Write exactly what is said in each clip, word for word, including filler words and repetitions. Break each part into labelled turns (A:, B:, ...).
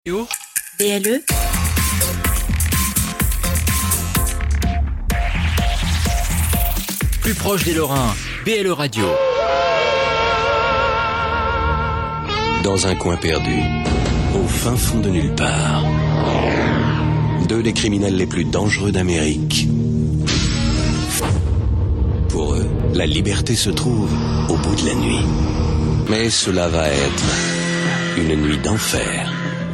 A: B L E
B: Plus proche des Lorrains, B L E Radio.
C: Dans un coin perdu, au fin fond de nulle part, deux des criminels les plus dangereux d'Amérique. Pour eux, la liberté se trouve au bout de la nuit. Mais cela va être une nuit d'enfer.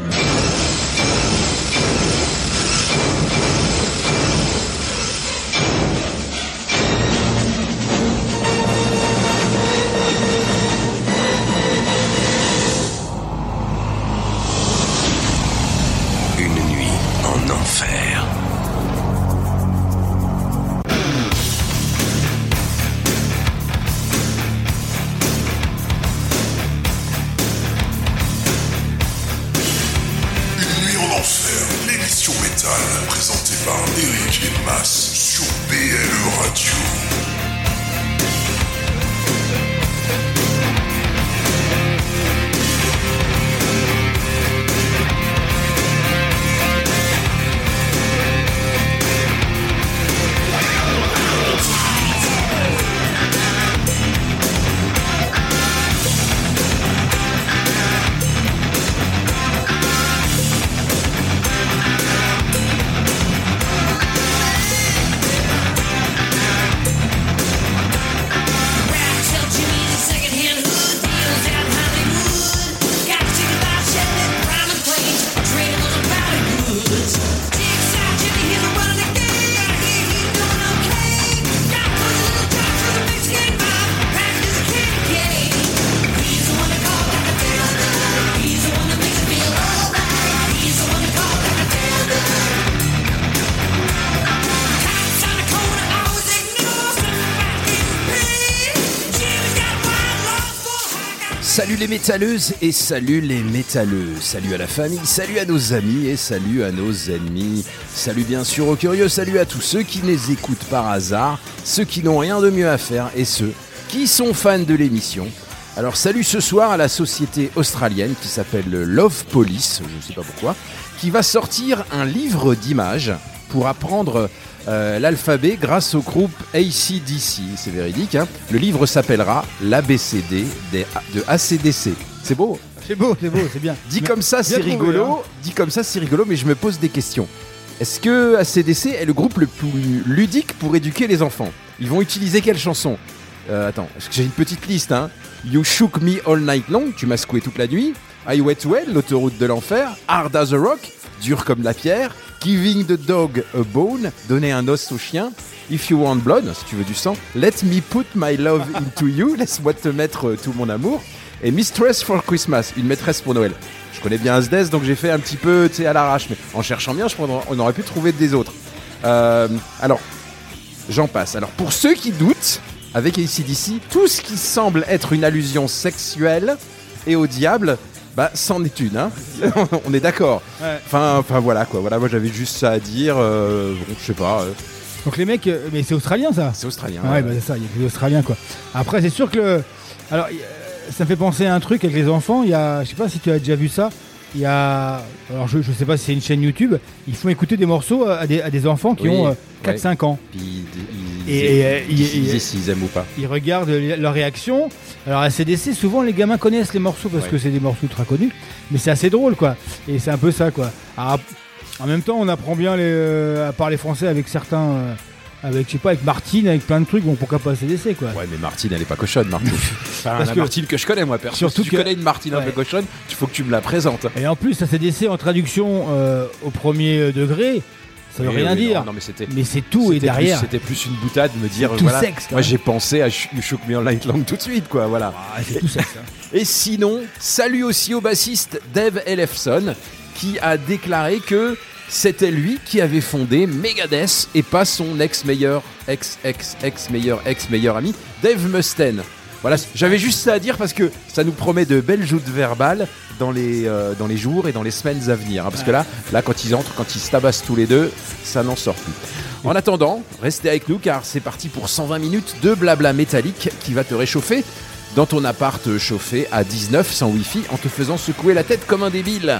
D: Salut les métalleuses et salut les métalleux, salut à la famille, salut à nos amis et salut à nos ennemis, salut bien sûr aux curieux, salut à tous ceux qui les écoutent par hasard, ceux qui n'ont rien de mieux à faire et ceux qui sont fans de l'émission. Alors salut ce soir à la société australienne qui s'appelle Love Police, je ne sais pas pourquoi, qui va sortir un livre d'images pour apprendre Euh, l'alphabet grâce au groupe A C D C, c'est véridique, hein. Le livre s'appellera l'A B C D de A C D C. C'est beau.
E: C'est beau, c'est beau, c'est bien.
D: Dit comme ça, c'est
E: trouvé,
D: rigolo.
E: hein.
D: Dit comme ça, c'est rigolo, mais je me pose des questions. Est-ce que A C D C est le groupe le plus ludique pour éduquer les enfants ? Ils vont utiliser quelle chanson ? euh, Attends, parce que j'ai une petite liste, hein. You Shook Me All Night Long, tu m'as secoué toute la nuit. Highway to Hell, l'autoroute de l'enfer. Hard as a Rock, dur comme la pierre. Giving the dog a bone, donner un os au chien. If you want blood, si tu veux du sang. Let me put my love into you, laisse-moi te mettre tout mon amour. Et Mistress for Christmas, une maîtresse pour Noël. Je connais bien Asdes, donc j'ai fait un petit peu, tu sais, à l'arrache. Mais en cherchant bien, je pense on aurait pu trouver des autres. Euh, alors, j'en passe. Alors, pour ceux qui doutent, avec A C D C, tout ce qui semble être une allusion sexuelle et au diable, bah, c'en est une, hein. On est d'accord.
E: Ouais.
D: Enfin, enfin voilà quoi. Voilà, moi j'avais juste ça à dire. Euh, bon, je sais pas. Euh.
E: Donc les mecs, euh, mais c'est australien ça.
D: C'est australien.
E: Ouais,
D: ouais.
E: bah c'est ça, il y a que les Australiens quoi. Après, c'est sûr que le... alors, y- euh, ça me fait penser à un truc avec les enfants. Il y a, je sais pas si tu as déjà vu ça. Il y a, alors je, je sais pas si c'est une chaîne YouTube. Ils font écouter des morceaux à des, à des enfants qui
D: Oui,
E: ont euh,
D: ouais.
E: quatre cinq ans.
D: Puis ils, ils,
E: Et-
D: ils,
E: et, euh,
D: ils,
E: il-
D: ils
E: il-
D: disent s'ils aiment ou pas.
E: Ils regardent les- leur réaction. Alors à C D C, souvent les gamins connaissent les morceaux parce
D: Ouais.
E: que c'est des morceaux ultra connus. Mais c'est assez drôle quoi. Et c'est un peu ça quoi. Alors, en même temps, on apprend bien les, euh, à parler français avec certains. Euh, avec, je sais pas, avec Martine, avec plein de trucs, bon, pourquoi pas C D C quoi.
D: Ouais, mais Martine, elle est pas cochonne, Martine. Enfin,
E: Parce
D: la
E: que-
D: Martine que je connais, moi, perso.
E: Surtout
D: Si tu
E: que-
D: connais une Martine un
E: Ouais.
D: peu cochonne, il faut que tu me la présentes.
E: Et en plus, A C D C en traduction euh, au premier degré, ça veut
D: Oui,
E: rien
D: oui,
E: dire.
D: Non, non, mais c'était.
E: Mais c'est tout et
D: c'était
E: derrière.
D: plus- C'était plus une boutade de me dire.
E: tout
D: voilà,
E: sexe, quand
D: moi,
E: même.
D: j'ai pensé à Sh- You Shook Me All Night Long tout de suite, quoi. Voilà.
E: Ah, c'est tout ça. ça.
D: Et sinon, salut aussi au bassiste Dave Ellefson, qui a déclaré que c'était lui qui avait fondé Megadeth et pas son ex-meilleur, ex-ex-ex-meilleur, ex-meilleur ami, Dave Mustaine. Voilà, j'avais juste ça à dire parce que ça nous promet de belles joutes verbales dans les, euh, dans les jours et dans les semaines à venir. Hein, parce que là, là, quand ils entrent, quand ils se tabassent tous les deux, ça n'en sort plus. En attendant, restez avec nous car c'est parti pour cent vingt minutes de blabla métallique qui va te réchauffer dans ton appart chauffé à dix-neuf sans wifi en te faisant secouer la tête comme un débile.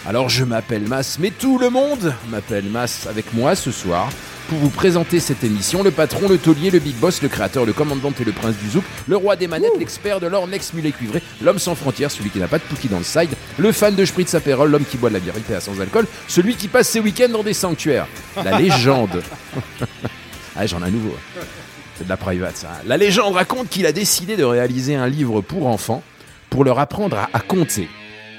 D: Alors je m'appelle Mas, mais tout le monde m'appelle Mas avec moi ce soir pour vous présenter cette émission. Le patron, le taulier, le big boss, le créateur, le commandant et le prince du zouk, le roi des manettes, l'expert de l'or, l'ex-mulet cuivré, l'homme sans frontières, celui qui n'a pas de Pookie dans le side, le fan de Spritz Aperol, l'homme qui boit de la bière I P A sans alcool, celui qui passe ses week-ends dans des sanctuaires. La légende. Ah, j'en ai un nouveau. C'est de la private, ça. La légende raconte qu'il a décidé de réaliser un livre pour enfants pour leur apprendre à, à compter.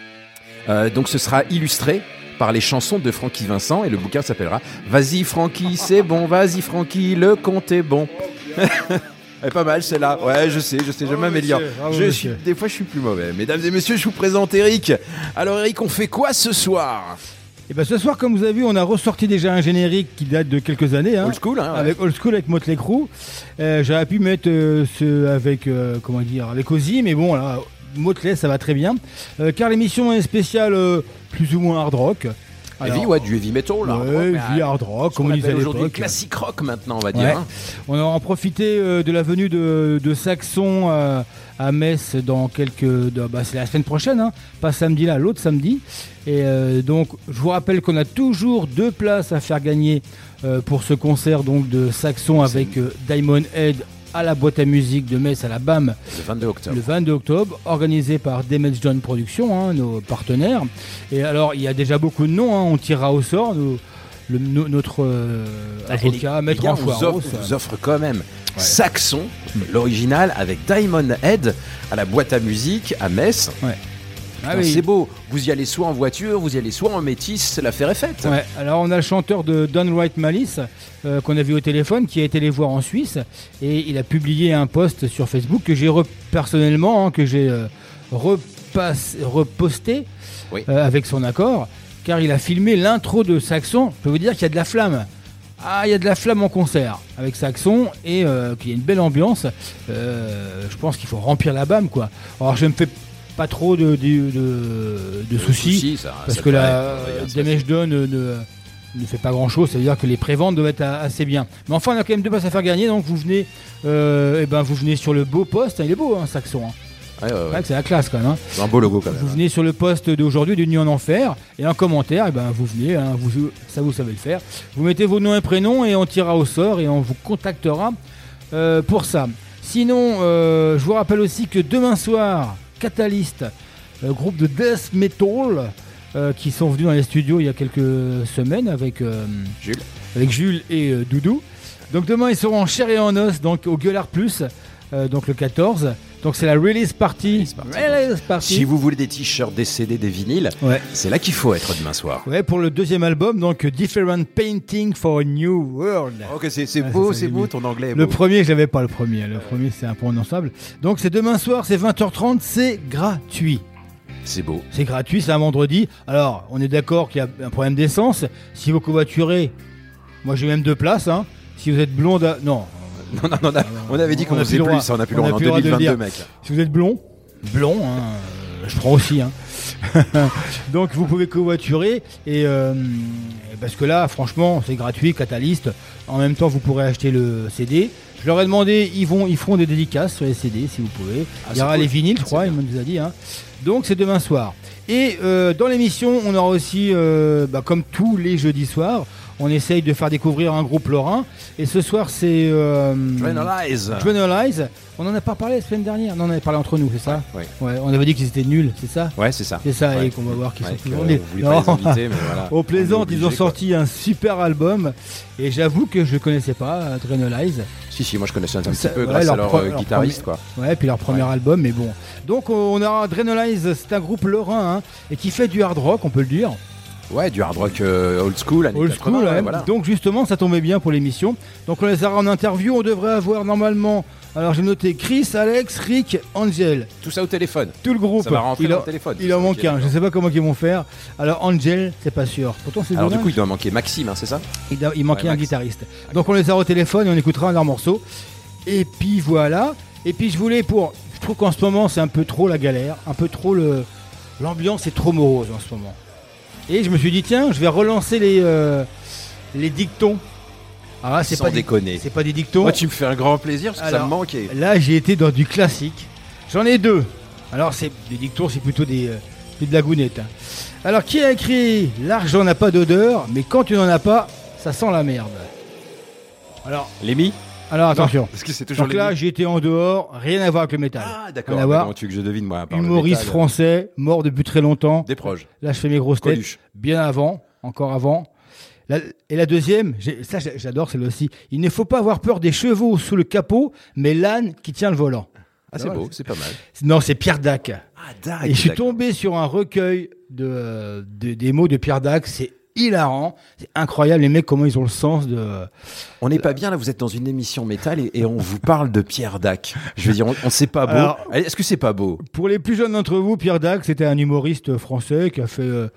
D: Euh, donc ce sera illustré par les chansons de Francky Vincent et le bouquin s'appellera « Vas-y Francky, c'est bon, vas-y Francky, le compte est bon ». Elle est pas mal celle-là. Ouais, je sais, je sais, je m'améliore. Je suis, des fois, je suis plus mauvais. Mesdames et messieurs, je vous présente Eric. Alors Eric, on fait quoi ce soir ?
E: Et ben ce soir, comme vous avez vu, on a ressorti déjà un générique qui date de quelques années. Hein,
D: old school, hein, ouais.
E: Avec Old School, avec Motley Crue. Euh, j'aurais pu mettre euh, ce avec euh, comment dire, avec Ozzy, mais bon là, Motley, ça va très bien. Euh, car l'émission est spéciale euh, plus ou moins hard rock.
D: Alors, heavy, ouais, du heavy metal, là.
E: Ouais, heavy hard rock, comme on disait à l'époque.
D: Classique rock maintenant, on va dire.
E: Ouais.
D: Hein.
E: On a en profité euh, de la venue de, de Saxon euh, à Metz dans quelques. De, bah, c'est la semaine prochaine, hein, pas samedi là, l'autre samedi. Et euh, donc, je vous rappelle qu'on a toujours deux places à faire gagner euh, pour ce concert donc de Saxon avec euh, Diamond Head à la boîte à musique de Metz à la B A M
D: le vingt-deux octobre.
E: Le vingt-deux octobre, organisé par Damage John Productions, hein, nos partenaires. Et alors, il y a déjà beaucoup de noms, hein, on tirera au sort nos, le, no, notre euh, avocat, Maître Enfoiros.
D: On vous offre quand même ouais. Saxon, l'original, avec Diamond Head à la boîte à musique à Metz.
E: Ouais.
D: Ah oui. C'est beau, vous y allez soit en voiture, vous y allez soit en métis, l'affaire est faite.
E: Ouais, alors on a le chanteur de Downright Malice euh, qu'on a vu au téléphone qui a été les voir en Suisse et il a publié un post sur Facebook que j'ai re- personnellement, hein, que j'ai euh, repasse, reposté
D: oui.
E: euh, avec son accord car il a filmé l'intro de Saxon. Je peux vous dire qu'il y a de la flamme. Ah, il y a de la flamme en concert avec Saxon et euh, qu'il y a une belle ambiance. Euh, je pense qu'il faut remplir la B A M, quoi. Alors je me fais pas trop de, de, de, de soucis,
D: soucis ça,
E: parce
D: ça
E: que la
D: rien,
E: Damage Done ne, ne, ne fait pas grand chose, ça veut dire que les préventes doivent être assez bien. Mais enfin, on a quand même deux places à faire gagner, donc vous venez, euh, et ben vous venez sur le beau poste, il est beau, hein, Saxon. Hein.
D: Ouais, ouais, ouais.
E: C'est la classe quand même. Hein.
D: C'est un beau logo quand même.
E: Vous venez sur le poste d'aujourd'hui de Nuit en Enfer et un commentaire, et ben vous venez, hein, vous, ça vous savez le faire. Vous mettez vos noms et prénoms et on tirera au sort et on vous contactera euh, pour ça. Sinon, euh, je vous rappelle aussi que demain soir, Catalyst, euh, groupe de death metal, euh, qui sont venus dans les studios il y a quelques semaines avec euh,
D: Jules,
E: avec Jules et euh, Doudou. Donc demain ils seront en chair et en os, donc au Gueulard Plus, euh, donc le quatorze. Donc c'est la release party.
D: Release party.
E: Release party.
D: Si vous voulez des t-shirts, des C D, des vinyles,
E: ouais.
D: c'est là qu'il faut être demain soir.
E: Ouais, pour le deuxième album, donc Different Painting for a New World.
D: Ok, c'est, c'est ah, beau, c'est, c'est beau, ton anglais est
E: le
D: beau.
E: premier, je l'avais pas le premier. Le premier, c'est imprononçable. Donc c'est demain soir, c'est vingt heures trente, c'est gratuit.
D: C'est beau.
E: C'est gratuit, c'est un vendredi. Alors, on est d'accord qu'il y a un problème d'essence. Si vous covoiturez, moi j'ai même deux places. Hein. Si vous êtes blonde, à... non.
D: Non, non, non, on, a, on avait dit qu'on faisait plus, ça, on a plus le droit en deux mille vingt-deux, mec.
E: Si vous êtes blond, blond, hein, euh, je prends aussi. Hein. Donc vous pouvez covoiturer et euh, parce que là, franchement, c'est gratuit, Catalyst. En même temps, vous pourrez acheter le C D. Je leur ai demandé, ils vont, ils feront des dédicaces sur les C D si vous pouvez. Ah, il y aura cool. Les vinyles, je crois, il nous a dit. Hein. Donc c'est demain soir. Et euh, dans l'émission, on aura aussi, euh, bah, comme tous les jeudis soirs, on essaye de faire découvrir un groupe lorrain. Et ce soir, c'est... Euh,
D: Adrenalize.
E: Adrenalize. On n'en a pas parlé la semaine dernière. Non, on en avait parlé entre nous, c'est ça ?
D: Ouais.
E: Ouais, on avait dit qu'ils étaient nuls, c'est ça ?
D: Ouais, c'est ça.
E: C'est ça,
D: ouais.
E: Et qu'on va voir qu'ils
D: ouais,
E: sont toujours
D: nuls. Non. Inviter, mais voilà.
E: Au Plaisant, ils ont sorti
D: quoi.
E: un super album. Et j'avoue que je ne connaissais pas Adrenalize.
D: Si, si, moi je connaissais un ça, petit peu
E: ouais,
D: grâce
E: leur
D: à leur,
E: pro-
D: euh,
E: leur
D: guitariste.
E: Premier,
D: quoi.
E: Ouais, puis leur premier ouais. album, mais bon. Donc on aura Adrenalize, c'est un groupe lorrain hein, et qui fait du hard rock, on peut le dire.
D: Ouais, du hard rock euh, old school, années
E: old
D: quatre-vingts,
E: school, ouais.
D: Voilà.
E: Donc justement, ça tombait bien pour l'émission. Donc on les aura en interview. On devrait avoir normalement, alors j'ai noté Chris, Alex, Rick, Angel.
D: Tout ça au téléphone.
E: Tout le groupe.
D: Ça va rentrer
E: il
D: dans
E: a,
D: le téléphone.
E: Il en manque un. Je sais pas comment ils vont faire. Alors Angel, c'est pas sûr. Pourtant c'est.
D: Alors
E: dommage.
D: du coup, il doit manquer Maxime, hein, c'est ça ?
E: Il, doit, il manquait
D: ouais,
E: un
D: Max.
E: guitariste. Donc on les aura au téléphone et on écoutera leur morceau. Et puis voilà. Et puis je voulais pour. Je trouve qu'en ce moment c'est un peu trop la galère, un peu trop le. L'ambiance est trop morose en ce moment. Et je me suis dit tiens, je vais relancer les euh, les dictons. Alors là, c'est
D: Sans
E: pas
D: déconner.
E: Des, c'est pas des dictons.
D: Moi, tu me fais un grand plaisir parce que
E: Alors,
D: ça me manquait.
E: Là, j'ai été dans du classique. J'en ai deux. Alors c'est des dictons, c'est plutôt des, Puis de la gounette. Alors, qui a écrit « L'argent n'a pas d'odeur, mais quand tu n'en as pas, ça sent la merde ». Alors,
D: Lémi.
E: alors attention.
D: Non, parce que c'est toujours
E: Donc là,
D: Lémi.
E: j'étais en dehors, rien à voir avec le métal.
D: Ah, d'accord.
E: Rien à voir.
D: Comment tu veux que je devine, moi à part le
E: Humoriste
D: métal,
E: français, mort depuis très longtemps.
D: Des proches.
E: Là, je fais mes grosses têtes.
D: Coluche.
E: Bien avant, encore avant. La- et la deuxième, j'ai- ça j'ai- j'adore celle aussi. Il ne faut pas avoir peur des chevaux sous le capot, mais l'âne qui tient le volant.
D: Ah, c'est beau, c'est pas mal.
E: Non, c'est Pierre Dac.
D: Ah, d'accord.
E: Et je suis tombé sur un recueil de, de- des mots de Pierre Dac. C'est hilarant. C'est incroyable, les mecs, comment ils ont le sens de.
D: On n'est pas bien là, vous êtes dans une émission métal et, et on vous parle de Pierre Dac. Je veux dire, on, on sait pas beau.
E: Alors-
D: Allez, Est-ce que c'est pas beau?
E: Pour les plus jeunes d'entre vous, Pierre Dac, c'était un humoriste français qui a fait. euh,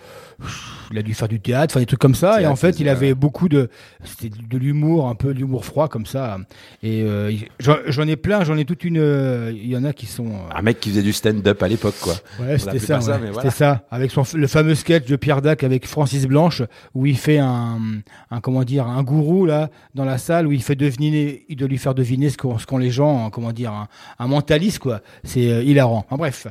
E: il a dû faire du théâtre, faire des trucs comme ça.
D: Théâtre,
E: et en fait, il
D: c'est-
E: avait beaucoup de. C'était de l'humour, un peu de l'humour froid comme ça. Et euh, j'en j'en ai plein, j'en ai toute une. euh, Il y en a qui sont. euh,
D: Un mec qui faisait du stand-up à l'époque, quoi.
E: Ouais,
D: On
E: c'était
D: l'appelait
E: ça,
D: pas ça,
E: ouais.
D: mais
E: C'était
D: voilà.
E: ça, avec son, le fameux sketch de Pierre Dac avec Francis Blanche, où il fait un, un comment dire, un gourou là dans la salle, où il fait deviner, il doit lui faire deviner ce qu'ont, ce qu'ont les gens, hein, comment dire, un, un mentaliste quoi. C'est euh, hilarant. En bref.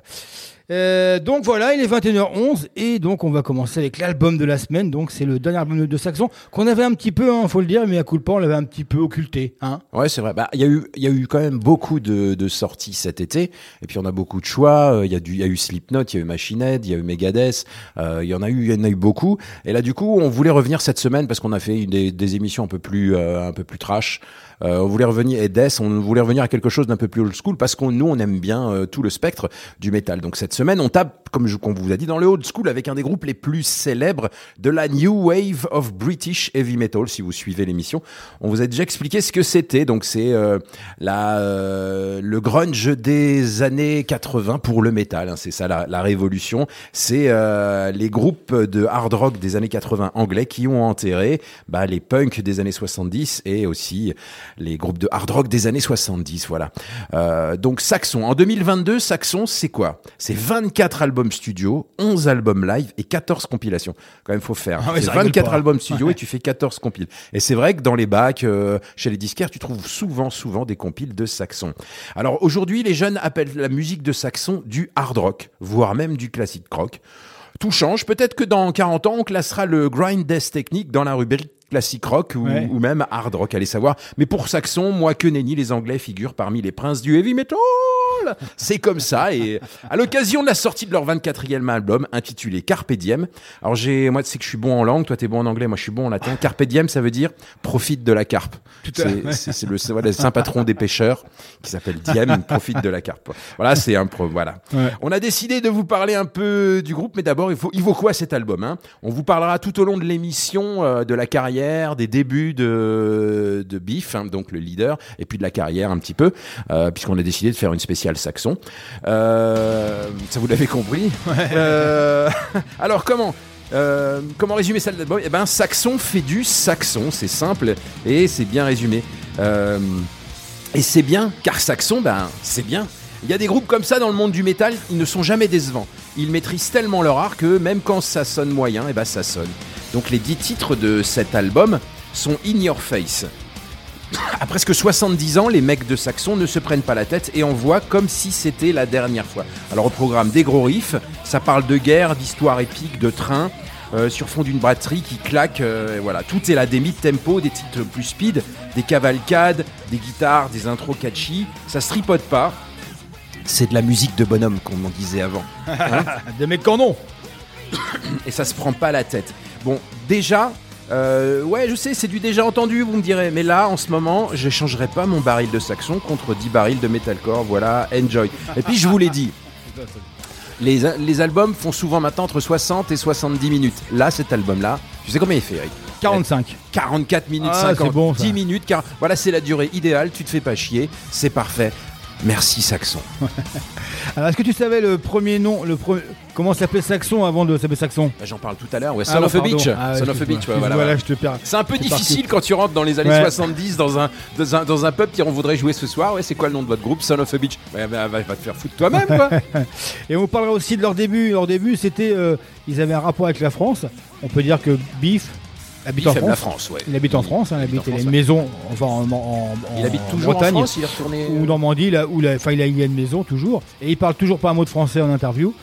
E: Euh, donc voilà, il est vingt et une heures onze et donc on va commencer avec l'album de la semaine. Donc c'est le dernier album de Saxon qu'on avait un petit peu, hein, faut le dire, mais à coup de pas on l'avait un petit peu occulté, hein.
D: Ouais, c'est vrai. Bah, il y a eu, il y a eu quand même beaucoup de, de sorties cet été. Et puis on a beaucoup de choix. Euh, Il y a du, il y a eu Slipknot, il y a eu Machine Head, il y a eu Megadeth. Euh, il y en a eu, il y en a eu beaucoup. Et là, du coup, on voulait revenir cette semaine parce qu'on a fait une des, des émissions un peu plus, euh, un peu plus trash. Euh, on voulait revenir et Death, on voulait revenir à quelque chose d'un peu plus old school parce qu'on nous on aime bien euh, tout le spectre du métal. Donc cette semaine, on tape comme je qu'on vous a dit dans le old school avec un des groupes les plus célèbres de la New Wave of British Heavy Metal. Si vous suivez l'émission, on vous a déjà expliqué ce que c'était. Donc c'est euh, la euh, le grunge des années quatre-vingts pour le métal. Hein, c'est ça la, la révolution. C'est euh, les groupes de hard rock des années quatre-vingts anglais qui ont enterré bah, les punks des années soixante-dix et aussi les groupes de hard rock des années soixante-dix, voilà. Euh, donc Saxon, en deux mille vingt-deux, Saxon, c'est quoi? C'est vingt-quatre albums studio, onze albums live et quatorze compilations. Quand même, faut faire.
E: Ah ouais,
D: c'est
E: ça rigole
D: vingt-quatre
E: pas.
D: albums studio et tu fais quatorze compiles. Et c'est vrai que dans les bacs, euh, chez les disquaires, tu trouves souvent, souvent des compiles de Saxon. Alors aujourd'hui, les jeunes appellent la musique de Saxon du hard rock, voire même du classique rock. Tout change. Peut-être que dans quarante ans, on classera le grind death technique dans la rubrique classique rock ou,
E: Ouais.
D: ou même hard rock, allez savoir. Mais pour Saxon, moi que nenni, les Anglais figurent parmi les princes du heavy metal. C'est comme ça. Et à l'occasion de la sortie de leur vingt-quatrième album, intitulé Carpe Diem. Alors j'ai, moi, tu sais que je suis bon en langue, toi t'es bon en anglais, moi je suis bon en latin. Carpe Diem, ça veut dire profite de la carpe.
E: Tout à
D: C'est, c'est, c'est le, c'est, voilà, le saint patron des pêcheurs qui s'appelle Diem, profite de la carpe. Voilà, c'est un pro, voilà.
E: Ouais.
D: On a décidé de vous parler un peu du groupe, mais d'abord, il faut, il vaut quoi cet album, hein? On vous parlera tout au long de l'émission euh, de la carrière, des débuts de, de Biff, hein, donc le leader, et puis de la carrière un petit peu, euh, puisqu'on a décidé de faire une spéciale Saxon. Euh, ça vous l'avez compris. Euh, alors comment euh, comment résumer ça l'album? Eh ben, Saxon fait du saxon, c'est simple et c'est bien résumé. Euh, et c'est bien, car Saxon, ben, c'est bien. Il y a des groupes comme ça dans le monde du métal, ils ne sont jamais décevants. Ils maîtrisent tellement leur art que même quand ça sonne moyen, eh ben ça sonne. Donc les dix titres de cet album sont In Your Face. À presque soixante-dix ans, les mecs de Saxon ne se prennent pas la tête et envoient comme si c'était la dernière fois. Alors au programme des gros riffs, ça parle de guerre, d'histoires épiques, de trains, euh, sur fond d'une batterie qui claque, euh, et voilà. Tout est là, des mid-tempo, des titres plus speed, des cavalcades, des guitares, des intros catchy, ça se tripote pas. C'est de la musique de bonhomme, comme on disait avant. Hein?
E: Des mecs en ont.
D: Et ça se prend pas la tête. Bon, déjà, euh, ouais, je sais, c'est du déjà entendu, vous me direz. Mais là, en ce moment, je changerai pas mon baril de Saxon contre dix barils de metalcore. Voilà, enjoy. Et puis, je vous l'ai dit, les, les albums font souvent maintenant entre soixante et soixante-dix minutes. Là, cet album-là, tu sais combien il fait, Eric?
E: quarante-cinq.
D: quarante-quatre minutes
E: Ah,
D: cinquante.
E: c'est bon, ça.
D: dix minutes, car voilà, c'est la durée idéale. Tu te fais pas chier, c'est parfait. Merci Saxon.
E: Alors, est-ce que tu savais le premier nom, le pre... comment s'appelait Saxon avant de s'appeler Saxon?
D: Bah, j'en parle tout à l'heure. Ouais,
E: Ah,
D: Son
E: non,
D: of a
E: pardon.
D: Bitch.
E: Ah, ouais,
D: Son of a
E: excuse-moi.
D: Bitch. Ouais, voilà,
E: Voilà,
D: voilà.
E: je te perds.
D: C'est un peu
E: C'est
D: difficile
E: parti.
D: quand tu rentres dans les années
E: Ouais.
D: soixante-dix dans un, dans, un, dans un pub qui on voudrait jouer ce soir. Ouais, c'est quoi le nom de votre groupe? Son of a Bitch. Ouais, bah, va, va te faire foutre toi-même, quoi.
E: Et on parlera aussi de leur début. Leur début, c'était, euh, ils avaient un rapport avec la France. On peut dire que Biff habite
D: Il
E: en
D: fait de
E: France.
D: la France, ouais.
E: Il habite en France. Hein, il,
D: Il habite
E: habite,
D: en
E: il a
D: France,
E: une
D: ouais.
E: maison, enfin en, en, en-
D: Il habite
E: en
D: toujours
E: Bretagne
D: en France, il est retourné.
E: ou Normandie, là où, la- enfin il a, il a une maison toujours. Et il parle toujours pas un mot de français en interview.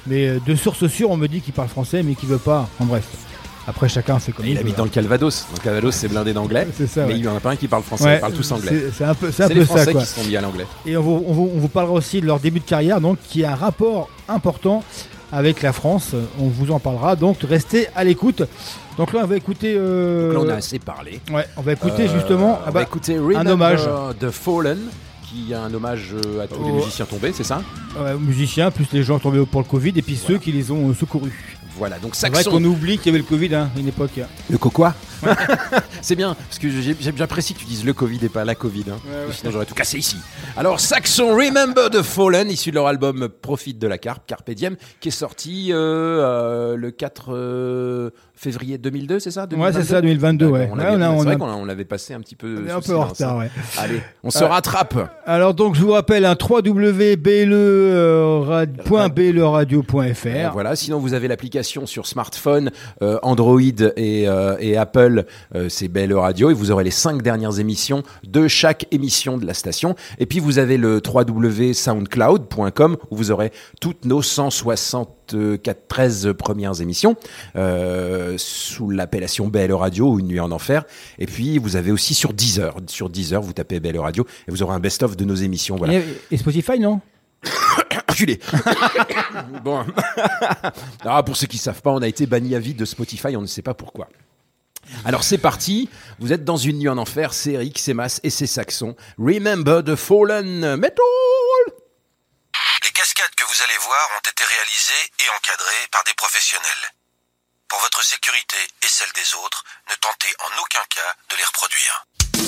E: Mais euh, de sources sûres, on me dit qu'il parle français, mais qu'il veut pas. En bref. Après, chacun fait comme il,
D: il
E: veut.
D: Il habite dans le Calvados. Dans le Calvados, c'est blindé d'anglais.
E: C'est ça,
D: mais
E: ouais.
D: il y en a pas un qui parle français.
E: Ouais,
D: ils parlent tous anglais.
E: C'est, c'est un peu, c'est
D: c'est
E: un
D: les
E: peu
D: Français
E: ça, quoi.
D: qui se sont mis à l'anglais.
E: Et on vous, on, vous, on vous parlera aussi de leur début de carrière, donc qui a un rapport important avec la France. On vous en parlera. Donc, restez à l'écoute. Donc là, on va écouter. Euh...
D: Donc là, on a assez parlé.
E: Ouais, on va écouter
D: Euh,
E: justement.
D: On
E: ah bah,
D: va écouter Remember
E: un hommage.
D: The Fallen, qui est un hommage euh, à tous les
E: Oh.
D: musiciens tombés, c'est ça?
E: Ouais, musiciens, plus les gens tombés pour le Covid, et puis
D: Voilà.
E: ceux qui les ont euh, secourus.
D: Voilà, donc
E: C'est vrai
D: Saxon.
E: qu'on oublie qu'il y avait le Covid hein, à une époque.
D: Le coquois. C'est bien, parce que j'ai- j'ai- j'apprécie que tu dises le Covid et pas la Covid. Hein.
E: Ouais, ouais.
D: Sinon j'aurais tout cassé ici. Alors Saxon Remember the Fallen, issu de leur album Profite de la Carpe, Carpe Diem, qui est sorti euh, euh, le quatre euh, février deux mille deux, c'est ça deux mille vingt-deux?
E: Ouais, c'est ça, deux mille vingt-deux, ouais.
D: D'accord, on
E: Ouais,
D: l'avait-
E: on a-
D: c'est
E: on
D: vrai
E: a-
D: qu'on a- on l'avait passé un petit peu.
E: On est un
D: sous
E: peu en
D: silence,
E: retard,
D: hein.
E: ouais.
D: Allez, on se
E: Euh,
D: rattrape.
E: Alors donc je vous rappelle un w w w point b l e radio point f
D: Euh,
E: r.
D: Voilà, sinon vous avez l'application sur smartphone, euh, Android et, euh, et Apple, euh, c'est B L E Radio, et vous aurez les cinq dernières émissions de chaque émission de la station. Et puis vous avez le w w w point soundcloud point com où vous aurez toutes nos cent soixante-quatre, treize premières émissions euh, sous l'appellation B L E Radio ou Une nuit en enfer. Et puis vous avez aussi sur Deezer, sur Deezer vous tapez B L E Radio et vous aurez un best-of de nos émissions. Voilà.
E: Et, et Spotify, non?
D: Enculé. Bon. Ah, pour ceux qui savent pas, on a été banni à vie de Spotify, on ne sait pas pourquoi. Alors c'est parti, vous êtes dans Une nuit en enfer, c'est Eric, c'est Mas et c'est Saxon. Remember the Fallen Metal.
A: Les cascades que vous allez voir ont été réalisées et encadrées par des professionnels. Pour votre sécurité et celle des autres, ne tentez en aucun cas de les reproduire.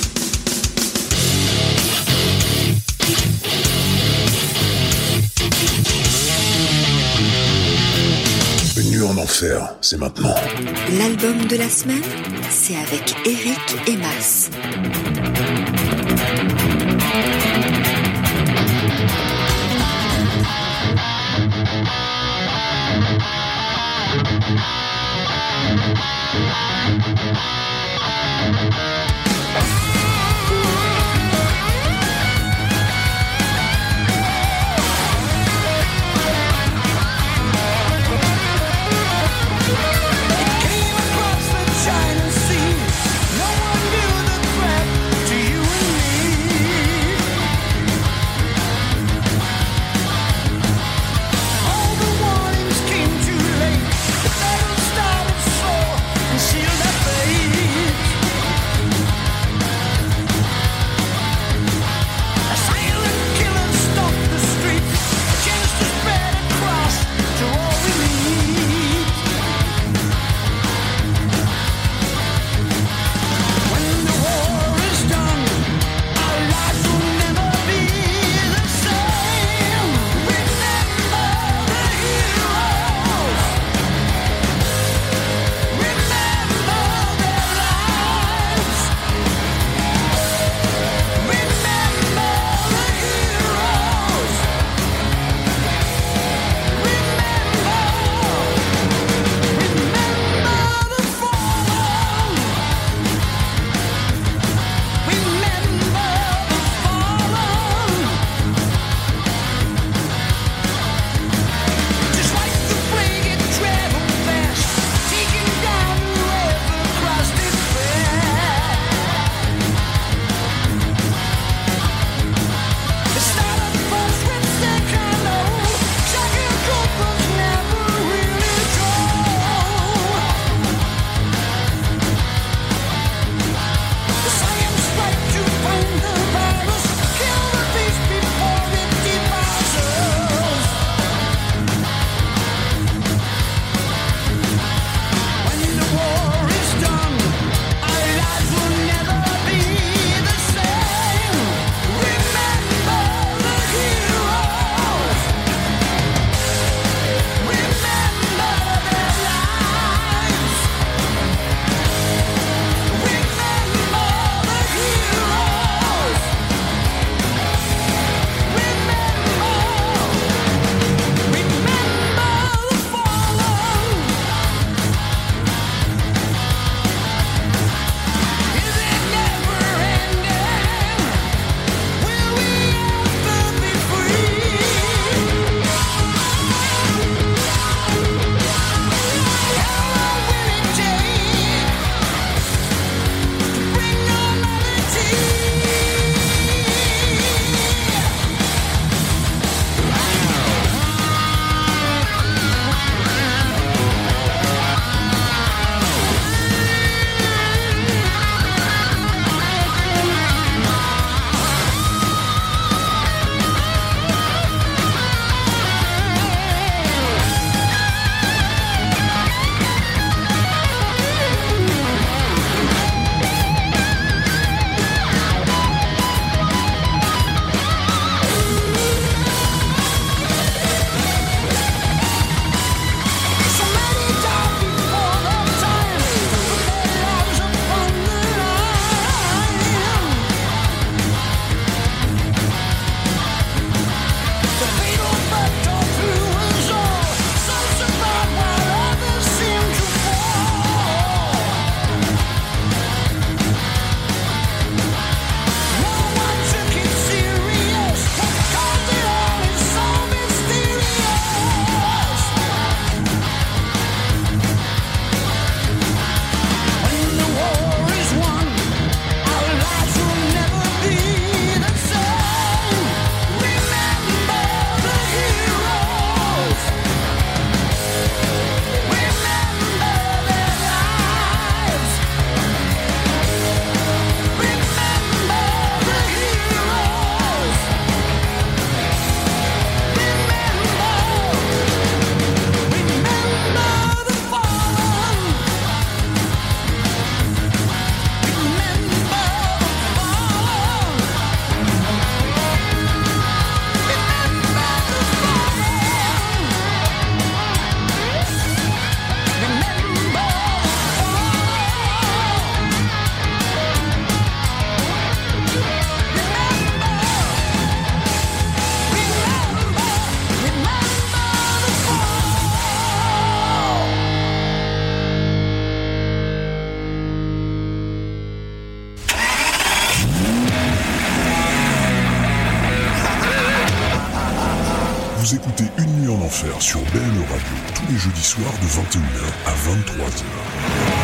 F: Une nuit en enfer, c'est maintenant.
G: L'album de la semaine, c'est avec Eric et Mas.
H: Came across the China Sea. No one knew the threat to you
F: Vous écoutez Une nuit en enfer sur B L E Radio tous les jeudis soirs de vingt et une heures à vingt-trois heures.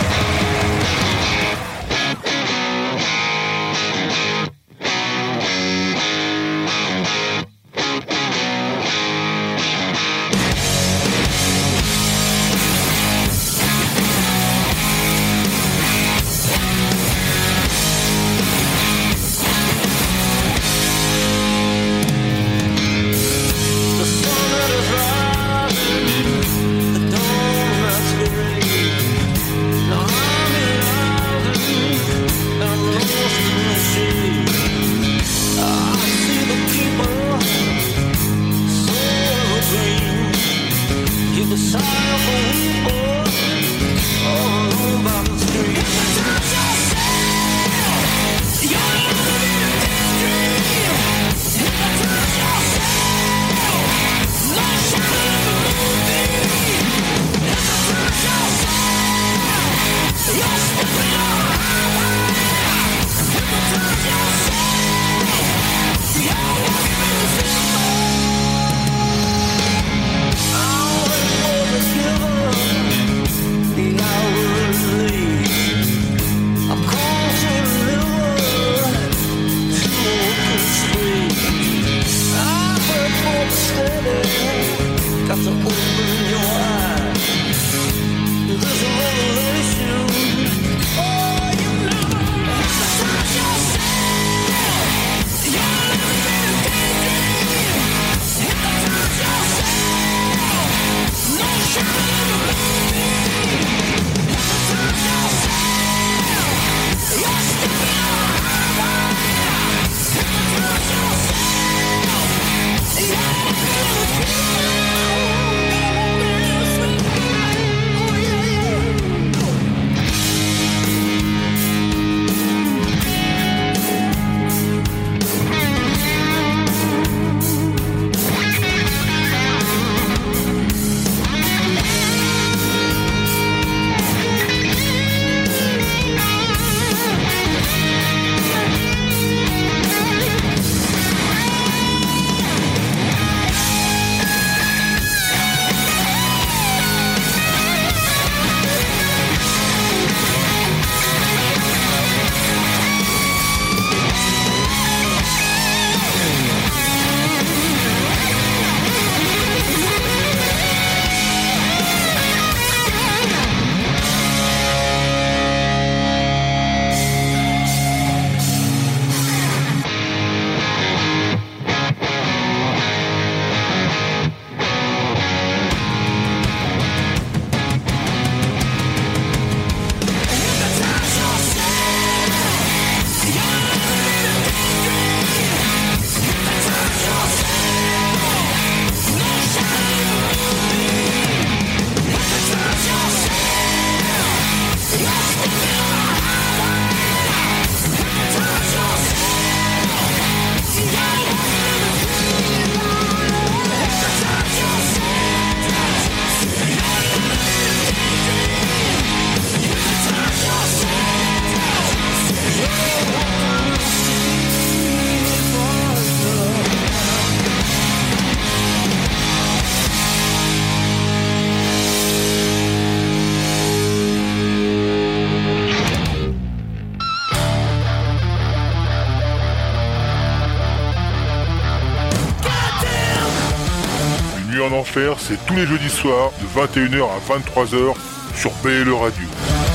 H: En enfer, c'est tous les jeudis soirs de vingt et une heures à vingt-trois heures sur B L E Radio.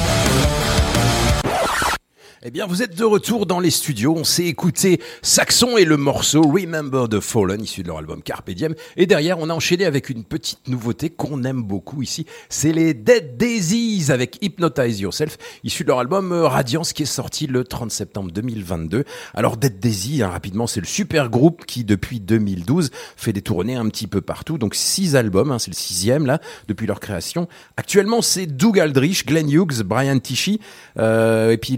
D: Eh bien, vous êtes de retour dans les studios. On s'est écouté Saxon et le morceau Remember the Fallen, issu de leur album Carpe Diem. Et derrière, on a enchaîné avec une petite nouveauté qu'on aime beaucoup ici. C'est les Dead Daisies avec Hypnotize Yourself, issu de leur album Radiance, qui est sorti le trente septembre deux mille vingt-deux. Alors, Dead Daisies, hein, rapidement, c'est le super groupe qui, depuis deux mille douze, fait des tournées un petit peu partout. Donc, six albums, hein, c'est le sixième, là, depuis leur création. Actuellement, c'est Doug Aldrich, Glenn Hughes, Brian Tichy, euh, et puis le quatrième,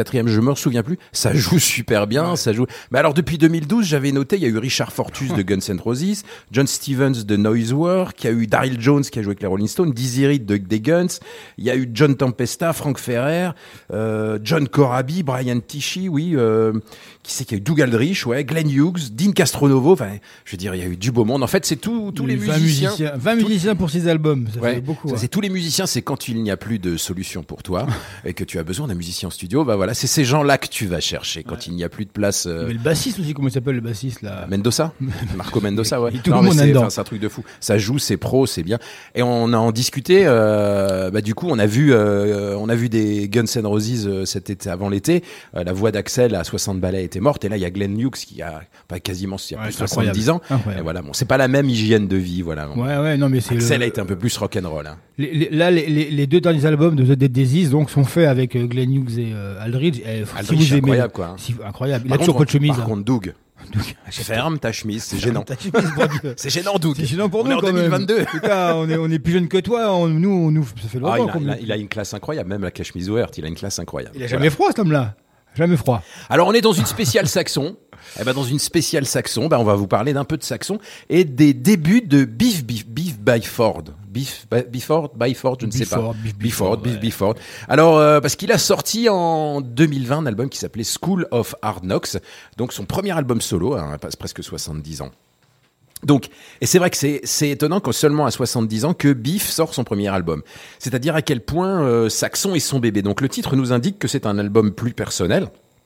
D: quatrième, je me souviens plus. Ça joue super bien, ouais. ça joue. Mais alors depuis deux mille douze, j'avais noté, il y a eu Richard Fortus de Guns N' Roses, John Stevens de Noisework, il y a eu Daryl Jones qui a joué avec les Rolling Stones, Dizzy Reed de des Guns, il y a eu John Tempesta, Frank Ferrer, euh, John Corabi, Brian Tichy, oui, euh, qui c'est qu'il y a eu Doug Aldrich, ouais, Glenn Hughes, Dean Castronovo, enfin, je veux dire, il y a eu du beau monde. En fait, c'est tout, tous les
E: vingt
D: musiciens.
E: musiciens vingt tout... musiciens pour ces albums, ça
D: ouais,
E: fait beaucoup.
D: Ça,
E: ouais.
D: C'est tous les musiciens, c'est quand il n'y a plus de solution pour toi et que tu as besoin d'un musicien en studio, bah voilà, c'est ces gens-là que tu vas chercher quand ouais. il n'y a plus de place. Euh...
E: Mais le bassiste aussi, comment il s'appelle le bassiste là?
D: Mendoza, Marco Mendoza, ouais.
E: Tout non, le monde
D: c'est,
E: dedans.
D: c'est un truc de fou. Ça joue, c'est pro, c'est bien. Et on a en discuté. Euh, bah du coup, on a vu, euh, on a vu des Guns N' Roses euh, cet été, avant l'été. Euh, la voix d'Axel à soixante balais était morte, et là il y a Glenn Hughes qui a pas quasiment, il y a
E: ouais,
D: plus de soixante-dix ans.
E: Incroyable.
D: Et voilà, bon, c'est pas la même hygiène de vie, voilà.
E: Ouais, ouais, non mais c'est.
D: Axel
E: le...
D: a été un peu plus rock'n'roll. Hein.
E: Les, les, là, les, les, les deux derniers albums de The Dead Disease donc sont faits avec euh, Glenn Hughes et euh, Aldridge. Et,
D: Aldridge,
E: si vous aimez,
D: incroyable quoi.
E: Si, incroyable. Il
D: par
E: a toujours
D: contre,
E: pas de chemise.
D: Par
E: hein.
D: contre, Doug.
E: Doug.
D: Ferme ta chemise, c'est gênant.
E: Ta chemise,
D: c'est gênant, Doug.
E: C'est gênant pour
D: on
E: nous
D: est en
E: quand
D: deux mille vingt-deux.
E: Même. Putain, on est on est plus jeune que toi. On, nous, on, nous, ça fait longtemps.
D: Ah, il, a,
E: qu'on...
D: il, a, il a une classe incroyable, même la chemise ouverte, il a une classe incroyable.
E: Il a jamais voilà. froid, cet homme-là. Jamais froid.
D: Alors, on est dans une spéciale saxon. Eh ben, dans une spéciale saxon, ben, on va vous parler d'un peu de saxon et des débuts de Biff Biff Biff Byford. Biff Byford, Byford, je ne sais pas.
E: Biff
D: Byford, Biff
E: ouais.
D: Byford. Alors, euh, parce qu'il a sorti en deux mille vingt un album qui s'appelait School of Hard Knocks, donc son premier album solo, hein, presque soixante-dix ans. Donc, et c'est vrai que c'est, c'est étonnant qu'en seulement à soixante-dix ans que Biff sort son premier album. C'est-à-dire à quel point euh, Saxon est son bébé. Donc le titre nous indique que c'est un album plus personnel.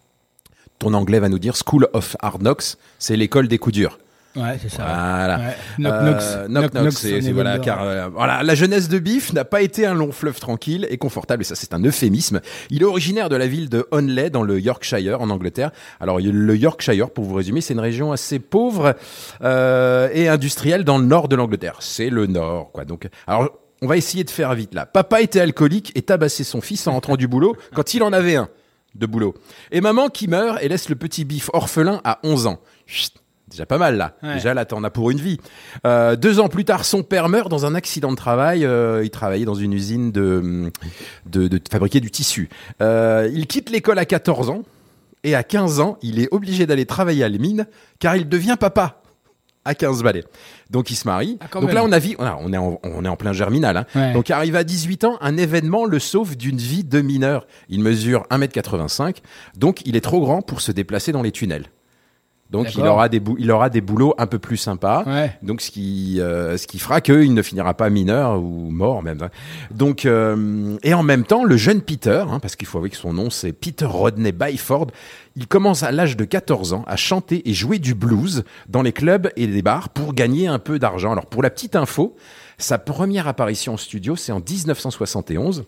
D: Ton anglais va nous dire School of Hard Knocks, c'est l'école des coups durs.
E: Ouais, c'est ça.
D: Voilà.
E: Ouais. Knock,
D: euh,
E: knocks.
D: knock,
E: knock,
D: knock,
E: knocks,
D: c'est, c'est voilà, car euh, voilà, la jeunesse de Biff n'a pas été un long fleuve tranquille et confortable, et ça c'est un euphémisme. Il est originaire de la ville de Honley dans le Yorkshire en Angleterre. Alors le Yorkshire, pour vous résumer, c'est une région assez pauvre euh, et industrielle dans le nord de l'Angleterre. C'est le nord, quoi. Donc, alors on va essayer de faire vite là. Papa était alcoolique et tabassait son fils en rentrant du boulot quand il en avait un de boulot. Et maman qui meurt et laisse le petit Biff orphelin à onze ans. Chut. Déjà pas mal là. Ouais. Déjà là, t'en as pour une vie. Euh, deux ans plus tard, son père meurt dans un accident de travail. Euh, il travaillait dans une usine de de, de fabriquer du tissu. Euh, il quitte l'école à quatorze ans et à quinze ans, il est obligé d'aller travailler à la mine car il devient papa à quinze balais. Donc il se marie. Ah, Donc même. Là, on a vu, on est en, on est en plein germinal. Hein. Ouais. Donc arrive à dix-huit ans, un événement le sauve d'une vie de mineur. Il mesure un mètre quatre-vingt-cinq, donc il est trop grand pour se déplacer dans les tunnels. Donc D'accord. il aura des bou- il aura des boulots un peu plus sympas. Ouais. Donc ce qui euh, ce qui fera qu'il ne finira pas mineur ou mort même. Donc euh, et en même temps le jeune Peter, hein, parce qu'il faut avouer que son nom c'est Peter Rodney Byford, il commence à l'âge de quatorze ans à chanter et jouer du blues dans les clubs et les bars pour gagner un peu d'argent. Alors pour la petite info, sa première apparition en studio c'est en dix-neuf cent soixante et onze.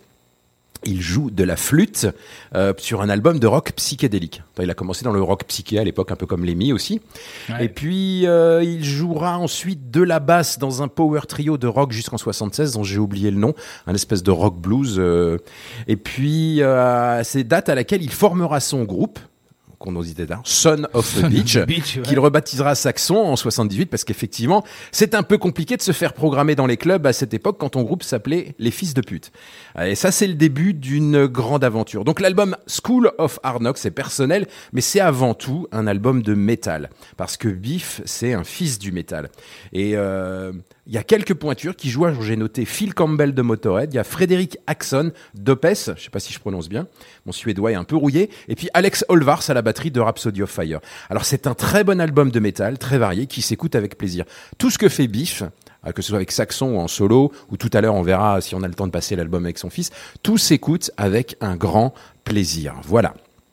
D: Il joue de la flûte euh, sur un album de rock psychédélique. Enfin, il a commencé dans le rock psyché à l'époque, un peu comme Lemmy aussi. Ouais. Et puis, euh, il jouera ensuite de la basse dans un power trio de rock jusqu'en soixante-seize, dont j'ai oublié le nom, un espèce de rock blues. Euh. Et puis, euh, c'est date à laquelle il formera son groupe, qu'on nous disait là, Son of the Beach, Beach ouais. qu'il rebaptisera Saxon en soixante-dix-huit, parce qu'effectivement, c'est un peu compliqué de se faire programmer dans les clubs à cette époque quand ton groupe s'appelait Les Fils de Pute. Et ça, c'est le début d'une grande aventure. Donc l'album School of Hard Knocks, c'est personnel, mais c'est avant tout un album de métal, parce que Biff, c'est un fils du métal. Et euh, il y a quelques pointures qui jouent. J'ai noté Phil Campbell de Motorhead, il y a Frédéric Axon d'Opeth, je sais pas si je prononce bien, mon suédois est un peu rouillé, et puis Alex Olvars à la batterie de Rhapsody of Fire. Alors c'est un très bon album de métal, très varié, qui s'écoute avec plaisir. Tout ce que fait Biff, que ce soit avec Saxon ou en solo, ou tout à l'heure on verra si on a le temps de passer l'album avec son fils, tout s'écoute avec un grand plaisir. Voilà.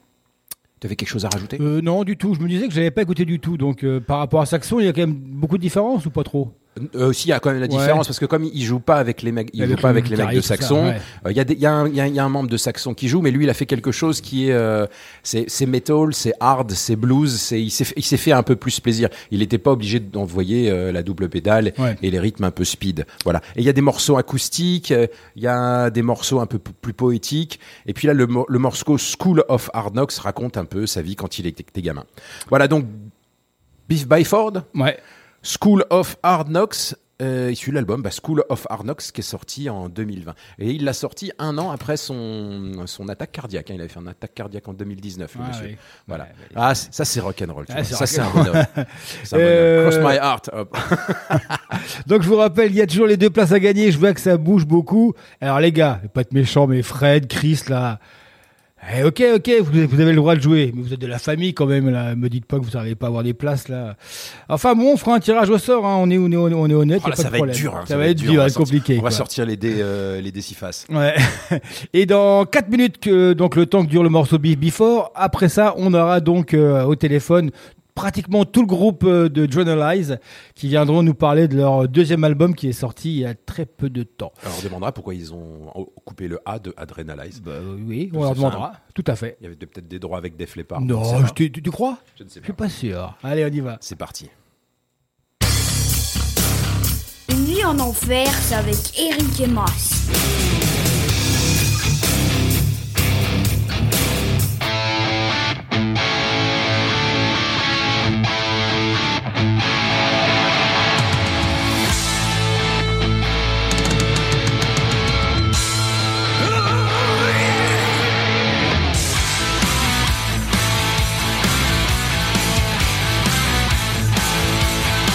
D: Tu avais quelque chose à rajouter ?
E: euh, Non, du tout. Je me disais que je n'avais pas écouté du tout. Donc euh, par rapport à Saxon, il y a quand même beaucoup de différences ou pas trop ?
D: Euh, aussi, il y a quand même la différence ouais. parce que comme il joue pas avec les mecs, il avec joue pas avec les mecs de Saxon. Il ouais. euh, y a des, il y a un, il y a, il y a un membre de Saxon qui joue, mais lui, il a fait quelque chose qui est, euh, c'est, c'est metal, c'est hard, c'est blues, c'est, il s'est, il s'est fait un peu plus plaisir. Il n'était pas obligé d'envoyer euh, la double pédale ouais. et les rythmes un peu speed. Voilà. Et il y a des morceaux acoustiques, il euh, y a des morceaux un peu p- plus poétiques. Et puis là, le, le morceau School of Hard Knocks raconte un peu sa vie quand il était gamin. Voilà. Donc, Biff Byford.
E: Ouais.
D: School of Hard Knocks, euh, issu de l'album bah, School of Hard Knocks qui est sorti en deux mille vingt. Et il l'a sorti un an après son, son attaque cardiaque. Hein. Il avait fait une attaque cardiaque en deux mille dix-neuf, le
E: Ah,
D: monsieur.
E: oui.
D: Voilà.
E: Ouais, ouais.
D: Ah, c- ça c'est rock'n'roll. tu
E: Ah,
D: vois.
E: c'est
D: Ça c'est un
E: rock'n'roll.
D: bonheur. C'est un
E: Euh,
D: bonheur. Cross my heart. Hop.
E: Donc je vous rappelle, il y a toujours les deux places à gagner. Je vois que ça bouge beaucoup. Alors les gars, pas être méchants, mais Fred, Chris, là. Eh, ok, ok, vous, vous avez le droit de jouer, mais vous êtes de la famille quand même. Là, me dites pas que vous n'arrivez pas à avoir des places là. Enfin bon, on fera un tirage au sort. Hein. On est, on est, on est honnête.
D: Oh
E: y a
D: là,
E: pas
D: ça
E: de
D: va
E: problème.
D: être dur. Hein.
E: Ça, va être dur, ça va être compliqué.
D: On va
E: quoi.
D: sortir les dés, euh, les dés six faces.
E: Ouais. Et dans quatre minutes, que, donc le temps que dure le morceau Beef Before, après ça, on aura donc euh, au téléphone pratiquement tout le groupe euh, de Journalize qui viendront nous parler de leur deuxième album qui est sorti il y a très peu de temps.
D: Alors on demandera pourquoi ils ont coupé le A de Adrenalize.
E: Bah, oui,
D: C'est
E: on leur
D: ça,
E: demandera. Tout à fait.
D: Il y avait peut-être des droits avec Def Leppard.
E: Non,
D: je sais pas.
E: je te- tu, tu crois?
D: Je ne sais
E: Je suis
D: pas.
E: pas sûr. Allez, on y va.
D: C'est parti.
I: Une nuit en enfer, c'est avec Eric et Mas.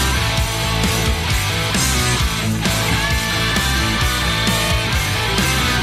J: Thank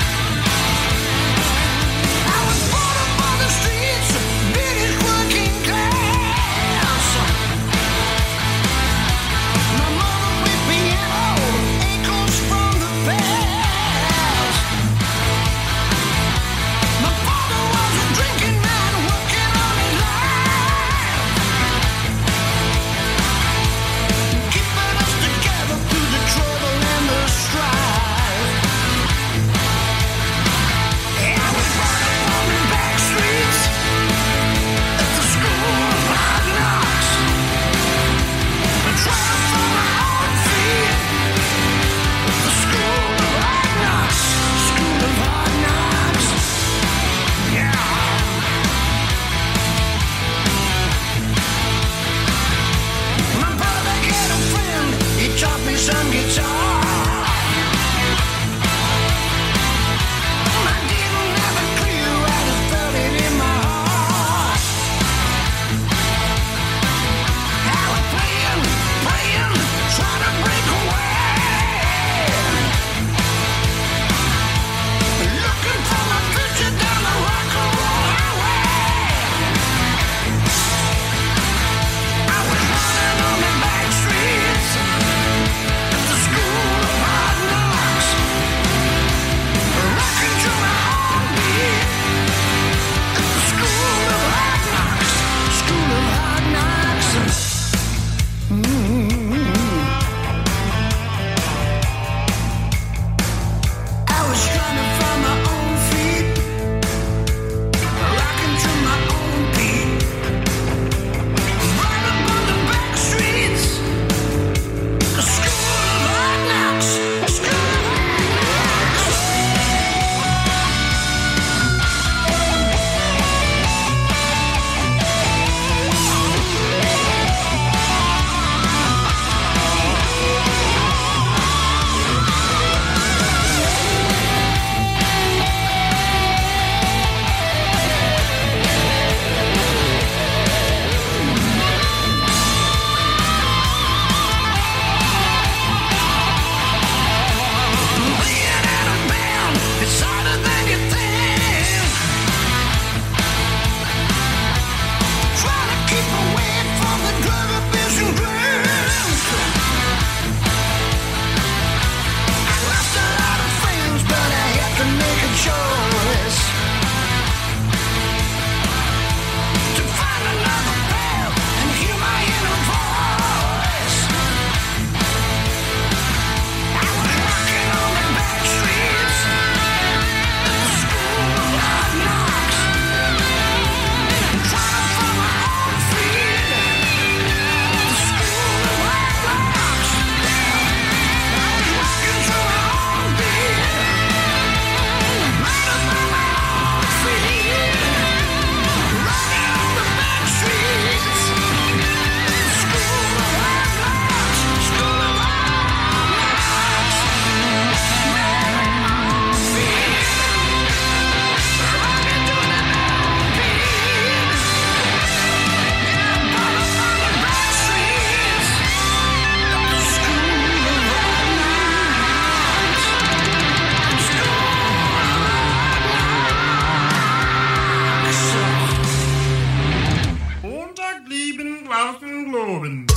F: Beethoven.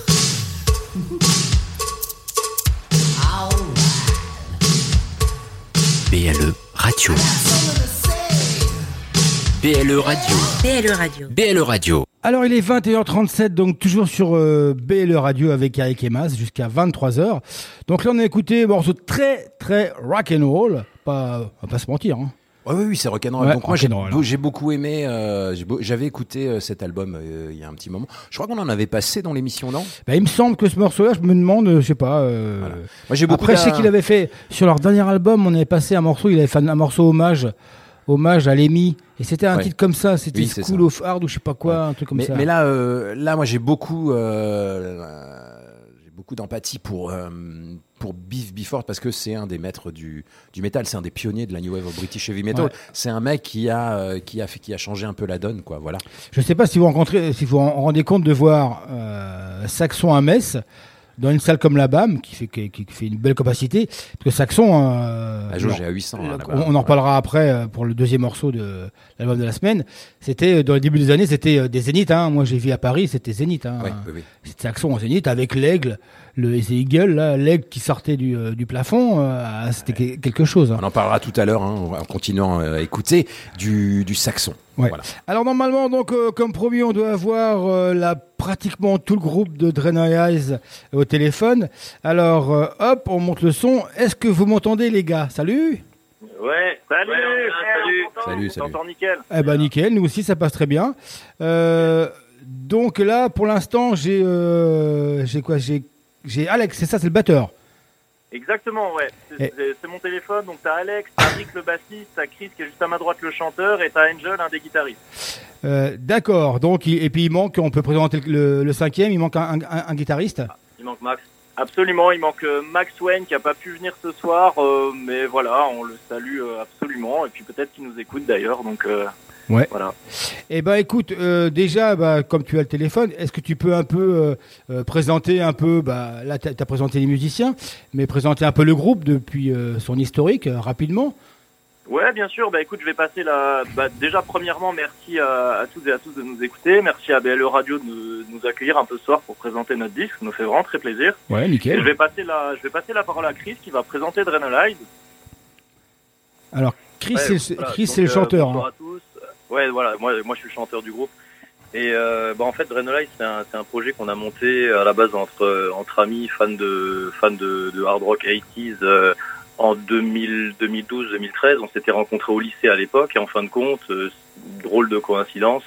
B: B L E Radio. B L E Radio.
G: B L E Radio.
B: B L E Radio.
E: Alors il est vingt et une heures trente-sept, donc toujours sur euh, B L E Radio avec Eric et Mas jusqu'à vingt-trois heures. Donc là on a écouté un morceau très très rock and roll, pas, on va pas se mentir. Hein.
D: Ouais, oui, oui, c'est rock'n'roll.
E: Ouais,
D: Donc moi, j'ai,
E: rock'n'roll.
D: beau- j'ai beaucoup aimé. Euh, j'ai beau- j'avais écouté euh, cet album euh, il y a un petit moment. Je crois qu'on en avait passé dans l'émission, non?
E: Bah, il me semble que ce morceau-là, je me demande, euh, je sais pas. Euh...
D: Voilà. Moi, j'ai beaucoup
E: Après, je sais
D: d'a-
E: qu'il avait fait sur leur dernier album, on avait passé un morceau, il avait fait un, un morceau hommage, hommage à Lemmy, et c'était un
D: Ouais.
E: titre comme ça, c'était
D: Oui, c'est
E: School
D: ça.
E: of Hard ou je sais pas quoi, un truc comme
D: mais,
E: ça.
D: mais là, euh, là, moi, j'ai beaucoup, euh, euh, j'ai beaucoup d'empathie pour euh, pour Biff Bifford parce que c'est un des maîtres du du métal, c'est un des pionniers de la new wave of British heavy metal.
E: Ouais.
D: C'est un mec qui a euh, qui a fait qui a changé un peu la donne, quoi. Voilà.
E: Je sais pas si vous rencontrez, si vous vous rendez compte de voir euh, Saxon à Metz dans une salle comme la B A M qui fait qui, qui fait une belle capacité, parce que Saxon, euh,
D: La jauge
E: non,
D: est à huit cents. hein,
E: on,
D: là-bas.
E: on en reparlera après euh, pour le deuxième morceau de l'album de la semaine. C'était euh, dans le début des années, c'était euh, des Zéniths. Hein. Moi, j'ai vu à Paris, c'était Zénith. Hein.
D: Ouais, oui, oui.
E: C'était Saxon en Zénith avec l'aigle, le The Eagle, là, l'aigle qui sortait du, euh, du plafond. euh, c'était que- quelque chose. Hein.
D: On en parlera tout à l'heure hein, en continuant euh, à écouter du du saxon.
E: Ouais.
D: Voilà.
E: Alors normalement, donc, euh, comme promis, on doit avoir euh, la, pratiquement tout le groupe de Draenei Eyes au téléphone. Alors, euh, hop, on monte le son. Est-ce que vous m'entendez, les gars? Salut.
J: Ouais, salut, salut,
D: Salut,
J: on
D: salut.
J: t'entend nickel.
E: Eh ben nickel, nous aussi ça passe très bien. Euh, donc là, pour l'instant, j'ai euh, j'ai quoi J'ai j'ai Alex, c'est ça, c'est le batteur.
J: Exactement, ouais. C'est,
E: Et-
J: c'est- c'est mon téléphone, donc t'as Alex, t'as Rick le bassiste, t'as Chris qui est juste à ma droite le chanteur, et t'as Angel, un des guitaristes.
E: Euh, D'accord. Donc il- et puis il manque, on peut présenter le, le cinquième. Il manque un, un- un guitariste.
J: Il manque Max. Absolument, il manque euh, Max Wayne qui a pas pu venir ce soir, euh, mais voilà, on le salue euh, absolument, et puis peut-être qu'il nous écoute d'ailleurs, donc euh,
E: Ouais.
J: voilà.
E: Eh ben écoute, euh, déjà, bah, comme tu as le téléphone, est-ce que tu peux un peu euh, euh, présenter un peu, bah, là tu as présenté les musiciens, mais présenter un peu le groupe depuis euh, son historique euh, rapidement.
J: Ouais, bien sûr. Bah écoute, je vais passer la. Bah, déjà, premièrement, merci à, à toutes et à tous de nous écouter. Merci à B L E Radio de nous, de nous accueillir un peu ce soir pour présenter notre disque. Ça nous fait vraiment très plaisir.
E: Ouais,
J: Et je
E: nickel.
J: vais passer la, je vais passer la parole à Chris qui va présenter Draenei Eyes.
E: Alors Chris,
J: Ouais,
E: c'est,
J: voilà.
E: Chris
J: Donc,
E: c'est le
J: euh,
E: chanteur.
J: bonsoir
E: Hein.
J: à tous. Ouais, voilà. Moi, moi, je suis le chanteur du groupe. Et euh, bah, en fait, Draenei Eyes, c'est un, c'est un projet qu'on a monté à la base entre entre amis, fans de fans de, de hard rock eighties. Euh, en deux mille, deux mille douze, deux mille treize, on s'était rencontrés au lycée à l'époque, et en fin de compte, euh, drôle de coïncidence,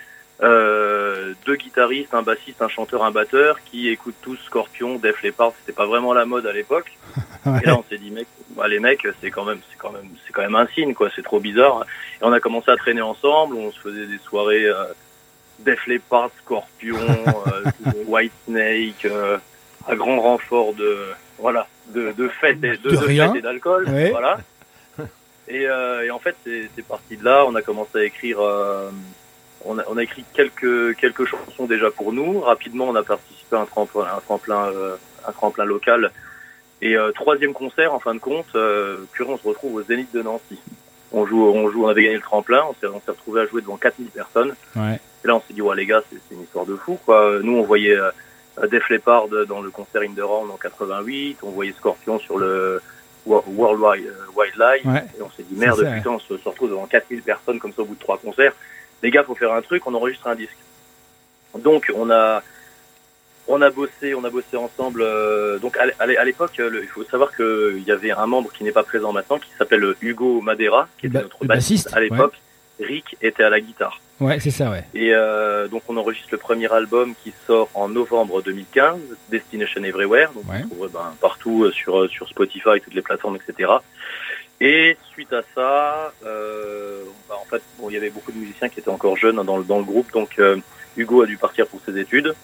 J: euh, deux guitaristes, un bassiste, un chanteur, un batteur, qui écoutent tous Scorpion, Def Leppard. C'était pas vraiment la mode à l'époque.
E: Ouais.
J: Et là, on s'est dit, mec, bah, les mecs, c'est quand même, c'est quand même, c'est quand même un signe, quoi. C'est trop bizarre. Et on a commencé à traîner ensemble. On se faisait des soirées euh, Def Leppard, Scorpion, euh, White Snake, euh, à grand renfort de, voilà, de, de fêtes et de,
E: De
J: de
E: rien.
J: fêtes et d'alcool.
E: Ouais.
J: Voilà. Et, euh, et en fait, c'est, c'est parti de là. On a commencé à écrire. Euh, on a, on a écrit quelques quelques chansons déjà pour nous. Rapidement, on a participé à un tremplin, un tremplin, euh, un tremplin local. Et euh, troisième concert, en fin de compte, euh, purée, on se retrouve au Zénith de Nancy. On joue, on joue, on avait gagné le tremplin. On s'est, on s'est retrouvé à jouer devant quatre mille personnes.
E: Ouais.
J: Et là, on s'est dit, ouais, les gars, c'est, c'est une histoire de fou, quoi. Nous, on voyait euh, Def Leppard dans le concert In The Round en quatre-vingt-huit. On voyait Scorpion sur le Wo- World Wide, euh, Wildlife.
E: Ouais.
J: Et on s'est dit, merde,
E: C'est ça,
J: putain, on se, se retrouve devant quatre mille personnes comme ça au bout de trois concerts. Les gars, faut faire un truc, on enregistre un disque. Donc, on a, on a bossé, on a bossé ensemble. Euh, donc, à, à, à l'époque, le, il faut savoir qu'il y avait un membre qui n'est pas présent maintenant, qui s'appelle Hugo Madeira, qui était
E: Ba-
J: notre
E: le
J: bassiste,
E: bassiste,
J: à l'époque. Rick était à la guitare.
E: Ouais, c'est ça, ouais.
J: Et euh, donc on enregistre le premier album qui sort en novembre deux mille quinze, Destination Everywhere, donc
E: Ouais.
J: on trouve ben, partout euh, sur sur Spotify, toutes les plateformes, et cetera. Et suite à ça, euh, bah, en fait, bon, il y avait beaucoup de musiciens qui étaient encore jeunes hein, dans le dans le groupe, donc euh, Hugo a dû partir pour ses études.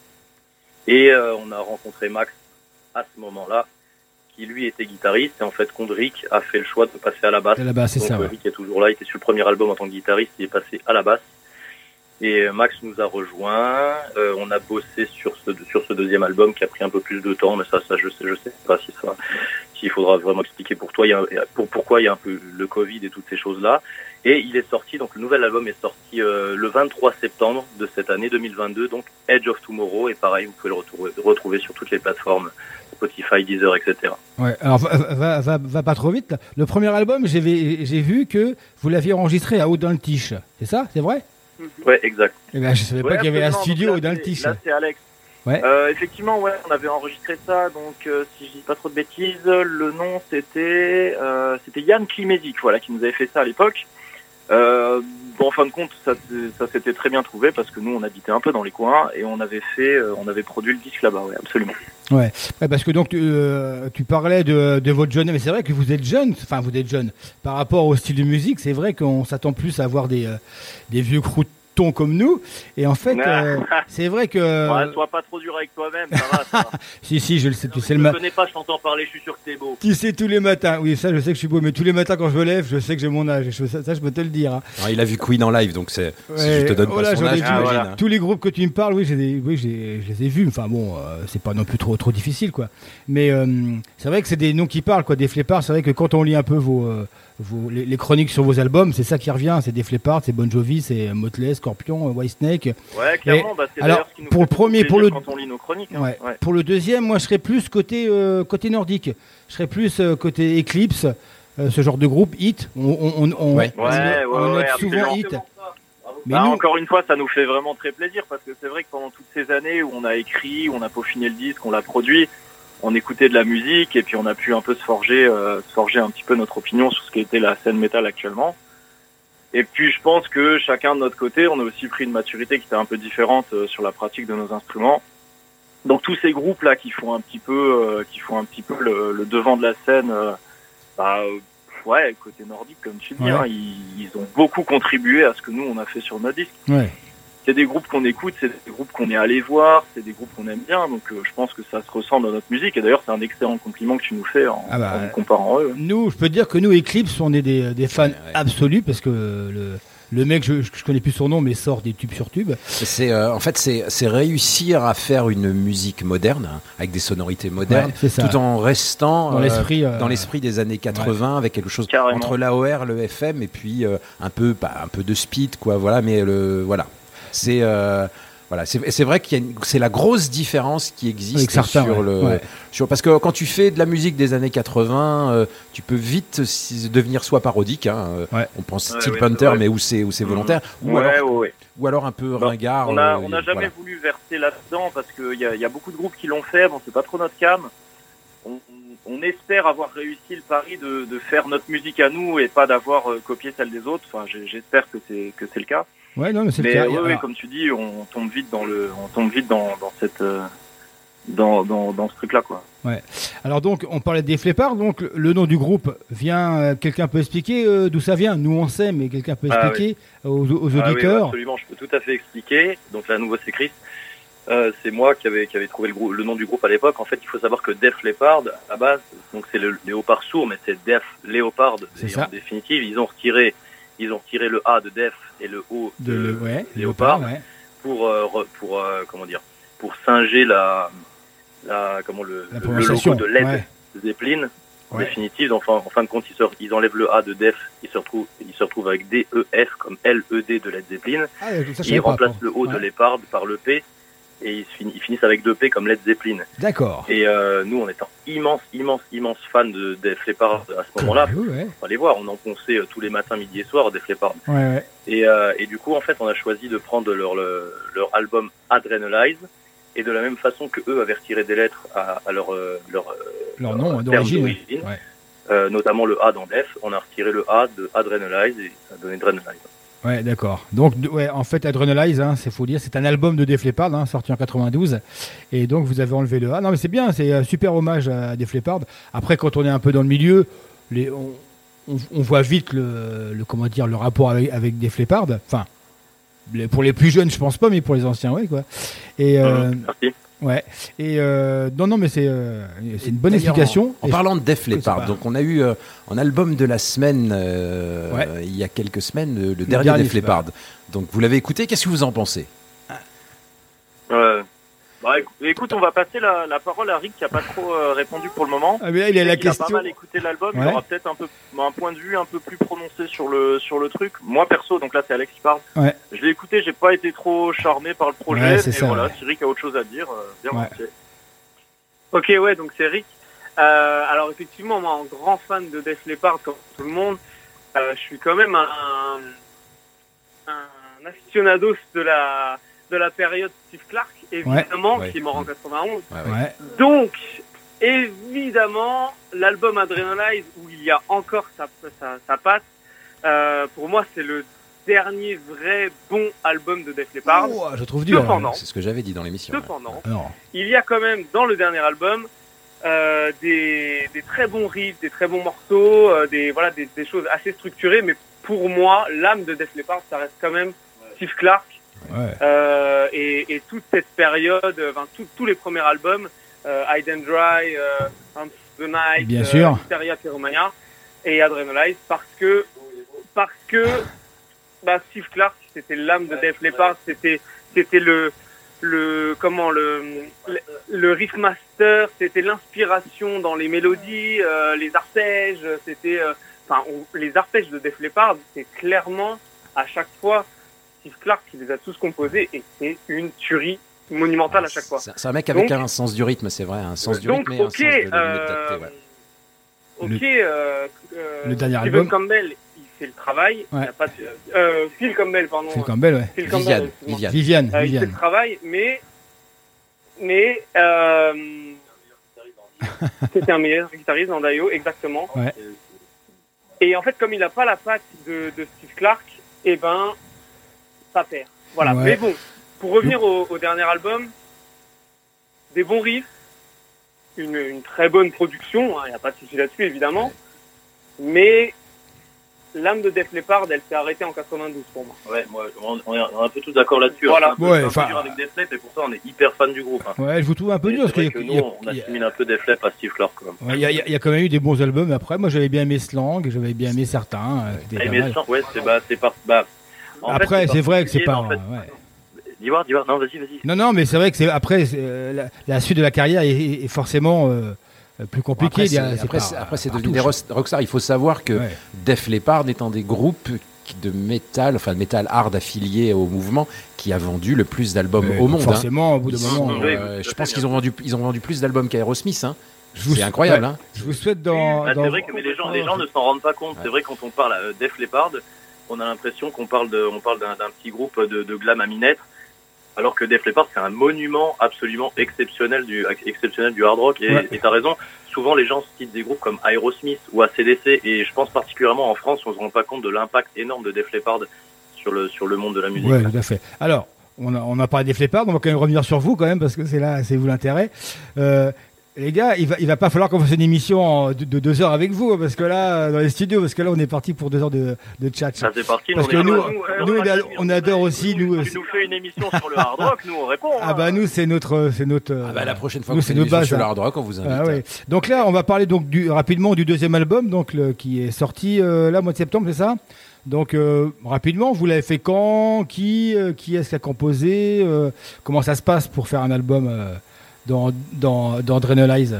J: Et euh, on a rencontré Max à ce moment-là, qui lui était guitariste, et en fait, Condrick a fait le choix de passer à la basse.
E: Là-bas, c'est
J: Donc
E: ça,
J: euh,
E: ouais.
J: Rick est toujours là, il était sur le premier album en tant que guitariste, il est passé à la basse. Et Max nous a rejoint. Euh, on a bossé sur ce sur ce deuxième album qui a pris un peu plus de temps, mais ça, ça je sais, je sais pas si ça, s'il faudra vraiment expliquer pour toi, il y a, pour pourquoi il y a un peu le Covid et toutes ces choses-là. Et il est sorti, donc le nouvel album est sorti euh, le vingt-trois septembre de cette année deux mille vingt-deux, donc Edge of Tomorrow. Et pareil, vous pouvez le retrouver, retrouver sur toutes les plateformes, Spotify, Deezer, et cetera.
E: Ouais. Alors va, va, va, va pas trop vite. Là. Le premier album, j'ai, j'ai vu que vous l'aviez enregistré à Haut-dans-le-Tiche. C'est ça, c'est vrai?
J: Ouais, exact.
E: Eh ben, je savais
J: ouais,
E: pas qu'il y avait un studio
J: là,
E: dans le Tiche.
J: Là, c'est Alex.
E: Ouais.
J: Euh, effectivement, ouais, on avait enregistré ça. Donc, euh, si je dis pas trop de bêtises, le nom c'était euh, c'était Yann Klimezik, voilà, qui nous avait fait ça à l'époque. Euh, bon, en fin de compte, ça, ça s'était très bien trouvé parce que nous, on habitait un peu dans les coins et on avait fait, euh, on avait produit le disque là-bas, ouais, absolument.
E: Ouais, ouais parce que donc tu, euh, tu parlais de, de votre jeune, mais c'est vrai que vous êtes jeune, enfin vous êtes jeune par rapport au style de musique. C'est vrai qu'on s'attend plus à avoir des euh, des vieux croûtons comme nous, et en fait, euh, c'est vrai que.
J: Ouais, sois pas trop dur avec toi-même, ça va. Ça va.
E: si si, je le sais, tu
J: non,
E: sais
J: le
E: matin.
J: Je connais pas, je t'entends parler, je suis sûr que t'es beau.
E: Tu sais tous les matins, oui ça je sais que je suis beau, mais tous les matins quand je me lève, je sais que j'ai mon âge. Je, ça, ça je peux te le dire. Hein.
D: Alors, il a vu Queen en live, donc c'est.
E: Ouais,
D: si je te donne
E: oh
D: pas
E: là,
D: son âge,
E: ah, voilà.
D: hein.
E: Tous les groupes que tu me parles, oui, j'ai des, oui, j'ai, je les ai vus. Enfin bon, euh, c'est pas non plus trop trop difficile quoi. Mais euh, c'est vrai que c'est des noms qui parlent quoi. Des Fleppards, c'est vrai que quand on lit un peu vos euh, Vos, les, les chroniques sur vos albums, c'est ça qui revient, c'est des Fleppards, c'est Bon Jovi, c'est Motley, Scorpion, Whitesnake.
J: Ouais, clairement, bah, c'est
E: alors,
J: d'ailleurs ce qui nous
E: pour
J: fait
E: le premier, pour le
J: quand on lit nos chroniques. Hein.
E: Ouais.
J: Ouais.
E: Pour le deuxième, moi je serais plus côté euh, côté nordique. Je serais plus euh, côté Eclipse, euh, ce genre de groupe Hit. On, on, on, on,
J: ouais.
E: on,
J: Ouais, ouais,
E: on note
J: ouais,
E: souvent Hit.
J: Mais bah, nous... Encore une fois, ça nous fait vraiment très plaisir parce que c'est vrai que pendant toutes ces années où on a écrit, où on a peaufiné le disque, on l'a produit, on écoutait de la musique et puis on a pu un peu se forger, euh, se forger un petit peu notre opinion sur ce qu'était la scène métal actuellement. Et puis je pense que chacun de notre côté, on a aussi pris une maturité qui était un peu différente euh, sur la pratique de nos instruments. Donc tous ces groupes là qui font un petit peu, euh, qui font un petit peu le, le devant de la scène, euh, bah ouais, côté nordique comme tu dis, ouais. hein, ils, ils ont beaucoup contribué à ce que nous on a fait sur nos disques.
E: Ouais.
J: C'est des groupes qu'on écoute, c'est des groupes qu'on est allé voir, c'est des groupes qu'on aime bien, donc euh, je pense que ça se ressent dans notre musique. Et d'ailleurs, c'est un excellent compliment que tu nous fais en, ah bah, en nous comparant eux.
E: Nous, je peux te dire que nous, Eclipse, on est des, des fans ouais, ouais. absolus parce que le, le mec, je, je connais plus son nom, mais sort des tubes sur tubes.
D: C'est, euh, en fait, c'est, c'est réussir à faire une musique moderne, hein, avec des sonorités modernes, ouais, tout en restant
E: dans, euh, l'esprit, euh,
D: dans l'esprit des années quatre-vingts, ouais. avec quelque chose
J: Carrément.
D: Entre l'A O R, le F M, et puis euh, un, peu, bah, un peu de speed, quoi, voilà, mais le, voilà. C'est euh, voilà, c'est, c'est vrai qu'il y a une, c'est la grosse différence qui existe
E: certains,
D: sur
E: ouais.
D: le
E: Ouais.
D: sur, parce que quand tu fais de la musique des années quatre-vingts, euh, tu peux vite si, devenir soit parodique. Hein,
E: ouais.
D: On pense
J: ouais,
D: Steel
J: ouais,
D: Panther,
J: ouais.
D: mais où c'est où c'est volontaire,
J: mmh.
D: ou
J: ouais,
D: alors
J: ouais, ouais.
D: ou alors un peu
J: bon,
D: ringard.
J: On a
D: euh,
J: on a jamais
D: voilà.
J: voulu verser là-dedans parce que il y a, y a beaucoup de groupes qui l'ont fait. Bon, c'est pas trop notre cam. On, on espère avoir réussi le pari de, de faire notre musique à nous et pas d'avoir euh, copié celle des autres. Enfin, j'espère que c'est que c'est le cas.
E: Ouais, non, mais c'est
J: mais
E: le cas.
J: Oui,
E: Alors...
J: oui, comme tu dis, on tombe vite dans le, on tombe vite dans, dans cette, euh, dans, dans, dans ce truc-là, quoi.
E: Ouais. Alors donc, on parlait des Fleppards. Donc, le nom du groupe vient. Euh, quelqu'un peut expliquer euh, d'où ça vient? Nous, on sait, mais quelqu'un peut expliquer ah, oui. aux, aux auditeurs.
J: Ah, oui, absolument, je peux tout à fait expliquer. Donc, là, à nouveau, c'est Chris. Euh, c'est moi qui avait, qui avait trouvé le, grou- le nom du groupe à l'époque. En fait, il faut savoir que Def Leppard, à la base, donc c'est le léopard sourd, mais c'est Def Leopard.
E: C'est
J: et
E: ça.
J: En définitive, ils ont retiré, ils ont retiré le A de Def et le O de,
E: de le, ouais,
J: Léopard
E: ouais.
J: pour, euh, re, pour euh, comment dire, pour singer la, la, comment le,
E: la
J: le logo de Led
E: ouais.
J: Zeppelin. En
E: ouais.
J: définitive, enfin, en fin de compte, ils, se, ils enlèvent le A de Def, ils se retrouvent, ils se retrouvent avec D E F comme L E D de Led Zeppelin.
E: Ah, ça,
J: ils remplacent
E: pas,
J: le O
E: ouais.
J: de Leopard par le P. Et ils finissent avec deux P comme Led Zeppelin.
E: D'accord.
J: Et euh, nous, en étant immense, immense, immense fans de Def Leppard à ce moment-là,
E: oui, ouais.
J: on va les voir, on en ponçait euh, tous les matins, midi et soir, Def Leppard.
E: Ouais, ouais.
J: Et, euh, et du coup, en fait, on a choisi de prendre leur, leur, leur album Adrenalize, et de la même façon que eux avaient retiré des lettres à, à leur, leur,
E: leur,
J: leur
E: nom
J: d'origine,
E: d'origine ouais.
J: euh, notamment le A dans Def, on a retiré le A de Adrenalize et ça a donné Adrenalize.
E: Ouais, d'accord. Donc, ouais, en fait, Adrenalize, hein, c'est faut dire, c'est un album de Def Leppard, hein, sorti en quatre-vingt-douze, et donc vous avez enlevé le A. Non, mais c'est bien, c'est un super hommage à Def Leppard. Après, quand on est un peu dans le milieu, les, on, on, on voit vite le, le, comment dire, le rapport avec, avec Def Leppard. Enfin, les, pour les plus jeunes, je pense pas, mais pour les anciens, ouais, quoi. Et, euh,
J: Merci.
E: Ouais. Et euh, non, non, mais c'est euh, c'est une bonne
D: D'ailleurs,
E: explication.
D: En, en
E: Et
D: parlant de Def
E: je-
D: Leppard,
E: c'est pas-
D: donc on a eu euh, en album de la semaine, euh,
E: Ouais.
D: il y a quelques semaines, le, le dernier
E: dernier
D: Def Leppard. Donc vous l'avez écouté, qu'est-ce que vous en pensez?
J: Ouais. Bah, écou- écoute, on va passer la, la parole à Rick qui a pas trop euh, répondu pour le moment.
E: Ah, mais là, il a la
J: Il a
E: question.
J: pas mal écouté l'album, il
E: Ouais.
J: aura peut-être un peu un point de vue un peu plus prononcé sur le sur le truc. Moi perso, donc là c'est Alex qui parle.
E: Ouais.
J: Je l'ai écouté, j'ai pas été trop charmé par le projet,
E: Ouais,
J: mais
E: c'est ça,
J: voilà,
E: ouais.
J: si Rick a autre chose à dire, euh, bien
E: Ouais.
J: volontiers.
K: Ok, ouais, donc c'est Rick. Euh, alors effectivement, moi, un grand fan de Def Leppard, comme tout le monde, euh, je suis quand même un, un aficionados de la de la période Steve Clark, évidemment,
D: Ouais.
K: qui est mort en quatre-vingt-onze.
D: Ouais, ouais.
E: Ouais.
K: Donc, évidemment, l'album Adrenalize, où il y a encore sa, sa, sa patte, euh, pour moi, c'est le dernier vrai bon album de Def Leppard.
E: Oh, je trouve dur.
K: Cependant,
D: C'est ce que j'avais dit dans l'émission. ouais.
K: cependant,
E: Non.
K: il y a quand même dans le dernier album euh, des, des très bons riffs, des très bons morceaux, euh, des voilà des, des choses assez structurées. Mais pour moi, l'âme de Def Leppard, ça reste quand même Steve Clark
E: Ouais.
K: euh, et, et toute cette période, euh, enfin tout- tous les premiers albums, euh, Hide and Dry, euh, Hunt the Night,
E: Bien
K: euh,
E: sûr.
K: Hysteria, Pyromania et Adrenalize, parce que parce que bah, Steve Clark, c'était l'âme de Def Leppard, c'était c'était le le comment le le, le riff master, c'était l'inspiration dans les mélodies, euh, les arpèges, c'était euh, enfin on- les arpèges de Def Leppard, c'est clairement à chaque fois Steve Clark qui les a tous composés et c'est une tuerie monumentale à chaque fois.
D: C'est c'est un mec avec
K: Donc-
D: un sens du rythme, c'est vrai, un sens du
K: Donc
D: rythme et un
K: ok,
D: sens de, de limite
K: euh,
D: d'acté, ouais.
K: ok, euh, euh,
E: Le dernier
K: Stephen
E: album.
K: Campbell, il fait le travail. Il
E: Ouais.
K: y a pas de, euh, Phil Campbell, pardon.
E: Phil Campbell, ouais.
K: Phil Campbell,
D: Viviane,
K: excuse-moi.
D: Viviane.
E: Viviane,
K: Euh, il fait
E: Viviane.
K: le travail, mais mais euh, c'était un meilleur guitariste dans Dio, exactement.
E: Ouais.
K: Et en fait, comme il n'a pas la patte de, de Steve Clark, eh ben, ça perd. Voilà.
E: Ouais.
K: Mais bon, pour revenir au, au dernier album, des bons riffs, une, une très bonne production, il n'y a pas de souci là-dessus, évidemment. Mais l'âme de Def Leppard, elle s'est arrêtée en quatre-vingt-douze pour moi.
J: Ouais, moi, on, on est on est un peu tous d'accord là-dessus.
K: Voilà.
J: hein. C'est un peu,
E: Ouais,
J: c'est un peu
E: enfin-
J: dur avec Def Leppard et pourtant on est hyper fan du groupe. Hein.
E: Ouais, je vous trouve un peu
J: Et
E: dur
J: c'est
E: parce qu'il
J: vrai que
E: y,
J: nous,
E: a- il y a-
J: on
E: il y a-
J: assimile un peu Def Leppard à Steve Clark quand même.
E: ouais, il y a- il y a- il y a quand même eu des bons albums. Après, moi, j'avais bien aimé Slang, j'avais bien aimé certains. euh, c'était
J: Ah,
E: pas
J: mais
E: mal.
J: sans- ouais, c'est bah, c'est pas. Bah, en fait,
E: Après, c'est vrai que c'est
J: particulier,
E: pas.
J: mais En fait,
E: ouais.
J: Dis-moi, dis-moi. Non, vas-y, vas-y.
E: Non, non, mais c'est vrai que c'est après c'est, euh, la, la suite de la carrière est, est forcément euh, plus
D: Bon,
E: compliquée.
D: après,
E: il y a-
D: c'est-
E: c'est
D: après,
E: pas-
D: c'est- après, c'est
E: par
D: devenu des
E: touche.
D: rock- rockstars. Il faut savoir que
E: Ouais.
D: Def Leppard étant des groupes qui- de métal, enfin de métal hard affiliés au mouvement, qui a vendu le plus d'albums
E: Ouais,
D: au monde.
E: forcément, au bout d'un
D: Ils
E: moment.
D: sont,
J: Oui,
D: euh,
J: oui,
D: je
J: tout à
D: pense
J: fait,
D: qu'ils ont vendu, ils ont vendu plus d'albums qu'Aerosmith. Hein.
E: Je vous-
D: C'est incroyable.
E: ouais.
D: Hein.
E: Je vous souhaite dans.
J: Ah,
E: dans-
J: c'est vrai que mais les gens, les gens ne s'en rendent pas compte.
D: Ouais.
J: C'est vrai quand on parle à euh, Def Leppard, on a l'impression qu'on parle de, on parle d'un, d'un petit groupe de, de glam à minette, alors que Def Leppard c'est un monument absolument exceptionnel du, exceptionnel du hard rock. Et
E: Ouais.
J: et t'as raison. Souvent les gens citent des groupes comme Aerosmith ou A C D C, et je pense particulièrement en France, on se rend pas compte de l'impact énorme de Def Leppard sur le sur le monde de la musique.
E: Ouais, tout à fait. Alors, on a, on a parlé des Leppard, on va quand même revenir sur vous quand même parce que c'est là, c'est vous l'intérêt. Euh, les gars, il va, il va pas falloir qu'on fasse une émission en- de, de deux heures avec vous parce que là, dans les studios, parce que là, on est parti pour deux heures de, de chat.
J: Ça c'est parti.
E: Parce
J: on
E: que
J: est-
E: nous,
J: nous,
E: nous, on, a- on adore aussi nous.
J: Tu nous fais une émission sur le hard rock, nous on répond.
E: Ah
J: hein.
E: bah nous, c'est notre, c'est notre.
D: Ah bah, la prochaine fois
E: nous,
D: que vous
E: c'est
D: faites
E: nos
D: une émission
E: bases,
D: sur le
E: hein.
D: hard rock, on vous invite.
E: Ah ouais. Donc là, on va parler donc du, rapidement du deuxième album, donc le, qui est sorti euh, là, mois de septembre, c'est ça? Donc euh, rapidement, vous l'avez fait quand? Qui, euh, qui est-ce qui a composé? euh, Comment ça se passe pour faire un album euh, dans dans dans Adrenalize?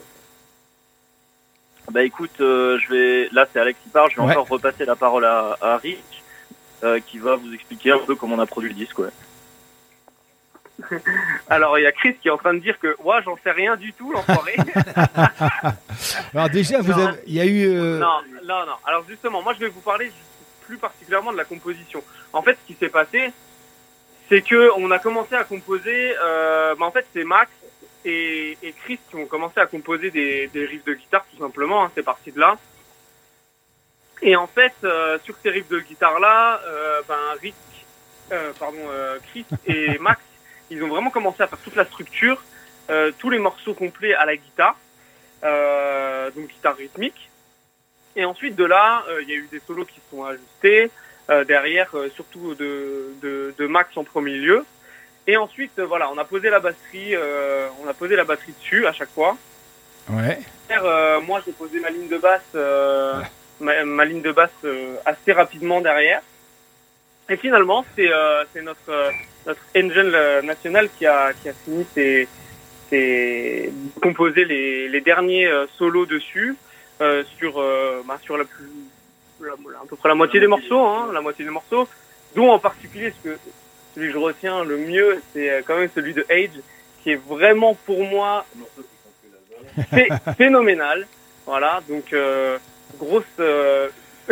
J: Bah écoute, euh, je vais là c'est Alex qui parle, je vais
E: Ouais.
J: encore repasser la parole à, à Rich euh, qui va vous expliquer un peu comment on a produit le disque. Ouais.
K: Alors, il y a Chris qui est en train de dire que, ouais, j'en sais rien du tout, l'enfoiré.
E: Alors déjà, vous
K: Non.
E: avez, il y a eu. euh,
K: Non, non, non. Alors justement, moi je vais vous parler plus particulièrement de la composition. En fait, ce qui s'est passé, c'est que on a commencé à composer. Euh, bah, en fait, c'est Max et, et Chris qui ont commencé à composer des, des riffs de guitare tout simplement. Hein, c'est parti de là. Et en fait, euh, sur ces riffs de guitare là, euh, ben Rick, euh, pardon, euh, Chris et Max, ils ont vraiment commencé à faire toute la structure, euh, tous les morceaux complets à la guitare. Euh, donc guitare rythmique. Et ensuite de là, euh, il y a eu des solos qui se sont ajustés euh, derrière, euh, surtout de, de, de Max en premier lieu. Et ensuite, euh, voilà, on a posé la batterie, euh, on a posé la batterie dessus à chaque fois.
E: Ouais.
K: Euh, moi, j'ai posé ma ligne de basse, euh, ouais. ma, ma ligne de basse euh, assez rapidement derrière. Et finalement, c'est, euh, c'est notre euh, notre Angel national qui a qui a fini ses, ses composer les les derniers euh, solos dessus euh, sur euh, bah, sur la plus la, à peu près la moitié des morceaux, hein, la moitié des morceaux, dont en particulier ce que celui que je retiens le mieux, c'est quand même celui de Age, qui est vraiment pour moi c'est phénoménal. Voilà, donc euh, grosse euh,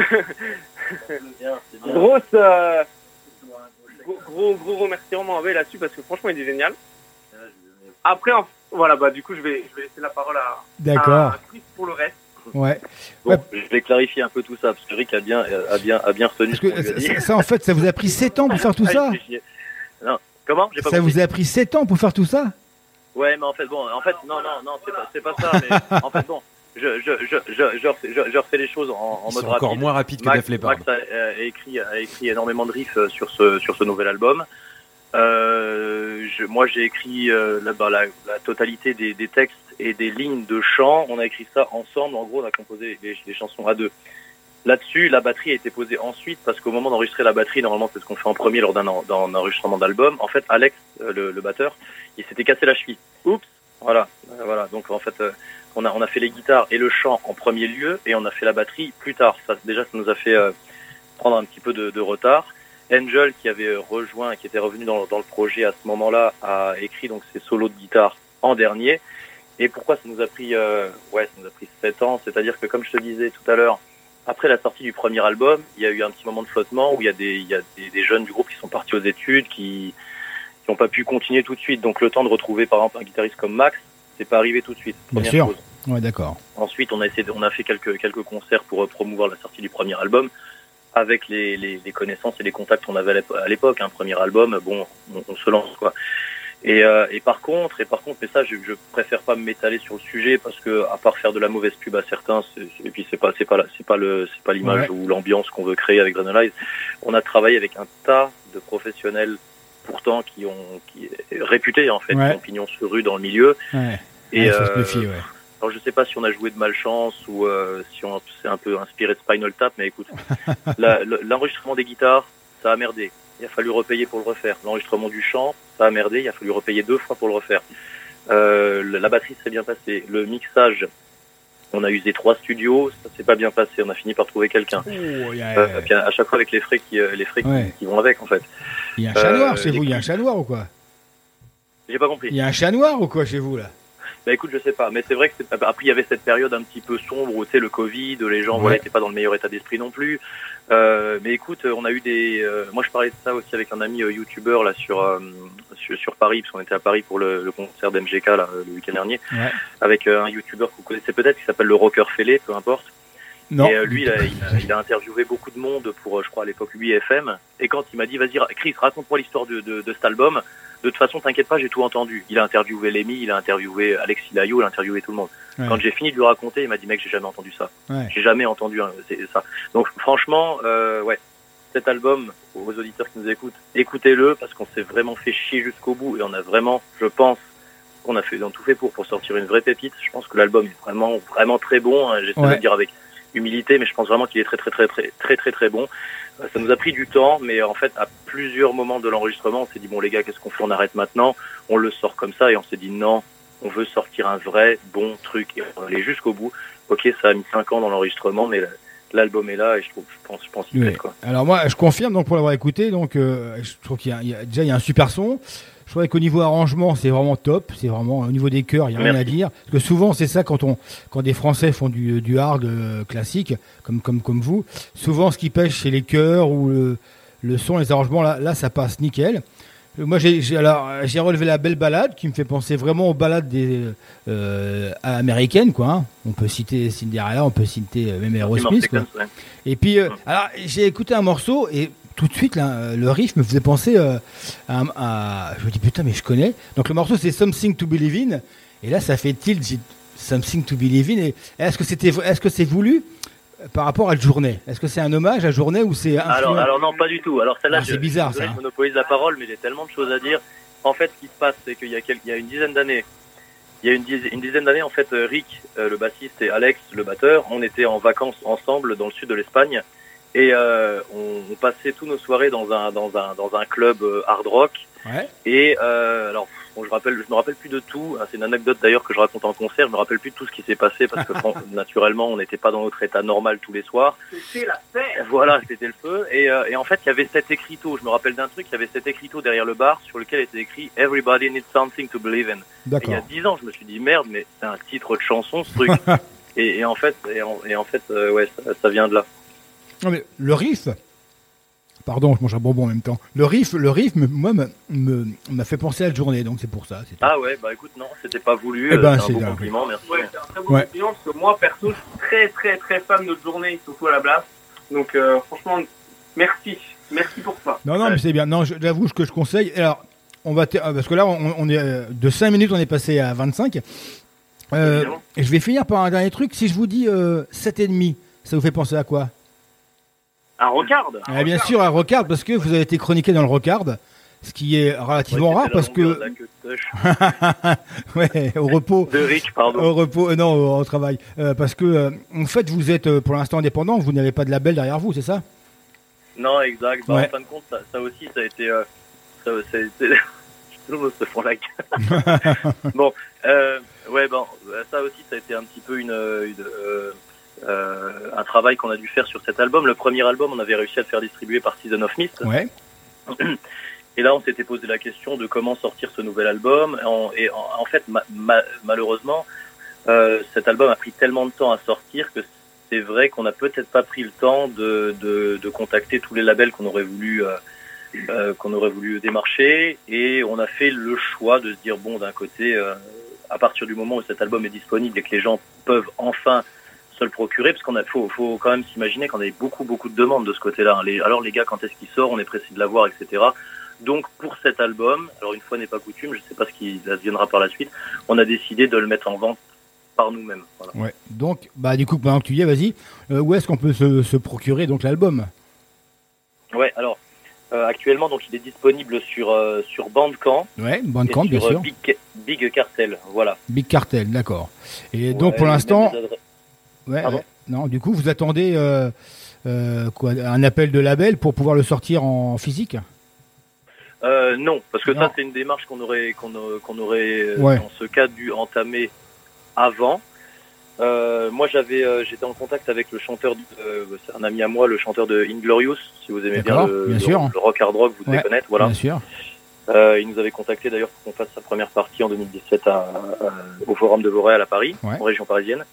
K: grosse euh, gros, gros gros remerciement à là-dessus parce que franchement il est génial. Après en, voilà bah du coup je vais je vais laisser la parole à,
E: D'accord.
K: à Chris pour le reste.
E: Ouais.
J: Bon,
E: ouais.
J: Je vais clarifier un peu tout ça parce que Rick a bien a bien a bien retenu.
E: Parce que ça, ça en fait ça vous a pris sept ans pour faire tout ça.
J: Non, comment J'ai pas
E: Ça
J: compris.
E: vous a pris sept ans pour faire tout ça.
J: Ouais, mais en fait, bon, en fait, non, non, non, c'est pas, c'est pas ça. Mais en fait, bon, je, je, je, je, je, refais, je, je refais les choses en, en mode
D: rapide. Encore moins rapide que Def Leppard.
J: Max a, a écrit, a écrit énormément de riffs sur ce, sur ce nouvel album. Euh, je, moi, j'ai écrit euh, la, bah, la, la totalité des, des textes et des lignes de chant. On a écrit ça ensemble. En gros, on a composé les, les chansons à deux. Là-dessus, la batterie a été posée ensuite parce qu'au moment d'enregistrer la batterie, normalement, c'est ce qu'on fait en premier lors d'un, d'un enregistrement d'album. En fait, Alex, le, le batteur, il s'était cassé la cheville. Oups, voilà, euh, voilà. Donc en fait, euh, on a on a fait les guitares et le chant en premier lieu et on a fait la batterie plus tard. Ça déjà, ça nous a fait euh, prendre un petit peu de, de retard. Angel, qui avait rejoint, qui était revenu dans, dans le projet à ce moment-là, a écrit donc ses solos de guitare en dernier. Et pourquoi ça nous a pris, euh, ouais, ça nous a pris sept ans. C'est-à-dire que comme je te disais tout à l'heure, après la sortie du premier album, il y a eu un petit moment de flottement où il y a des il y a des, des jeunes du groupe qui sont partis aux études, qui qui n'ont pas pu continuer tout de suite. Donc le temps de retrouver par exemple un guitariste comme Max, c'est pas arrivé tout de suite.
E: Bien sûr. Chose. Ouais, d'accord.
J: Ensuite, on a essayé, de, on a fait quelques quelques concerts pour promouvoir la sortie du premier album avec les les, les connaissances et les contacts qu'on avait à l'époque. Un premier album, bon, on, on se lance quoi. Et, euh, et par contre, et par contre, mais ça, je, je préfère pas m'étaler sur le sujet parce que à part faire de la mauvaise pub à certains, c'est, et puis c'est pas c'est pas c'est pas le c'est pas l'image ouais. ou l'ambiance qu'on veut créer avec Grenolize. On a travaillé avec un tas de professionnels pourtant qui ont qui est réputés en fait, ouais. qui ont pignon sur rue dans le milieu.
E: Ouais.
J: Et
E: ouais, ça
J: euh,
E: se méfie, ouais.
J: Alors je sais pas si on a joué de malchance ou euh, si on s'est un peu inspiré de Spinal Tap, mais écoute, la, l'enregistrement des guitares, ça a merdé. Il a fallu repayer pour le refaire. L'enregistrement du chant, ça a merdé. Il a fallu repayer deux fois pour le refaire. Euh, la batterie s'est bien passée. Le mixage, on a usé trois studios, ça s'est pas bien passé. On a fini par trouver quelqu'un.
E: Oh, yeah,
J: euh, puis à chaque fois avec les frais qui, les frais ouais. qui, qui vont avec en fait.
E: Il y a un chat euh, noir chez vous. Il y a un chat noir ou quoi?
J: J'ai pas compris.
E: Il y a un chat noir ou quoi chez vous là?
J: Bah écoute, je sais pas, mais c'est vrai que c'est... après il y avait cette période un petit peu sombre où tu sais le Covid, les gens ouais. voilà étaient pas dans le meilleur état d'esprit non plus. Euh, mais écoute, on a eu des, euh, moi je parlais de ça aussi avec un ami euh, youtubeur là sur, euh, sur sur Paris parce qu'on était à Paris pour le, le concert d'M G K là le week-end dernier, ouais. avec euh, un youtubeur que vous connaissez peut-être qui s'appelle le Rocker Fellé, peu importe. Non. Et euh, lui, il a, il, a, il a interviewé beaucoup de monde pour, euh, je crois à l'époque huit F M. Et quand il m'a dit, vas-y, Chris, raconte-moi l'histoire de, de, de cet album. De toute façon, t'inquiète pas, j'ai tout entendu. Il a interviewé Lemmy, il a interviewé Alexis Layo, il a interviewé tout le monde. Ouais. Quand j'ai fini de lui raconter, il m'a dit, mec, j'ai jamais entendu ça. Ouais. J'ai jamais entendu hein, c'est, ça. Donc, franchement, euh, ouais, cet album, aux auditeurs qui nous écoutent, écoutez-le parce qu'on s'est vraiment fait chier jusqu'au bout et on a vraiment, je pense, qu'on a fait, on a tout fait pour pour sortir une vraie pépite. Je pense que l'album est vraiment, vraiment très bon. Hein, j'essaie ouais. de le dire avec humilité, mais je pense vraiment qu'il est très très très très très très très bon. Ça nous a pris du temps, mais en fait, à plusieurs moments de l'enregistrement, on s'est dit bon les gars, qu'est-ce qu'on fait? On arrête maintenant. On le sort comme ça et on s'est dit non, on veut sortir un vrai bon truc et on allait jusqu'au bout. Ok, ça a mis cinq ans dans l'enregistrement, mais l'album est là et je trouve, je pense, je pense qu'il
E: oui.
J: plaît, quoi.
E: Alors moi, je confirme donc pour l'avoir écouté, donc euh, je trouve qu'il y a, il y a déjà il y a un super son. Je trouvais qu'au niveau arrangement, c'est vraiment top. C'est vraiment au niveau des chœurs, il y a Merci. rien à dire. Parce que souvent, c'est ça quand on, quand des Français font du, du hard euh, classique, comme comme comme vous. Souvent, ce qui pêche, c'est les chœurs ou le, le son, les arrangements. Là, là, ça passe nickel. Moi, j'ai, j'ai alors j'ai relevé la belle balade qui me fait penser vraiment aux balades des euh, américaines, quoi. Hein. On peut citer Cinderella, on peut citer euh, même Aerosmith, quoi. Ouais. Et puis, euh, alors j'ai écouté un morceau et tout de suite, là, le riff me faisait penser euh, à, à... Je me dis, putain, mais je connais. Donc, le morceau, c'est Something to Believe in. Et là, ça fait tilt, Something to Believe in. Et est-ce que, c'était, est-ce que c'est voulu par rapport à la journée? Est-ce que c'est un hommage à journée ou c'est...
J: Alors, alors non, pas du tout. Alors, celle-là,
E: ah, c'est
J: je,
E: bizarre,
J: je,
E: ça.
J: Je monopolise la parole, mais j'ai tellement de choses à dire. en fait, ce qui se passe, c'est qu'il y a, quel... il y a une dizaine d'années, il y a une, dizaine, une dizaine d'années, en fait, Rick, euh, le bassiste, et Alex, le batteur, on était en vacances ensemble dans le sud de l'Espagne et euh, on, on passait tous nos soirées dans un dans un dans un club euh, hard rock.
E: Ouais.
J: Et euh, alors, bon, je rappelle, je me rappelle plus de tout. C'est une anecdote d'ailleurs que je raconte en concert. Je me rappelle plus de tout ce qui s'est passé parce que naturellement, on n'était pas dans notre état normal tous les soirs.
K: C'était la fête.
J: Voilà, c'était le feu. Et, euh, et en fait, il y avait cet écriteau. Je me rappelle d'un truc. Il y avait cet écriteau derrière le bar sur lequel était écrit "Everybody needs something to believe in".
E: D'accord.
J: Et il y a dix ans, je me suis dit merde, mais c'est un titre de chanson ce truc. et, et en fait, et en, et en fait, euh, ouais, ça, ça vient de là.
E: Non mais le riff. Pardon, je mange un bonbon en même temps. Le riff, le riff, me, moi, me, me, m'a fait penser à la journée, donc c'est pour ça. C'est
J: ah ouais, bah écoute, non, c'était pas voulu.
E: Eh ben,
J: c'est un
E: c'est
J: beau
E: dingue.
J: compliment, merci.
K: Ouais, c'est un très beau
E: Ouais.
K: compliment parce que moi, perso, je suis très, très, très fan de journée, surtout à la Blast. Donc, euh, franchement, merci. Merci pour ça.
E: Non, non, mais c'est bien. Non, je- j'avoue que je conseille. Alors, on va, te- ah, parce que là, on, on est euh, de cinq minutes, on est passé à vingt-cinq. Euh,
J: Évidemment.
E: et je vais finir par un dernier truc. Si je vous dis euh, sept et demi, ça vous fait penser à quoi?
J: Un rockard.
E: Ah, bien sûr, un rockard, parce que vous avez été chroniqué dans le rockard, ce qui est relativement
J: Ouais,
E: rare
J: c'était
E: parce
J: la longueur
E: que
J: de la queue de touche.
E: ouais, au repos.
J: De Rick, pardon.
E: Au repos, euh, non, au, au travail. Euh, parce que, euh, en fait, vous êtes euh, pour l'instant indépendant, vous n'avez pas de label derrière vous, c'est ça?
J: Non, exact. Bah,
E: Ouais.
J: En fin de compte, ça, ça aussi, ça a été. Euh, ça, ça a été... Tout le monde se font la gueule. Bon, euh, ouais, bon, ça aussi, ça a été un petit peu une, une euh, euh, un travail qu'on a dû faire sur cet album. Le premier album, on avait réussi à le faire distribuer par Season of Mist.
E: Ouais.
J: Et là, on s'était posé la question de comment sortir ce nouvel album. En, et en, en fait, ma, ma, malheureusement, euh, cet album a pris tellement de temps à sortir que c'est vrai qu'on n'a peut-être pas pris le temps de, de, de contacter tous les labels qu'on aurait voulu, euh, euh, qu'on aurait voulu démarcher. Et on a fait le choix de se dire, bon, d'un côté, euh, à partir du moment où cet album est disponible et que les gens peuvent enfin se le procurer, parce qu'on a, faut, faut quand même s'imaginer qu'on avait beaucoup, beaucoup de demandes de ce côté-là. Les, alors les gars, quand est-ce qu'il sort? On est pressé de l'avoir, et cetera. Donc pour cet album, alors une fois n'est pas coutume, je ne sais pas ce qui adviendra par la suite, on a décidé de le mettre en vente par nous-mêmes. Voilà.
E: Ouais. Donc, bah du coup, pendant que tu y es, vas-y. Euh, où est-ce qu'on peut se, se procurer donc l'album?
J: Ouais. Alors euh, actuellement, donc il est disponible sur euh, sur Bandcamp.
E: Ouais, Bandcamp,
J: et sur,
E: bien sûr.
J: euh, Big, Big Cartel, voilà.
E: Big Cartel, d'accord. Et donc
J: Ouais,
E: pour
J: et
E: l'instant,
J: même des adresses-
E: ouais,
J: Pardon
E: ouais. Non, du coup, vous attendez euh, euh, quoi, un appel de label pour pouvoir le sortir en physique?
J: Euh, non, parce que
E: Non.
J: ça c'est une démarche qu'on aurait qu'on euh, qu'on aurait euh,
E: Ouais.
J: dans ce cas dû entamer avant. Euh, moi j'avais euh, j'étais en contact avec le chanteur, de, euh, c'est un ami à moi, le chanteur de Inglorious, si vous aimez bien
E: D'accord,
J: le,
E: bien
J: le,
E: sûr.
J: le rock hard rock, vous devez
E: Ouais,
J: connaître, voilà.
E: Bien sûr.
J: Euh, il nous avait contacté d'ailleurs pour qu'on fasse sa première partie en deux mille dix-sept à, à- au Forum de Vauréal à Paris,
E: Ouais.
J: en région parisienne.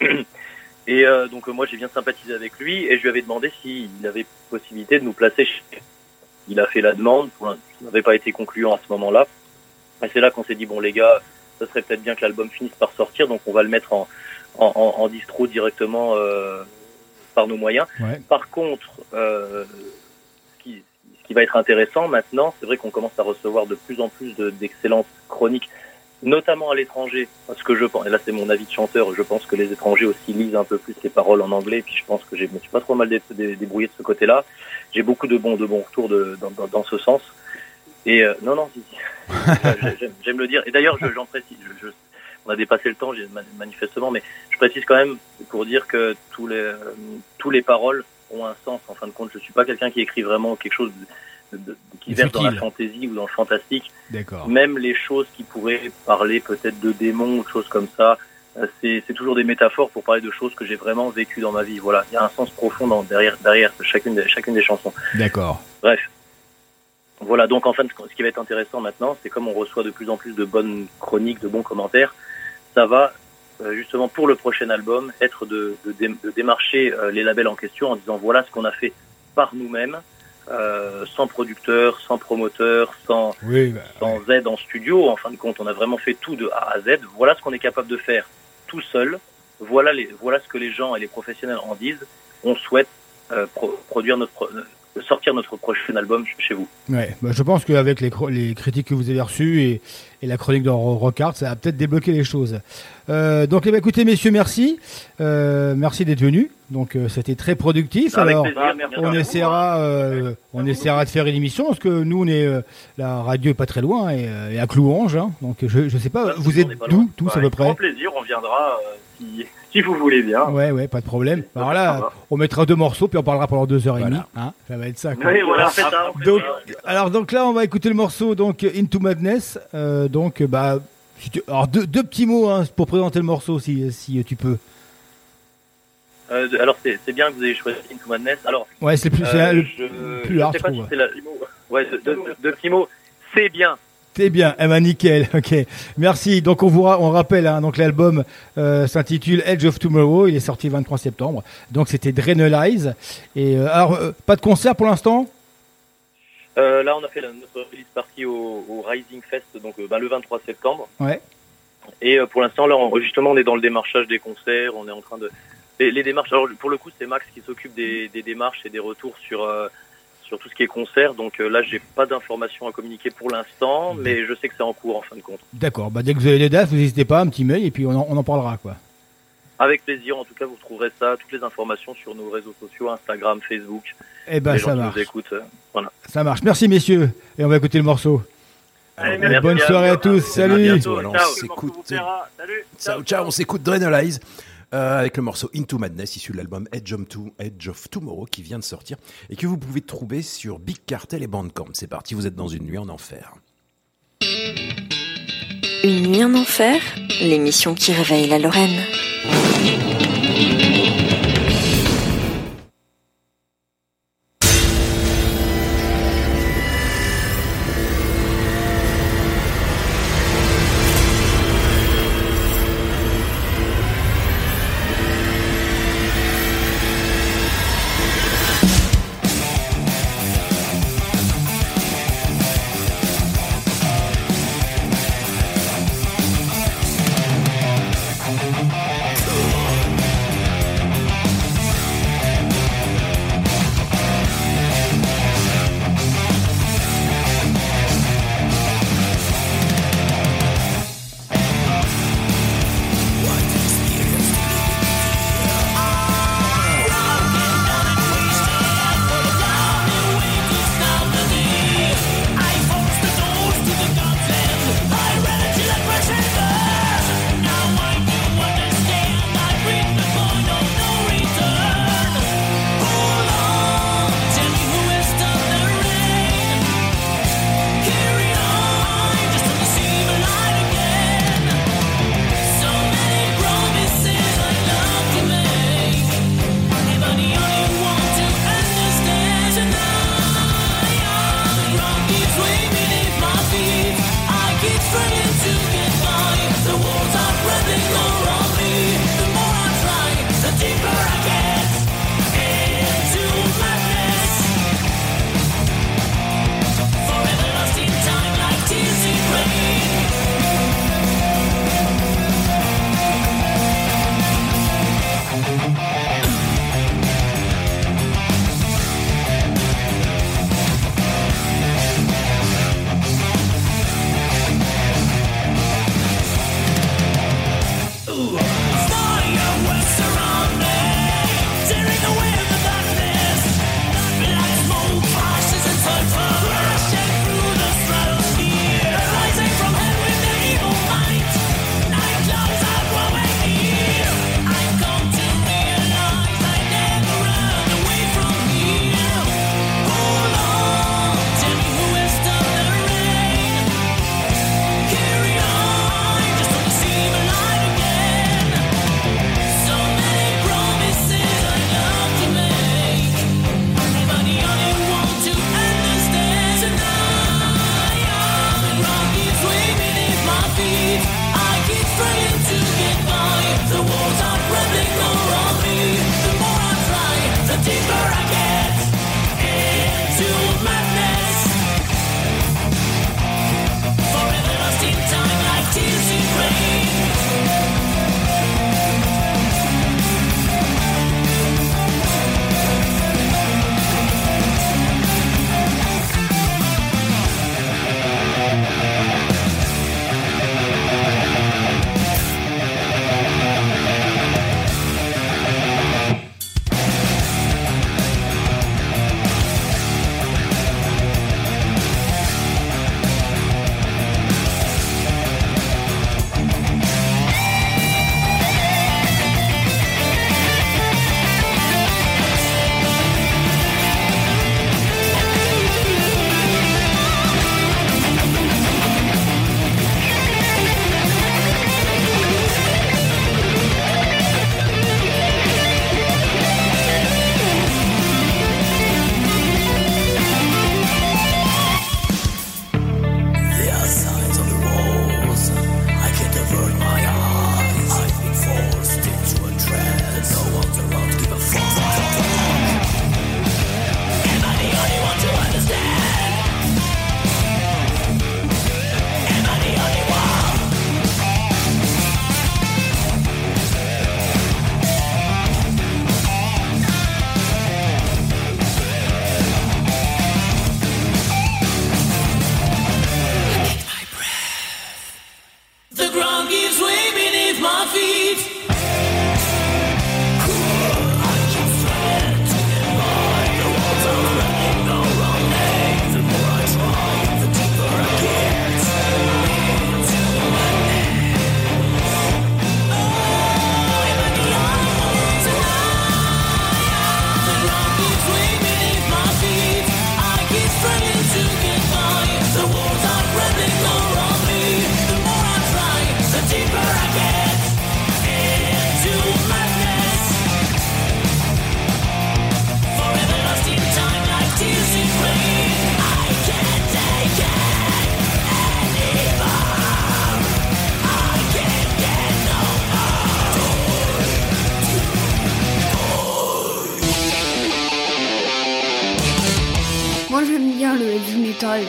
J: Et euh, donc euh, moi j'ai bien sympathisé avec lui et je lui avais demandé s'il avait possibilité de nous placer chez lui. Il a fait la demande, pour l'instant, ça n'avait pas été concluant à ce moment-là. Et c'est là qu'on s'est dit, bon les gars, ça serait peut-être bien que l'album finisse par sortir, donc on va le mettre en, en, en, en distro directement euh, par nos moyens.
E: Ouais.
J: Par contre, euh, ce, qui, ce qui va être intéressant maintenant, c'est vrai qu'on commence à recevoir de plus en plus de, d'excellentes chroniques, notamment à l'étranger, parce que je pense, et là c'est mon avis de chanteur, je pense que les étrangers aussi lisent un peu plus les paroles en anglais, puis je pense que je me suis pas trop mal dé- dé- débrouillé de ce côté-là. J'ai beaucoup de bons de bons retours de, dans, dans, dans ce sens. Et euh, non, non, si, si. j'aime, j'aime le dire. Et d'ailleurs, je, j'en précise, je, je, on a dépassé le temps, j'ai, manifestement, mais je précise quand même pour dire que tous les, euh, tous les paroles ont un sens. En fin de compte, je suis pas quelqu'un qui écrit vraiment quelque chose de, de, de, qui verse dans la fantaisie ou dans le fantastique.
E: D'accord.
J: Même les choses qui pourraient parler peut-être de démons ou de choses comme ça, euh, c'est, c'est toujours des métaphores pour parler de choses que j'ai vraiment vécues dans ma vie. Voilà, il y a un sens profond dans, derrière, derrière chacune des, chacune des chansons.
E: D'accord.
J: Bref. Voilà, donc en fait, ce qui va être intéressant maintenant, c'est comme on reçoit de plus en plus de bonnes chroniques, de bons commentaires, ça va euh, justement pour le prochain album être de, de, dé, de démarcher euh, les labels en question en disant voilà ce qu'on a fait par nous-mêmes, euh, sans producteur, sans promoteur, sans,
E: oui, bah,
J: sans
E: ouais.
J: aide en studio. En fin de compte, on a vraiment fait tout de A à Z. Voilà ce qu'on est capable de faire tout seul. Voilà, les, voilà ce que les gens et les professionnels en disent. On souhaite euh, pro, produire notre... Euh, sortir notre prochain album chez vous.
E: Ouais, bah je pense qu'avec les, les critiques que vous avez reçues et, et la chronique de Rockard, ça va peut-être débloquer les choses. Euh, donc, eh bien, écoutez, messieurs, merci. Euh, merci d'être venus. Donc euh, c'était très productif.
J: Avec
E: Alors
J: plaisir, merci.
E: on essaiera, euh, on essaiera de faire une émission parce que nous on est euh, la radio est pas très loin et, euh, et à Clouange. Hein. Donc je je sais pas,
J: Ouais,
E: vous
J: on
E: êtes
J: est pas
E: d'où
J: loin.
E: tous
J: Ouais,
E: à peu
J: avec
E: près?
J: grand plaisir, on viendra euh, si, si vous voulez bien.
E: Ouais ouais, pas de problème. Alors là, on mettra deux morceaux puis on parlera pendant deux heures et demie. Hein, ça va être ça. Quoi.
J: Oui, voilà, faites ça.
E: Donc, alors donc là, on va écouter le morceau donc Into Madness. Euh, donc bah, si tu- alors deux, deux petits mots hein, pour présenter le morceau si si tu peux.
J: Euh, alors c'est c'est bien que vous ayez choisi Into Madness. Alors
E: Ouais, c'est le plus, c'est
J: euh,
E: le
J: je,
E: plus
J: je
E: hard,
J: sais pas
E: je
J: si
E: trouve.
J: c'est la. Ouais, deux, deux, deux petits mots. C'est bien.
E: C'est bien, eh ben nickel, ok. Merci. Donc on vous ra- on rappelle, hein, donc l'album euh, s'intitule Edge of Tomorrow. Il est sorti le vingt-trois septembre. Donc c'était Drainalize. Et euh, alors euh, pas de concert pour l'instant.
J: Euh, là, on a fait la, notre release party au, au Rising Fest, donc euh, bah, le vingt-trois septembre.
E: Ouais.
J: Et euh, pour l'instant, là, on- justement, on est dans le démarchage des concerts. On est en train de les, les démarches. Alors pour le coup, c'est Max qui s'occupe des, des démarches et des retours sur euh, sur tout ce qui est concert. Donc euh, là, j'ai pas d'informations à communiquer pour l'instant, mais je sais que c'est en cours en fin de compte.
E: D'accord. Bah dès que vous avez les dates, vous n'hésitez pas, un petit mail et puis on en, on en parlera quoi.
J: Avec plaisir. En tout cas, vous trouverez ça, toutes les informations sur nos réseaux sociaux, Instagram, Facebook.
E: Eh ben
J: les
E: ça
J: gens qui
E: marche.
J: nous écoutent, euh, voilà.
E: Ça marche. Merci messieurs. Et on va écouter le morceau.
D: Alors,
J: Allez, merci
E: bonne
J: à
E: soirée à
J: vous.
E: tous.
J: À
E: Salut.
J: bientôt.
D: Alors,
J: Ciao.
D: on s'écoute.
K: Salut.
D: Ciao, ciao, on s'écoute Drainalize euh, avec le morceau Into Madness issu de l'album Edge of, to- Edge of Tomorrow qui vient de sortir et que vous pouvez trouver sur Big Cartel et Bandcamp. C'est parti, vous êtes dans une nuit en enfer.
G: Une nuit en enfer, l'émission qui réveille la Lorraine.
I: heavy metal.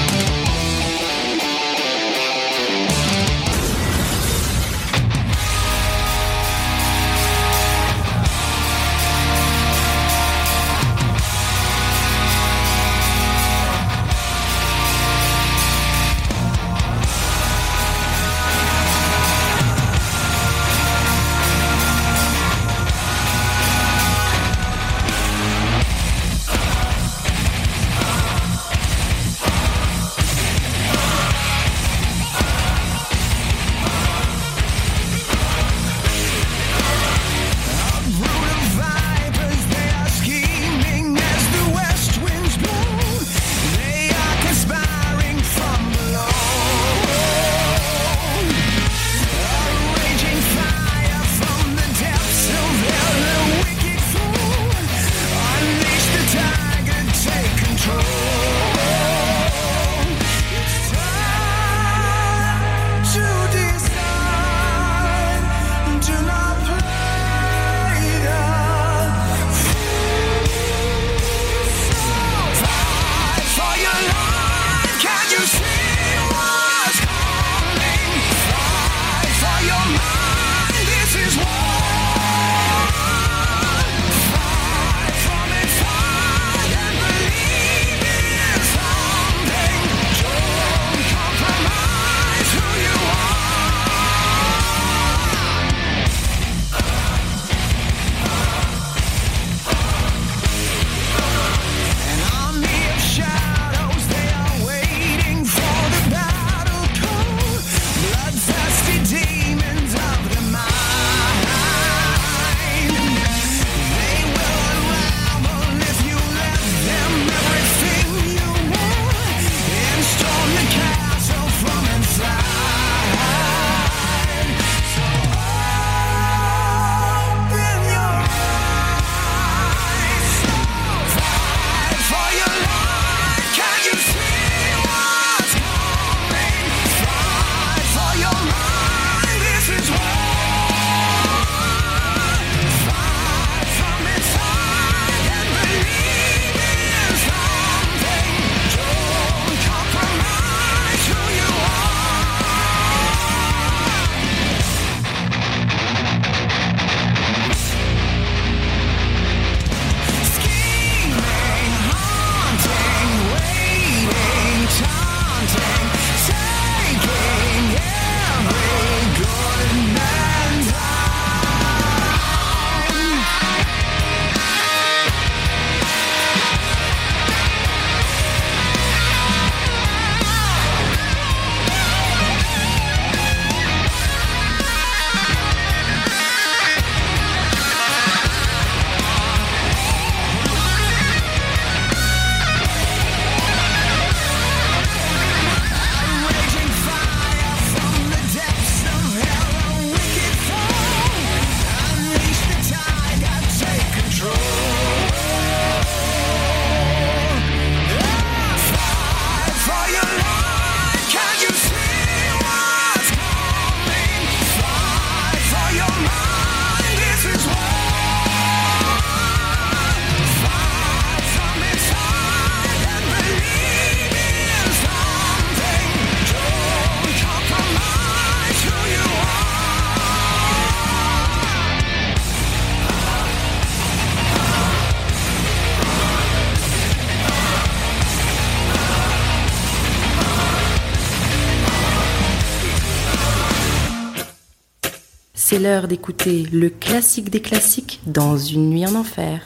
L: C'est l'heure d'écouter le classique des classiques dans Une nuit en enfer.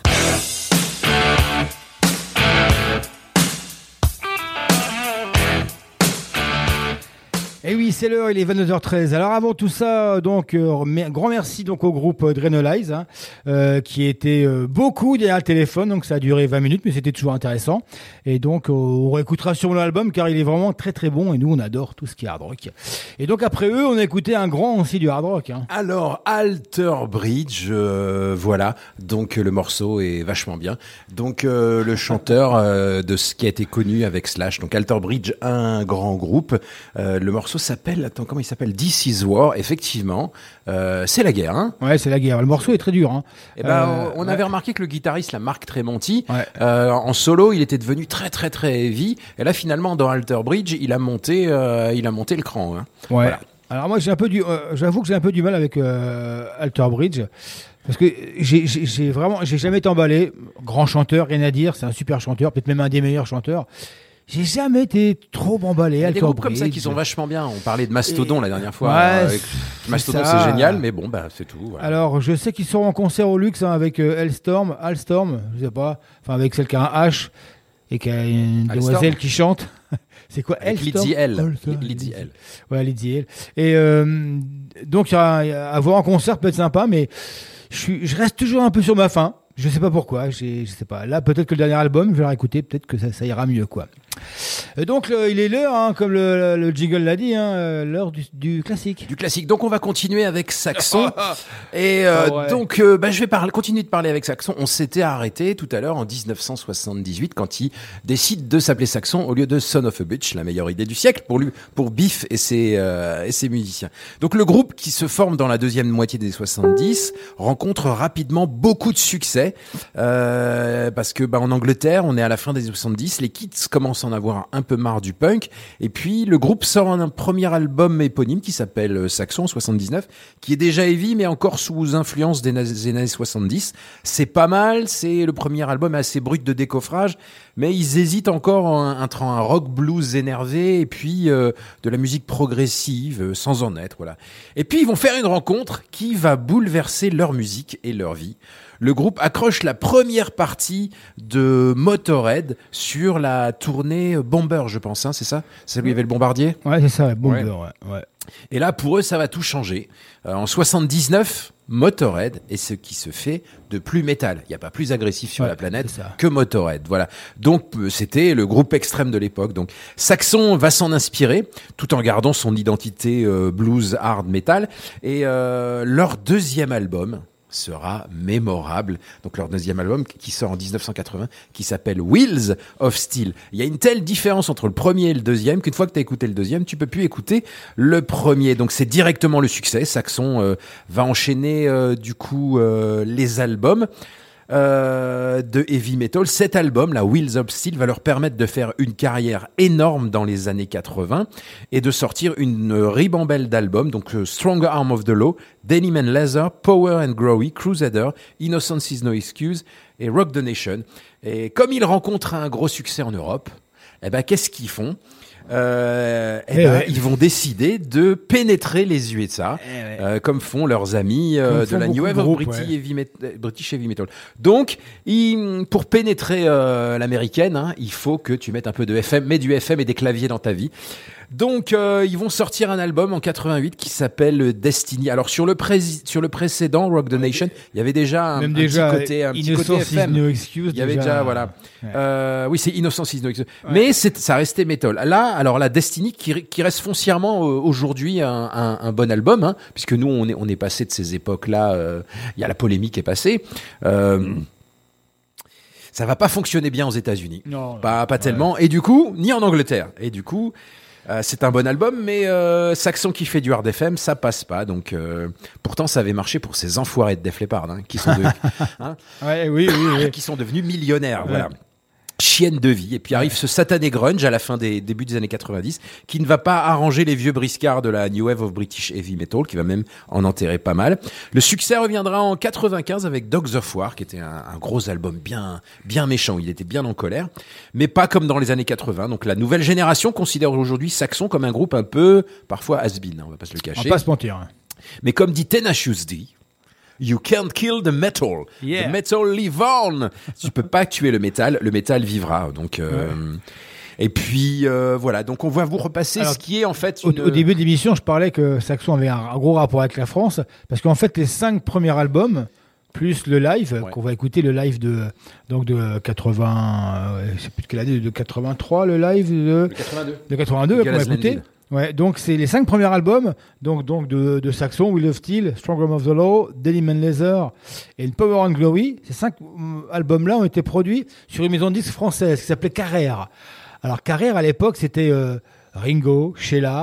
E: Et oui, c'est l'heure, il est vingt-deux heures treize. Alors avant tout ça, donc euh, grand merci donc au groupe euh, Draenolize, hein, euh, qui était euh, beaucoup derrière le téléphone, donc ça a duré vingt minutes, mais c'était toujours intéressant. Et donc euh, on réécoutera sur l'album car il est vraiment très très bon et nous on adore tout ce qui est hard rock. Et donc après eux, on a écouté un grand aussi du hard rock. Hein.
D: Alors Alter Bridge, euh, voilà, donc le morceau est vachement bien. Donc euh, le chanteur euh, de ce qui a été connu avec Slash, donc Alter Bridge, un grand groupe. Euh, le morceau morceau s'appelle, attends, comment il s'appelle? This is War, effectivement. Euh, c'est la guerre, hein.
E: Ouais, c'est la guerre. Le morceau est très dur, hein.
D: Et ben,
E: Euh,
D: on
E: ouais.
D: avait remarqué que le guitariste, la Marc Tremonti,
E: Ouais.
D: euh, en solo, il était devenu très, très, très heavy. Et là, finalement, dans Alter Bridge, il a monté, euh, il a monté le cran, hein.
E: Ouais.
D: Voilà.
E: Alors moi, j'ai un peu du, euh, j'avoue que j'ai un peu du mal avec euh, Alter Bridge parce que j'ai, j'ai, j'ai vraiment, j'ai jamais été emballé. Grand chanteur, rien à dire, c'est un super chanteur, peut-être même un des meilleurs chanteurs. J'ai jamais été trop emballé.
D: Il y a
E: Alter
D: des groupes comme
E: Bridge.
D: ça qui sont vachement bien. On parlait de Mastodon
E: Et-
D: la dernière fois.
E: Ouais,
D: Euh, avec-
E: c'est
D: Mastodon,
E: ça.
D: c'est génial, mais bon, bah, c'est tout. Voilà.
E: Alors, je sais qu'ils seront en concert au Luxe hein, avec euh, Hellstorm, Alstorm, je sais pas, enfin avec celle qui a un H et qui a une
D: Alstorm.
E: demoiselle qui chante. C'est quoi
D: Avec
E: Hellstorm?
D: Lizzie L.
E: Hellstorm.
D: Lizzie L.
E: Ouais, Lizzie L. Et euh, donc, il y a- il y a- à voir en concert peut être sympa, mais je, suis, je reste toujours un peu sur ma faim. Je sais pas pourquoi. J'ai, je sais pas. Là, peut-être que le dernier album, je vais le réécouter. Peut-être que ça, ça ira mieux, quoi. Et donc, le- il est l'heure, hein, comme le, le jingle l'a dit, hein, euh, l'heure du, du classique.
D: Du classique. Donc on va continuer avec Saxon. Et euh,
E: Ah ouais.
D: donc euh, bah, je vais parler, continuer de parler avec Saxon. On s'était arrêté tout à l'heure en dix-neuf cent soixante-dix-huit quand il décide de s'appeler Saxon au lieu de Son of a Bitch, la meilleure idée du siècle pour lui, pour Biff et ses, euh, et ses musiciens. Donc le groupe qui se forme dans la deuxième moitié des soixante-dix rencontre rapidement beaucoup de succès euh, parce que bah, en Angleterre, on est à la fin des soixante-dix, les kids commencent à en avoir un peu marre du punk et puis le groupe sort un, un premier album éponyme qui s'appelle Saxon en soixante-dix-neuf, qui est déjà heavy mais encore sous influence des, na- des années soixante-dix. C'est pas mal, c'est le premier album assez brut de décoffrage, mais ils hésitent encore entre un, un rock blues énervé et puis euh, de la musique progressive euh, sans en être, voilà. Et puis ils vont faire une rencontre qui va bouleverser leur musique et leur vie. Le groupe accroche la première partie de Motorhead sur la tournée Bomber, je pense, hein, c'est ça? C'est lui, il y avait le bombardier?
E: Ouais, c'est ça, Bomber,
D: Ouais.
E: ouais. ouais.
D: Et là, pour eux, ça va tout changer. Euh, en soixante-dix-neuf, Motorhead est ce qui se fait de plus métal. Il n'y a pas plus agressif sur
E: Ouais,
D: la planète
E: c'est ça.
D: que Motorhead. Voilà. Donc, euh, c'était le groupe extrême de l'époque. Donc, Saxon va s'en inspirer, tout en gardant son identité euh, blues, hard, metal. Et euh, leur deuxième album sera mémorable. Donc leur deuxième album qui sort en dix-neuf cent quatre-vingts, qui s'appelle Wheels of Steel. Il y a une telle différence entre le premier et le deuxième qu'une fois que tu as écouté le deuxième, tu peux plus écouter le premier. Donc c'est directement le succès. Saxon euh, va enchaîner euh, du coup euh, les albums euh, de heavy metal. Cet album, la Wheels of Steel, va leur permettre de faire une carrière énorme dans les années quatre-vingts et de sortir une ribambelle d'albums, donc euh, Stronger Arm of the Law, Denim and Leather, Power and Glory, Crusader, Innocence is No Excuse et Rock the Nation. Et comme ils rencontrent un gros succès en Europe, eh ben qu'est-ce qu'ils font? Euh, eh
E: Eh
D: ben,
E: ouais.
D: ils vont décider de pénétrer les U S A,
E: Eh ouais.
D: euh, comme font leurs amis euh,
E: Comme
D: de
E: font
D: la New
E: beaucoup
D: Wave
E: de
D: of
E: groupes,
D: British,
E: ouais.
D: heavy met- British Heavy Metal. Donc, ils- pour pénétrer euh, l'américaine, hein, il faut que tu mettes un peu de F M, mets du F M et des claviers dans ta vie. Donc, euh, ils vont sortir un album en quatre-vingt-huit qui s'appelle Destiny. Alors, sur le, pré- sur le précédent, Rock the Nation, il y avait déjà un,
E: Même
D: un
E: déjà,
D: petit côté, un petit côté
E: Innocence
D: F
E: is
D: M.
E: No Excuse.
D: Il y avait déjà, voilà.
E: Ouais.
D: Euh, oui, c'est Innocence is No Excuse. Mais c'est, ça restait metal. Là, alors la Destiny qui, qui reste foncièrement euh, aujourd'hui un, un, un bon album, hein, puisque nous on est on est passé de ces époques-là. euh, Il y a la polémique est passée. Euh, ça va pas fonctionner bien aux États-Unis.
E: Non,
D: Pas pas tellement. Et du coup, ni en Angleterre. Et du coup. Euh, c'est un bon album, mais euh, Saxon qui fait du hard F M, ça passe pas. Donc, euh, pourtant, ça avait marché pour ces enfoirés de Def Leppard, hein, qui sont devenus, hein,
E: Ouais, oui, oui, oui.
D: qui sont devenus millionnaires.
E: Ouais.
D: Voilà. Chienne de vie. Et puis arrive ce satané grunge à la fin des débuts des années quatre-vingt-dix, qui ne va pas arranger les vieux briscards de la New Wave of British Heavy Metal, qui va même en enterrer pas mal. Le succès reviendra en quatre-vingt-quinze avec Dogs of War, qui était un, un gros album bien, bien méchant. Il était bien en colère, mais pas comme dans les années quatre-vingts. Donc la nouvelle génération considère aujourd'hui Saxon comme un groupe un peu, parfois has-been, hein, on va pas se le
E: On
D: cacher.
E: va pas se mentir. hein.
D: Mais comme dit Tenacious D, you can't kill the metal.
E: Yeah.
D: The metal live on. Tu peux pas tuer le métal. Le métal vivra. Donc, euh, et puis, euh, voilà. Donc, on va vous repasser
E: Alors,
D: ce qui est en fait
E: Au,
D: une...
E: au début de l'émission, je parlais que Saxon avait un, un gros rapport avec la France, parce qu'en fait, les cinq premiers albums, plus le live,
D: Ouais.
E: qu'on va écouter, le live de, donc de quatre-vingts, euh, je sais plus de quelle année, de quatre-vingt-trois, le live de,
D: quatre-vingt-deux.
E: de quatre-vingt-deux, qu'on va
D: Nicolas
E: écouter.
D: Landil.
E: Ouais, donc c'est les cinq premiers albums, donc, donc de, de Saxon, Wheel of Steel, Stronger of the Law, Denim and Leather et Power and Glory. Ces cinq mm, albums-là ont été produits sur une maison de disques française qui s'appelait Carrère. Alors Carrère, à l'époque, c'était euh, Ringo, Sheila,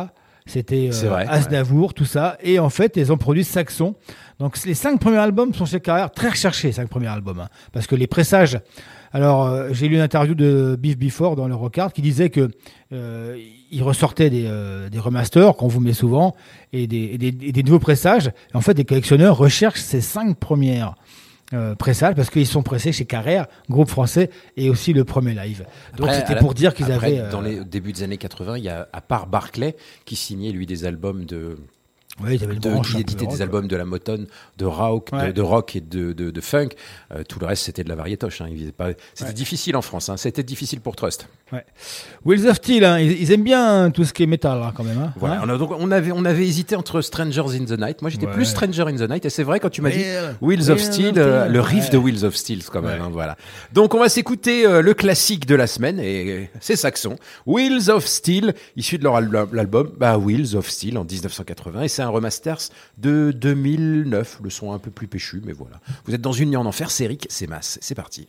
E: C'était
D: C'est
E: euh,
D: vrai,
E: Aznavour, ouais. tout ça. Et en fait, ils ont produit Saxon. Donc, les cinq premiers albums sont chez Carrière, très recherchés, les cinq premiers albums. Hein, parce que les pressages... Alors, euh, j'ai lu une interview de Beef Before dans le Rockard qui disait que euh, il ressortait des, euh, des remasters qu'on vous met souvent et des, et des, et des nouveaux pressages. Et en fait, les collectionneurs recherchent ces cinq premières euh, pressages parce qu'ils sont pressés chez Carrère, groupe français, et aussi le premier live. Donc,
D: Après,
E: c'était
D: la,
E: pour dire qu'ils
D: après,
E: avaient... Euh,
D: dans les débuts des années quatre-vingts, il y a, à part Barclay, qui signait, lui, des albums de...
E: Oui, il,
D: de, il éditait des albums de la Motown, de rock,
E: ouais.
D: de, de rock et de, de, de funk. Euh, tout le reste, c'était de la variétoche. Hein. Pas... C'était ouais. difficile en France. Hein. C'était difficile pour Trust.
E: Ouais. Wheels of Steel, hein, ils, ils aiment bien tout ce qui est métal, hein, quand même. Hein.
D: Voilà.
E: Hein
D: on, a, donc, on, avait, on avait hésité entre Strangers in the Night. Moi, j'étais ouais. plus Stranger in the Night. Et c'est vrai, quand tu m'as dit
E: Wheel,
D: Wheels of
E: Wheel
D: Steel,
E: of
D: euh,
E: Steel.
D: le riff
E: ouais.
D: de Wheels of Steel, quand même.
E: Ouais.
D: Hein, voilà. Donc, on va s'écouter euh, le classique de la semaine. Et c'est Saxon. Wheels of Steel, issu de leur al- l'album bah, Wheels of Steel en dix-neuf cent quatre-vingts. Et c'est un remasters de deux mille neuf. Le son un peu plus péchu, mais voilà. Vous êtes dans une nuit en enfer. C'est Eric, c'est Mas. C'est parti.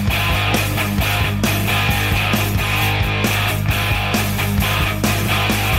M: We'll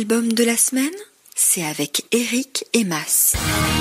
G: L'album de la semaine, c'est avec Eric et Mas.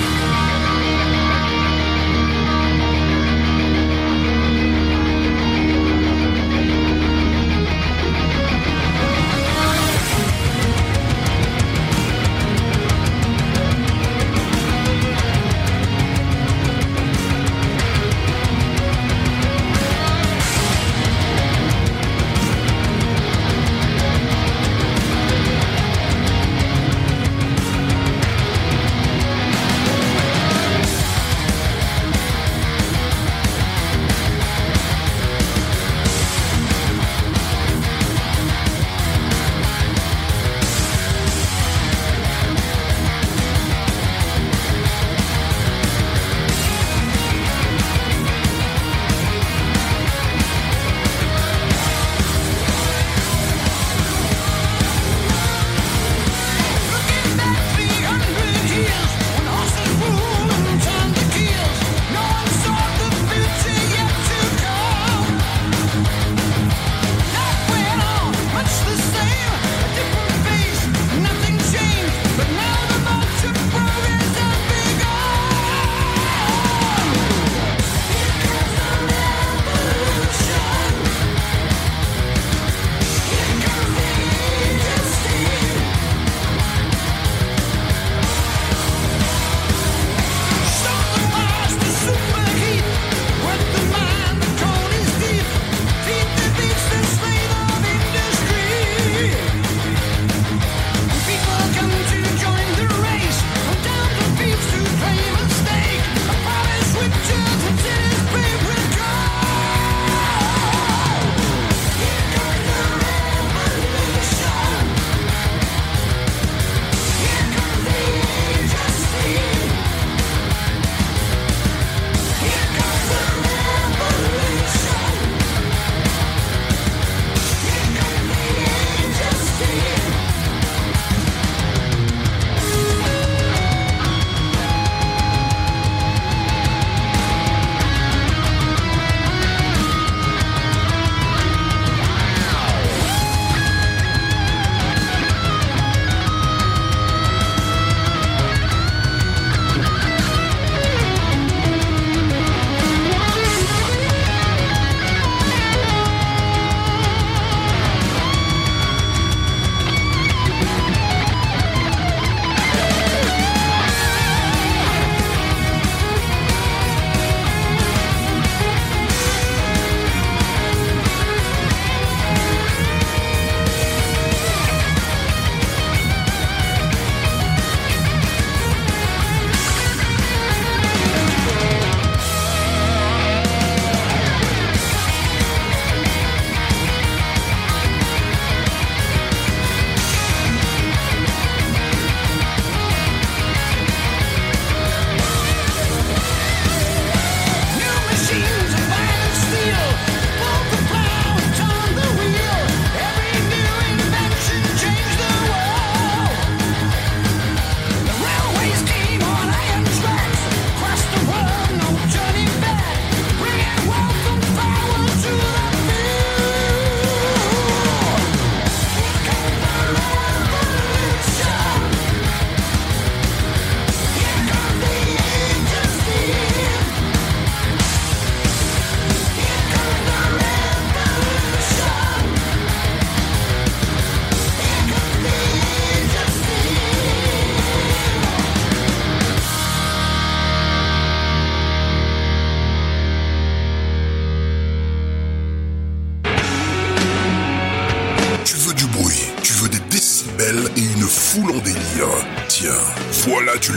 F: foule en délire. Tiens, voilà du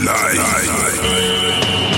F: live.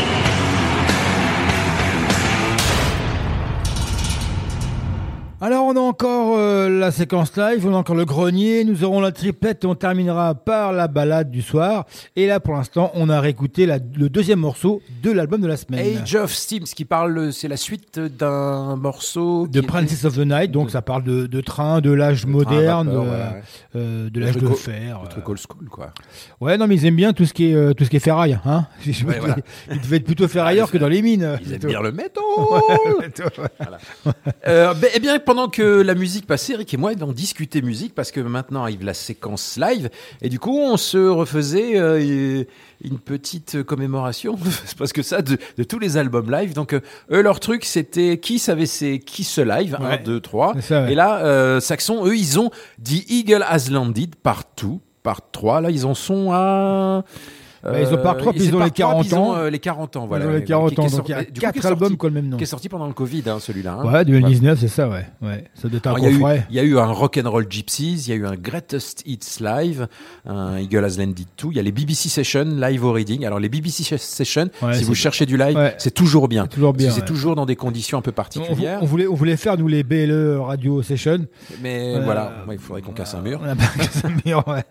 E: Alors on a encore euh, la séquence live, on a encore le grenier, nous aurons la triplette et on terminera par la balade du soir. Et là pour l'instant on a réécouté la, le deuxième morceau de l'album de la semaine.
D: Age of Steam, ce qui parle, c'est la suite d'un morceau...
E: De Princess était... of the Night, donc de... ça parle de, de train, de l'âge de moderne, vapeur, euh, voilà, ouais. euh, de l'âge de fer.
D: Le truc old school quoi.
E: Ouais non mais ils aiment bien tout ce qui est, euh, tout ce qui est ferraille. Hein ouais, voilà. Ils devaient être plutôt ferrailleurs ah, que dans les mines.
D: Ils aiment bien le métal. voilà. euh, bah, eh bien pendant que la musique passait, Eric et moi, on discutait musique parce que maintenant arrive la séquence live et du coup, on se refaisait euh, une petite commémoration parce que ça de, de tous les albums live. Donc euh, eux, leur truc, c'était Kiss avait ses Kiss Live,
E: Ouais.
D: un, deux, trois.
E: C'est ça, ouais.
D: Et là, euh, Saxon, eux, ils ont The Eagle Has Landed partout, part trois. Là, ils en sont à...
E: Bah, ils ont part trois, puis ils ont les quarante ans.
D: Ils ont euh, les quarante ans, voilà.
E: Ils ont les quarante
D: Qui- qui
E: ans,
D: est
E: donc il y a
D: sorti- du coup,
E: quatre
D: qui est
E: albums
D: sorti-
E: qui ont le même nom.
D: Qui est sorti pendant le Covid, hein, celui-là. hein.
E: Ouais, deux mille dix-neuf, c'est ça, ouais. ouais. Ça doit être un
D: Alors, il y a eu-
E: coffret.
D: Il y a eu un Rock'n'Roll Gypsies, il y a eu un Greatest Hits Live, un Eagle Has Landed deux, il y a les B B C Sessions, Live au Reading. Alors les B B C Sessions,
E: Ouais,
D: si
E: c'est-
D: vous cherchez du live,
E: ouais.
D: c'est toujours bien.
E: C'est toujours bien,
D: Parce que
E: ouais.
D: C'est toujours dans des conditions un peu
E: On,
D: particulières.
E: on voulait, on voulait faire, nous, les B L E Radio Session.
D: Mais
E: Euh,
D: voilà, ouais, il faudrait qu'on casse un mur.
E: On a pas cassé un mur, ouais.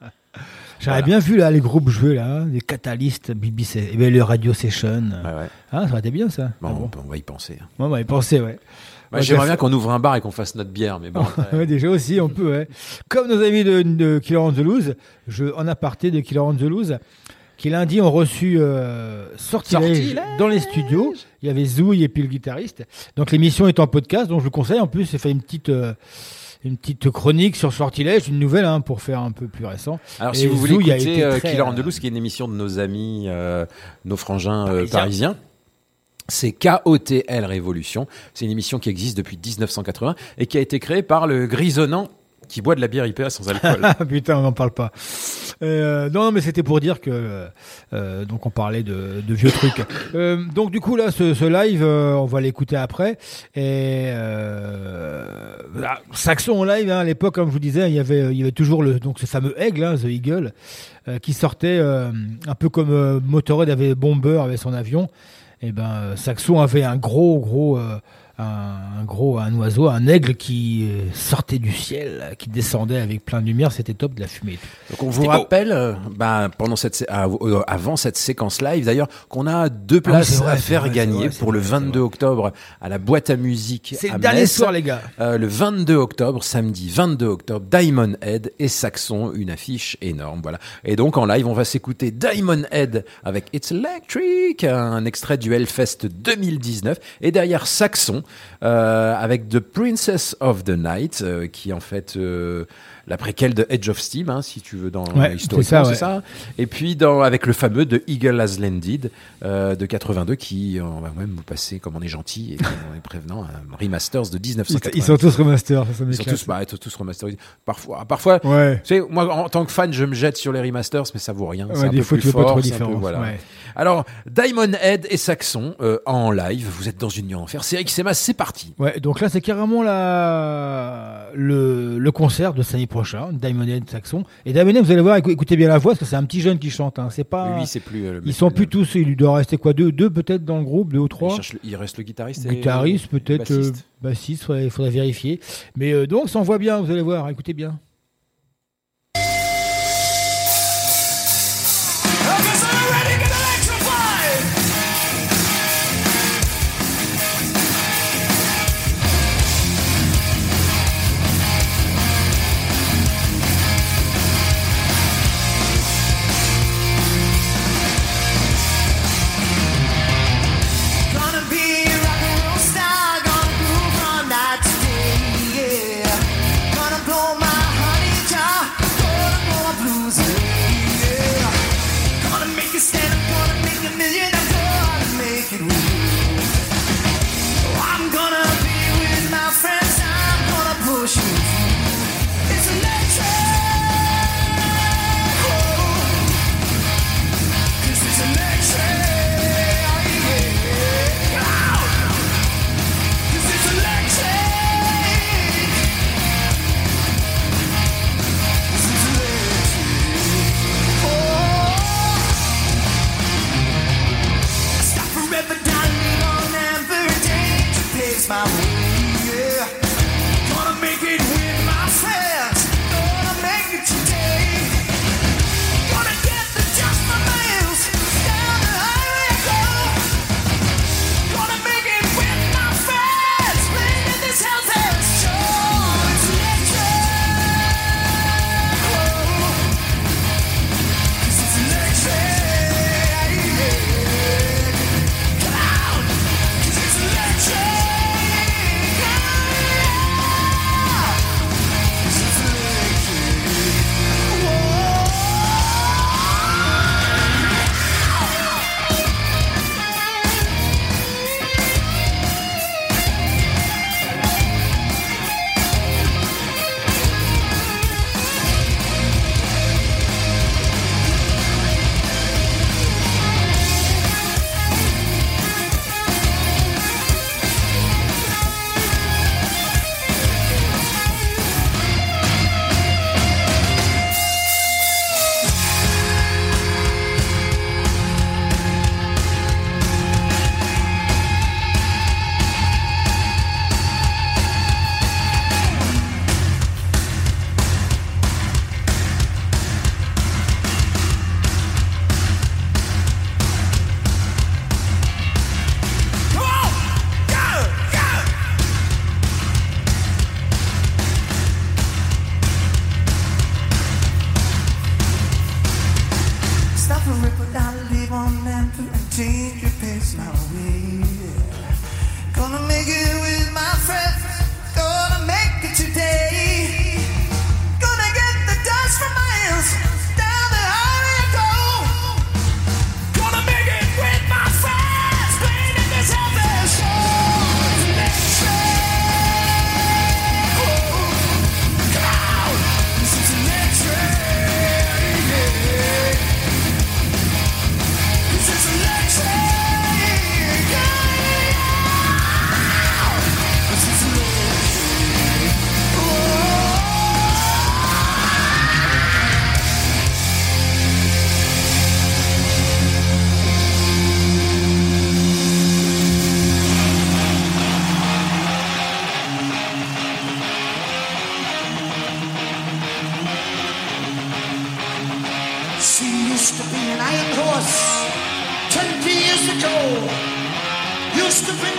E: J'aurais
D: Voilà.
E: bien vu là les groupes jouer là, hein, les Catalystes, B B C, B L E Radio Session.
D: Ouais, ouais.
E: Ah, ça aurait été bien ça.
D: Bon,
E: Ah
D: on,
E: bon.
D: peut- on va y penser. hein.
E: Ouais, on va y penser, ouais.
D: Ouais,
E: Ouais,
D: J'aimerais
E: ça-
D: bien qu'on ouvre un bar et qu'on fasse notre bière, mais bon. après-
E: Ouais, déjà aussi, on peut, ouais. Comme nos amis de, de Killer on the Loose, je, en aparté de Killer on the Loose, qui lundi ont reçu euh, Sortilège,
D: Sortilège.
E: dans les studios. Il y avait Zouille et puis le guitariste. Donc l'émission est en podcast, donc je vous conseille. En plus, j'ai fait une petite, euh, une petite chronique sur Sortilège, une nouvelle hein, pour faire un peu plus récent.
D: Alors,
E: Et
D: si vous voulez
E: Zouille a
D: écouter
E: été
D: euh,
E: très,
D: Killer on
E: euh,
D: the Loose, qui est une émission de nos amis, euh, nos frangins euh,
E: Parisiens.
D: parisiens, c'est K O T L Révolution. C'est une émission qui existe depuis dix-neuf cent quatre-vingts et qui a été créée par le grisonnant qui boit de la bière I P A sans alcool.
E: Ah, putain, on n'en parle pas. Euh, non, mais c'était pour dire que euh, donc on parlait de, de vieux trucs. Euh, donc du coup là, ce, ce live, euh, on va l'écouter après. Et euh, là, Saxon en live, hein, à l'époque, comme je vous disais, il y avait, il y avait toujours le donc ce fameux aigle, hein, The Eagle, euh, qui sortait euh, un peu comme euh, Motorhead avait Bomber avec son avion. Et ben euh, Saxon avait un gros, gros. Euh, un, un gros un oiseau, un aigle qui euh, sortait du ciel, qui descendait avec plein de lumière, c'était top, de la fumée et tout.
D: Donc on vous rappelle, euh, bah, pendant cette, sé- ah, euh, avant cette séquence live d'ailleurs, qu'on a deux
E: Ah oui,
D: places
E: c'est vrai,
D: à
E: c'est
D: faire
E: vrai, c'est
D: gagner
E: vrai, c'est
D: pour le
E: vrai, c'est
D: vingt-deux octobre à la boîte à musique.
E: C'est
D: à
E: le dernier
D: Metz.
E: soir, les gars.
D: Euh, le vingt-deux octobre, samedi vingt-deux octobre, Diamond Head et Saxon, une affiche énorme, voilà. Et donc en live, on va s'écouter Diamond Head avec It's Electric, un extrait du Hellfest deux mille dix-neuf, et derrière Saxon euh, avec The Princess of the Night, euh, qui est en fait euh, la préquelle de Edge of Steam, hein, si tu veux, dans
E: Ouais,
D: historiquement,
E: c'est
D: c'est
E: ça,
D: ça. Et puis dans, avec le fameux de Eagle Has Landed euh, de quatre-vingt-deux, qui euh, on va même vous passer, comme on est gentil et comme on est prévenant, un remasters de dix-neuf cent
E: Ils,
D: quatre-vingt.
E: ils sont tous remasters, ça, ça
D: Ils sont
E: m'éclate.
D: tous, bah, ils sont tous remasterisés. Parfois, parfois,
E: Ouais.
D: tu sais, moi, en tant que fan, je me jette sur les remasters, mais ça vaut rien.
E: Ouais,
D: c'est un
E: des
D: peu
E: fois,
D: plus
E: tu veux pas
D: fort,
E: trop
D: c'est un peu-
E: différence,
D: voilà.
E: ouais.
D: Alors, Diamond Head et Saxon euh, en live. Vous êtes dans une nuit en enfer. C'est Eric Semas, c'est parti.
E: Ouais, donc là, c'est carrément la... le, le concert de samedi prochain, Diamond Head Saxon. Et Diamond Head, vous allez voir, écou- écoutez bien la voix, parce que c'est un petit jeune qui chante. Hein. C'est pas...
D: Lui, c'est plus. euh, le
E: Ils
D: mec,
E: sont
D: le-
E: plus tous, il lui doit rester quoi, deux, deux peut-être dans le groupe, deux ou
D: Il,
E: trois.
D: cherche le- il reste le guitariste. et-
E: Guitariste,
D: et
E: peut-être, euh,
D: bassiste.
E: bassiste, ouais, il faudrait vérifier. Mais euh, donc, ça envoie bien, vous allez voir, écoutez bien.
M: Gonna be a rock and roll star, gonna groove all night today, yeah. Gonna blow my honey jar, gonna blow my blues away, yeah. Gonna make it stand up, gonna make a million, I'm gonna make it real. I'm gonna be with my friends, I'm gonna push you through. It's electric. Oh, 'cause it's electric. My way, yeah. Gonna make it with my friends. Gonna make it today. Gonna get the just my miles down the highway I go. Gonna make it with my friends. Playing in this house and show. It's electric. Oh, 'cause it's electric. Come on, 'cause it's electric.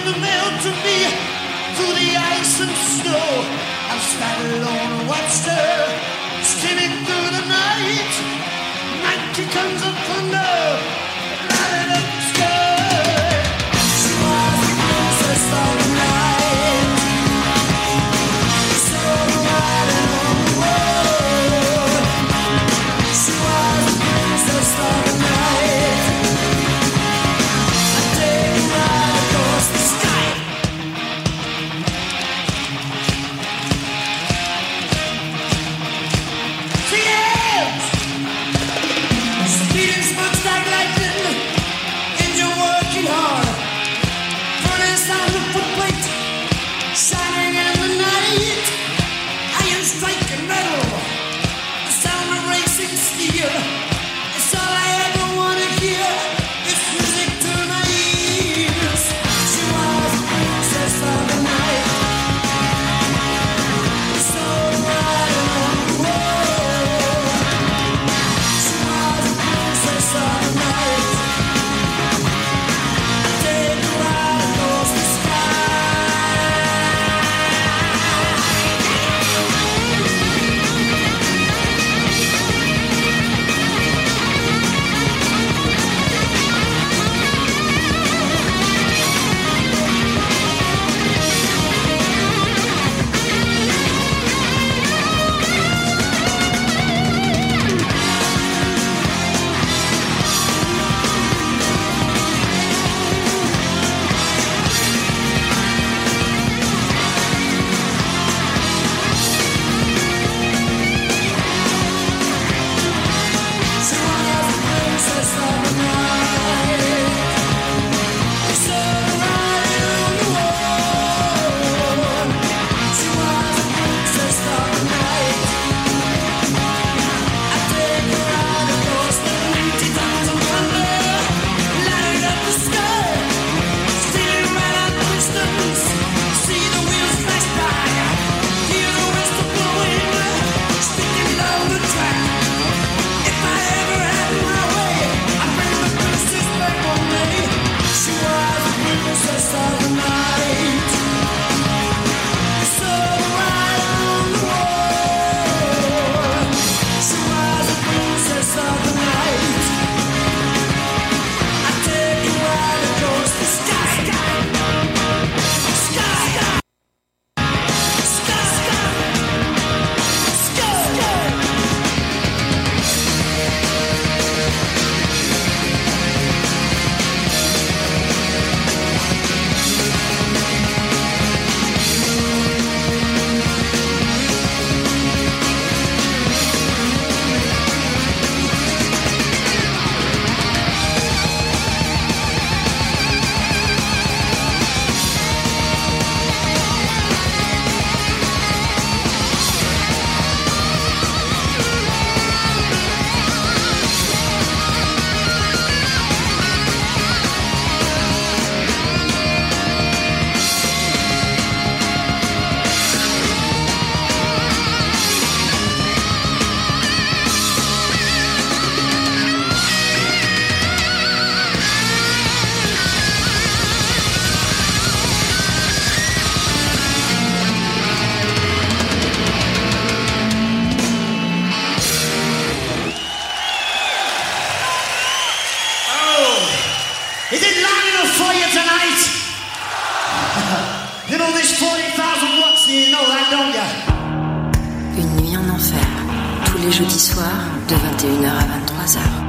M: the melting me through the ice and snow. I've sat alone and watched her steaming through the night. Ninety tons of thunder lighting up the sky. She was the princess of the night, so riding on the world. She was the princess of the night. I take a ride across the sky. See it! Speeding smokes like lightning, engine working hard. Furnace on the footplate, shining in the night. Iron striking metal, the sound of racing steel. It's all I ever wanna hear. It's music to my ears. She was the princess of the night, so riding on the world. She was the princess of the night. I take a ride across the Is it loud enough for you tonight? You know this forty thousand watts, you know that, don't you?
L: Une nuit en enfer, tous les jeudis soirs, de vingt et une heures à vingt-trois heures.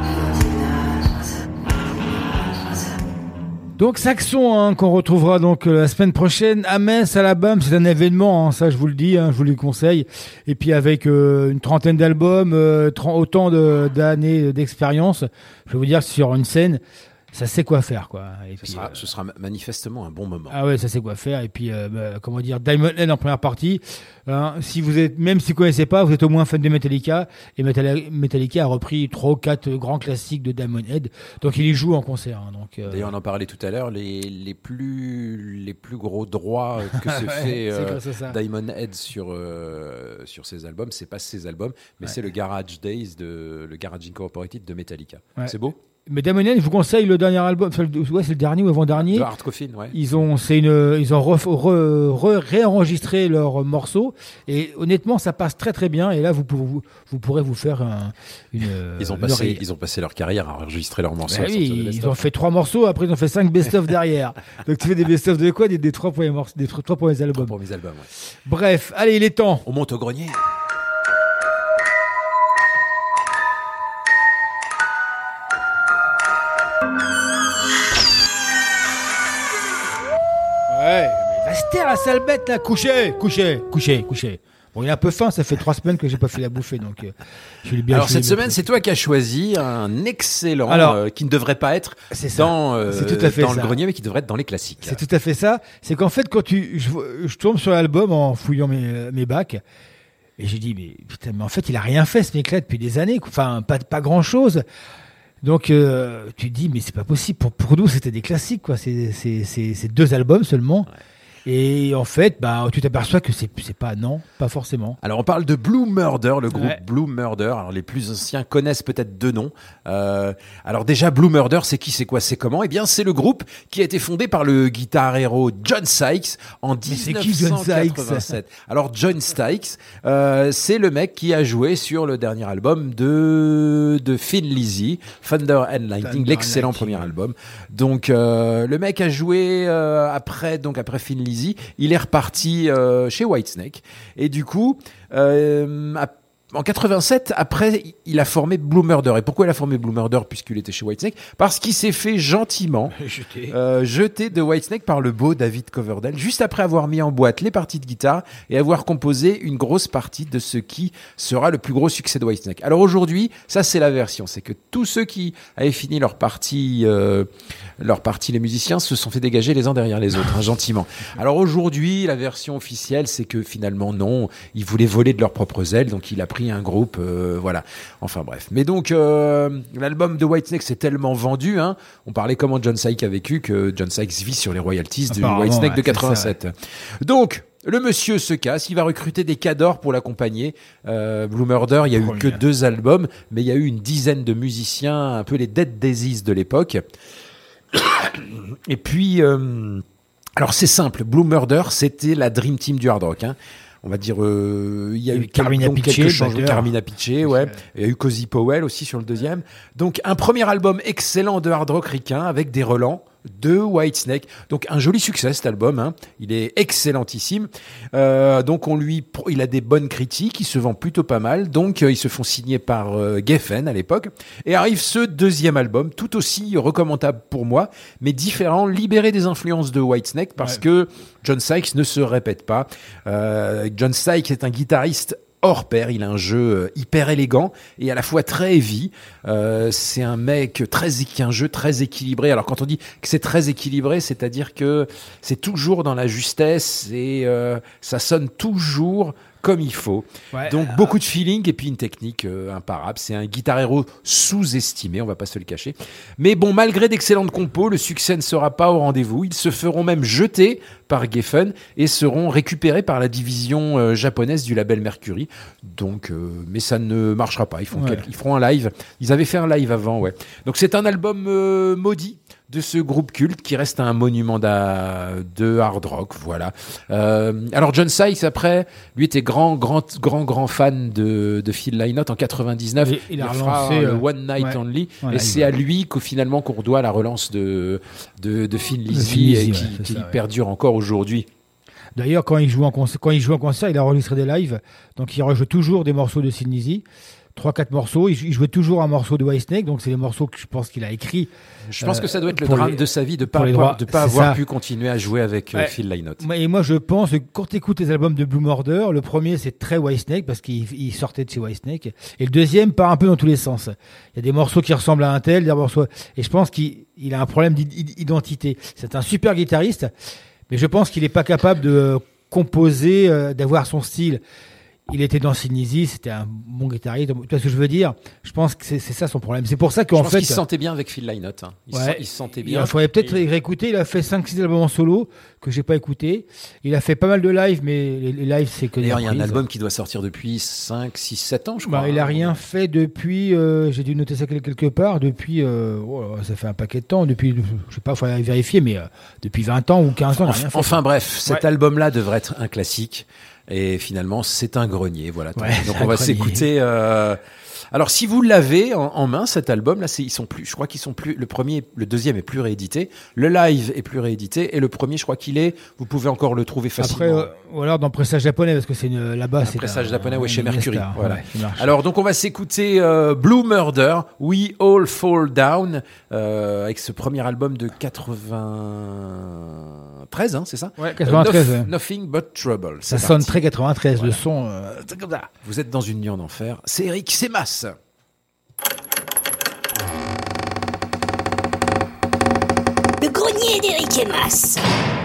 E: Donc Saxon, hein, qu'on retrouvera donc euh, la semaine prochaine à Metz, Alabama. C'est un événement, hein, ça je vous le dis, hein, je vous le conseille. Et puis avec euh, une trentaine d'albums, euh, trente, autant de, d'années d'expérience, je vais vous dire que sur une scène, ça sait quoi faire, quoi. Et
D: ce,
E: puis,
D: sera,
E: euh,
D: ce sera manifestement un bon moment.
E: Ah ouais, ça sait quoi faire. Et puis, euh, bah, comment dire, Diamond Head en première partie. Hein, si vous êtes, même si vous connaissez pas, vous êtes au moins fan de Metallica. Et Metallica a repris trois ou quatre grands classiques de Diamond Head. Donc il y joue en concert. Hein, donc, euh...
D: D'ailleurs, on en parlait tout à l'heure. Les, les plus les plus gros droits que se
E: Ouais,
D: fait euh,
E: Diamond
D: Head sur euh, sur ses albums, c'est pas ses albums, mais ouais. c'est le Garage Days de le Garage Incorporated de Metallica. Ouais. C'est beau.
E: Mais Damon Albarn, je vous conseille le dernier album, enfin, le- ouais, c'est le dernier ou avant-dernier.
D: De Art Coffin, ouais.
E: Ils ont, c'est une, ils ont ref- re- re- réenregistré leurs morceaux et honnêtement, ça passe très très bien. Et là, vous, pourrez- vous, vous pourrez vous faire un, une.
D: Ils ont,
E: une
D: passé,
E: oreille.
D: ils ont passé leur carrière à enregistrer leurs morceaux.
E: Bah
D: à sortir
E: oui,
D: de
E: ils
D: best-of.
E: ont fait trois morceaux, après ils ont fait cinq best-of derrière. Donc tu fais des best-of de quoi des, des trois premiers morceaux, des trois, trois premiers albums.
D: Pour mes albums, ouais.
E: Bref, allez, il est temps.
D: On monte au grenier.
E: Ouais, mais va se taire la sale bête là, couchez, couchez, couchez, couchez. Bon, il a un peu faim, ça fait trois semaines que j'ai pas fait la bouffer, donc euh, je l'ai bien.
D: Alors
E: je l'ai
D: cette
E: bien
D: semaine,
E: fait.
D: c'est toi qui as choisi un excellent
E: Alors,
D: euh, qui ne devrait pas être
E: c'est ça.
D: dans, euh,
E: C'est tout à fait
D: dans
E: ça.
D: le grenier, mais qui devrait être dans les classiques.
E: C'est tout à fait ça. C'est qu'en fait, quand tu, je, je tombe sur l'album en fouillant mes, mes bacs, et j'ai dit, mais putain, mais en fait, il a rien fait ce mec-là depuis des années. quoi. Enfin, pas, pas grand-chose. Donc, euh, tu te dis, mais c'est pas possible. Pour, pour nous, c'était des classiques, quoi. C'est, c'est, c'est, c'est deux albums seulement. Et en fait, bah, tu t'aperçois que c'est, c'est pas, non, pas forcément.
D: Alors on parle de Blue Murder, le groupe
E: Ouais.
D: Blue Murder. Alors les plus anciens connaissent peut-être deux noms. Euh, alors déjà Blue Murder, c'est qui, c'est quoi, c'est comment ? Eh bien c'est le groupe qui a été fondé par le guitar héros John Sykes en
E: c'est qui, John
D: dix-neuf cent quatre-vingt-sept. Alors John Sykes, euh, c'est le mec qui a joué sur le dernier album de de Thin Lizzy, Thunder and Lightning,
E: Thunder
D: l'excellent
E: and Lightning.
D: premier album. Donc euh, le mec a joué euh, après donc après Thin Lizzy, il est reparti euh, chez Whitesnake et du coup euh, à- en quatre-vingt-sept, après, il a formé Blue Murder. Et pourquoi il a formé Blue Murder puisqu'il était chez Whitesnake ? Parce qu'il s'est fait gentiment
E: Jeté.
D: euh, jeter de Whitesnake par le beau David Coverdale, juste après avoir mis en boîte les parties de guitare et avoir composé une grosse partie de ce qui sera le plus gros succès de Whitesnake. Alors aujourd'hui, ça c'est la version, c'est que tous ceux qui avaient fini leur partie, euh, leur partie, les musiciens, se sont fait dégager les uns derrière les autres, hein, gentiment. Alors aujourd'hui, la version officielle, c'est que finalement non, ils voulaient voler de leurs propres ailes, donc il a pris un groupe, euh, voilà. Enfin bref. Mais donc euh, l'album de Whitesnake s'est tellement vendu, hein, on parlait comment John Sykes a vécu, que John Sykes vit sur les royalties du
E: Apparemment,
D: Whitesnake
E: ouais,
D: de
E: c'est
D: quatre-vingt-sept. Donc le monsieur se casse, il va recruter des cadors pour l'accompagner. Euh, Blue Murder, il y a eu que deux albums, mais il y a eu une dizaine de musiciens, un peu les Dead Daisies de l'époque. Et puis, euh, alors c'est simple, Blue Murder, c'était la Dream Team du hard rock. Hein. On va dire, euh, il y a eu
E: Carmina
D: donc
E: Pitché,
D: quelques changements.
E: batteur.
D: Carmina Pitché, ouais. Il y a eu Cozy Powell aussi sur le deuxième. Donc un premier album excellent de hard rock ricain avec des relents de Whitesnake. Donc un joli succès cet album, hein. Il est excellentissime. Euh, donc on lui, pro- il a des bonnes critiques, il se vend plutôt pas mal. Donc euh, ils se font signer par euh, Geffen à l'époque. Et arrive ce deuxième album, tout aussi recommandable pour moi, mais différent, libéré des influences de Whitesnake parce
E: Ouais.
D: que John Sykes ne se répète pas. Euh, John Sykes est un guitariste hors pair, il a un jeu euh, hyper élégant et à la fois très heavy. Euh, c'est un mec très, qui a un jeu très équilibré. Alors quand on dit que c'est très équilibré, c'est-à-dire que c'est toujours dans la justesse et euh, ça sonne toujours comme il faut.
E: Ouais.
D: Donc beaucoup de feeling et puis une technique euh, imparable. C'est un guitar héros sous-estimé, on va pas se le cacher. Mais bon, malgré d'excellentes compos, le succès ne sera pas au rendez-vous. Ils se feront même jeter par Geffen et seront récupérés par la division euh, japonaise du label Mercury. Donc, euh, mais ça ne marchera pas. Ils, font
E: Ouais.
D: quelques- ils feront un live. Ils avaient fait un live avant, ouais. Donc c'est un album euh, maudit de ce groupe culte qui reste un monument d'a- de hard rock, voilà. Euh, alors John Sykes après, lui était grand, grand, grand, grand fan de, de Phil Lynott en quatre-vingt-dix-neuf.
E: Et il a
D: fera
E: relancé,
D: le
E: euh,
D: One Night
E: ouais.
D: Only,
E: Voilà,
D: et
E: il
D: c'est
E: va.
D: à lui qu'au finalement qu'on redoit la relance de de, de Thin
E: De Thin
D: Lizzy
E: Lizzy,
D: et
E: ouais,
D: qui,
E: c'est
D: qui
E: ça, ouais.
D: perdure encore aujourd'hui.
E: D'ailleurs, quand il joue en concert, quand il joue en concert, il a enregistré des lives, donc il rejoue toujours des morceaux de Thin Lizzy, trois quatre morceaux. Il, il jouait toujours un morceau de Whitesnake, donc c'est des morceaux que je pense qu'il a écrits.
D: Je pense
E: euh,
D: que ça doit être le
E: pour
D: drame
E: les-
D: de sa vie de
E: pour
D: pas
E: les
D: avoir,
E: droits,
D: de pas
E: c'est
D: avoir
E: ça.
D: pu continuer à jouer avec euh,
E: Ouais.
D: Phil Lynott.
E: Moi- Et moi, je pense que quand tu écoutes les albums de Blue Murder, le premier, c'est très Whitesnake, parce qu'il il sortait de chez Whitesnake. Et le deuxième part un peu dans tous les sens. Il y a des morceaux qui ressemblent à un tel, des morceaux... Et je pense qu'il il a un problème d'identité. C'est un super guitariste, mais je pense qu'il n'est pas capable de composer, euh, d'avoir son style. Il était dans Thin Lizzy, c'était un bon guitariste. Tu vois ce que je veux dire ? Je pense que c'est c'est ça son problème. C'est pour ça
D: Je
E: qu'en
D: pense
E: fait...
D: qu'il se sentait bien avec Phil Lynott. Hein. Il, se,
E: Ouais.
D: il se sentait
E: Il
D: bien.
E: faudrait peut-être
D: Et-
E: réécouter. Il a fait cinq six albums en solo. que j'ai pas écouté. Il a fait pas mal de live, mais les, les lives, c'est que des
D: D'ailleurs, il y a un
E: reprises.
D: album qui doit sortir depuis cinq, six, sept ans, je crois.
E: Bah, il a rien fait depuis, euh, j'ai dû noter ça quelque part, depuis, euh, oh, ça fait un paquet de temps, depuis, je sais pas, il faut vérifier, mais euh, depuis vingt ans ou quinze ans, il a rien fait.
D: Enfin bref, cet
E: Ouais.
D: album-là devrait être un classique. Et finalement, c'est un grenier. Voilà.
E: Ouais,
D: Donc
E: c'est
D: on
E: un
D: va
E: grenier.
D: s'écouter. euh, Alors, si vous l'avez en, en main, cet album-là, c'est, ils sont plus. Je crois qu'ils sont plus. Le premier, le deuxième est plus réédité. Le live est plus réédité. Et le premier, je crois qu'il est. Vous pouvez encore le trouver facilement.
E: Après, euh, ou alors dans pressage japonais, parce que c'est une- là-bas, c'est
D: pressage
E: un-
D: japonais, ouais,
E: un-
D: chez
E: une
D: Mercury.
E: star,
D: Voilà.
E: ouais, qui marche.
D: Alors, donc, on va s'écouter euh, Blue Murder, We All Fall Down, euh, avec ce premier album de quatre-vingt-treize, hein, c'est ça
E: Ouais, quatre-vingt-treize,
D: Euh, Nof-
E: ouais.
D: Nothing But Trouble.
E: Ça
D: C'est
E: sonne
D: parti.
E: très quatre-vingt-treize,
D: Voilà.
E: le son. euh, c'est comme ça.
D: Vous êtes dans une nuit en enfer. C'est Eric, c'est Mas.
N: Le grenier d'Éric et Mas.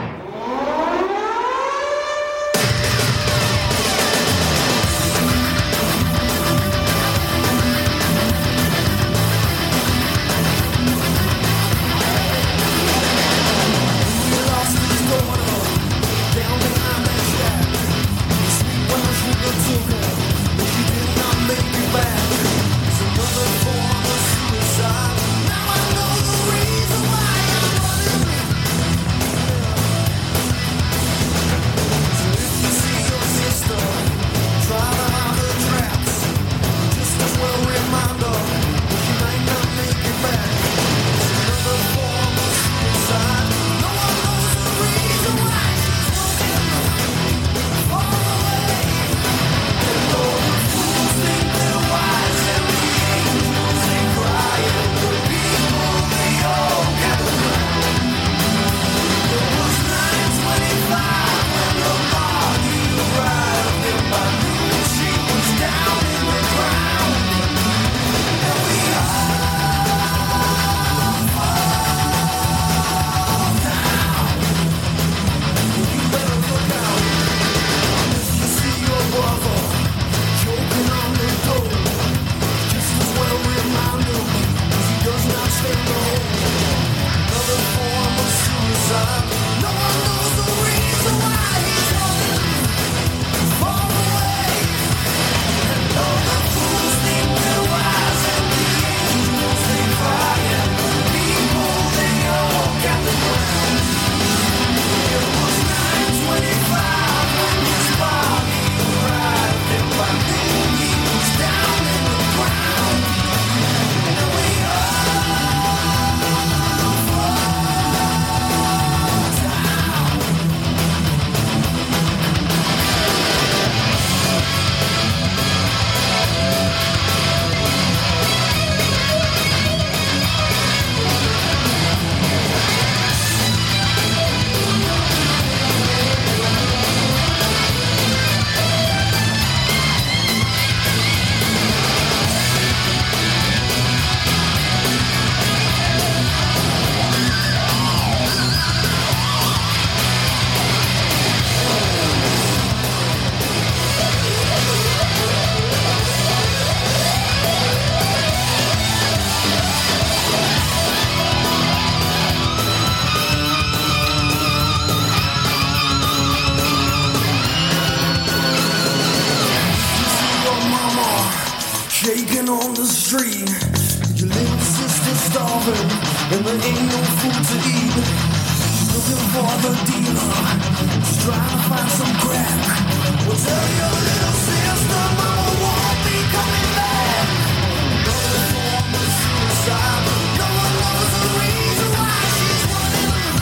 M: Shaking on the street, your little sister's starving, and there ain't no food to eat. Looking for the dealer, just trying to find some crack. Well, tell your little sister mama won't be coming back. Another form of suicide, no one knows the reason why she's running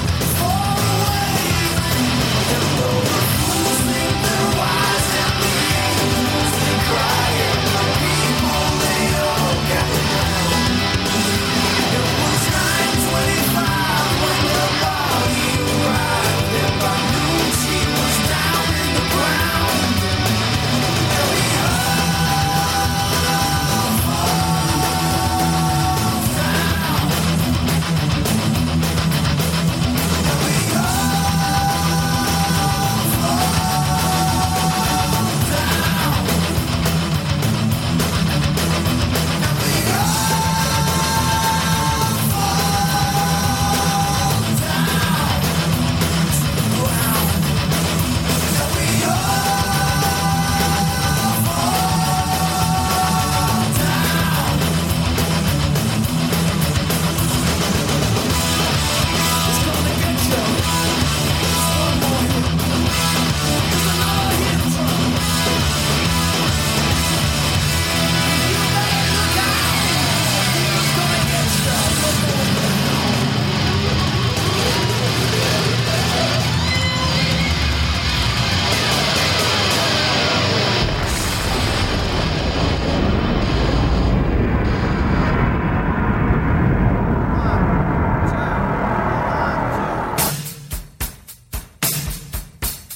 M: far away. And though the fools think they're wise and the angels they crying, people they all got down. It was nine twenty-five when the body arrived, and by noon she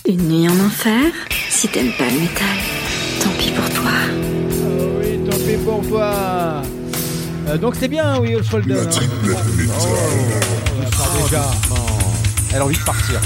G: Une nuit en enfer. Si t'aimes pas le métal, tant pis pour toi.
E: Oh oui, tant pis pour toi. Euh, donc c'est bien, oui, Shoulder.
F: La triplette métal.
E: Oh, on part déjà.
D: Elle a envie de partir.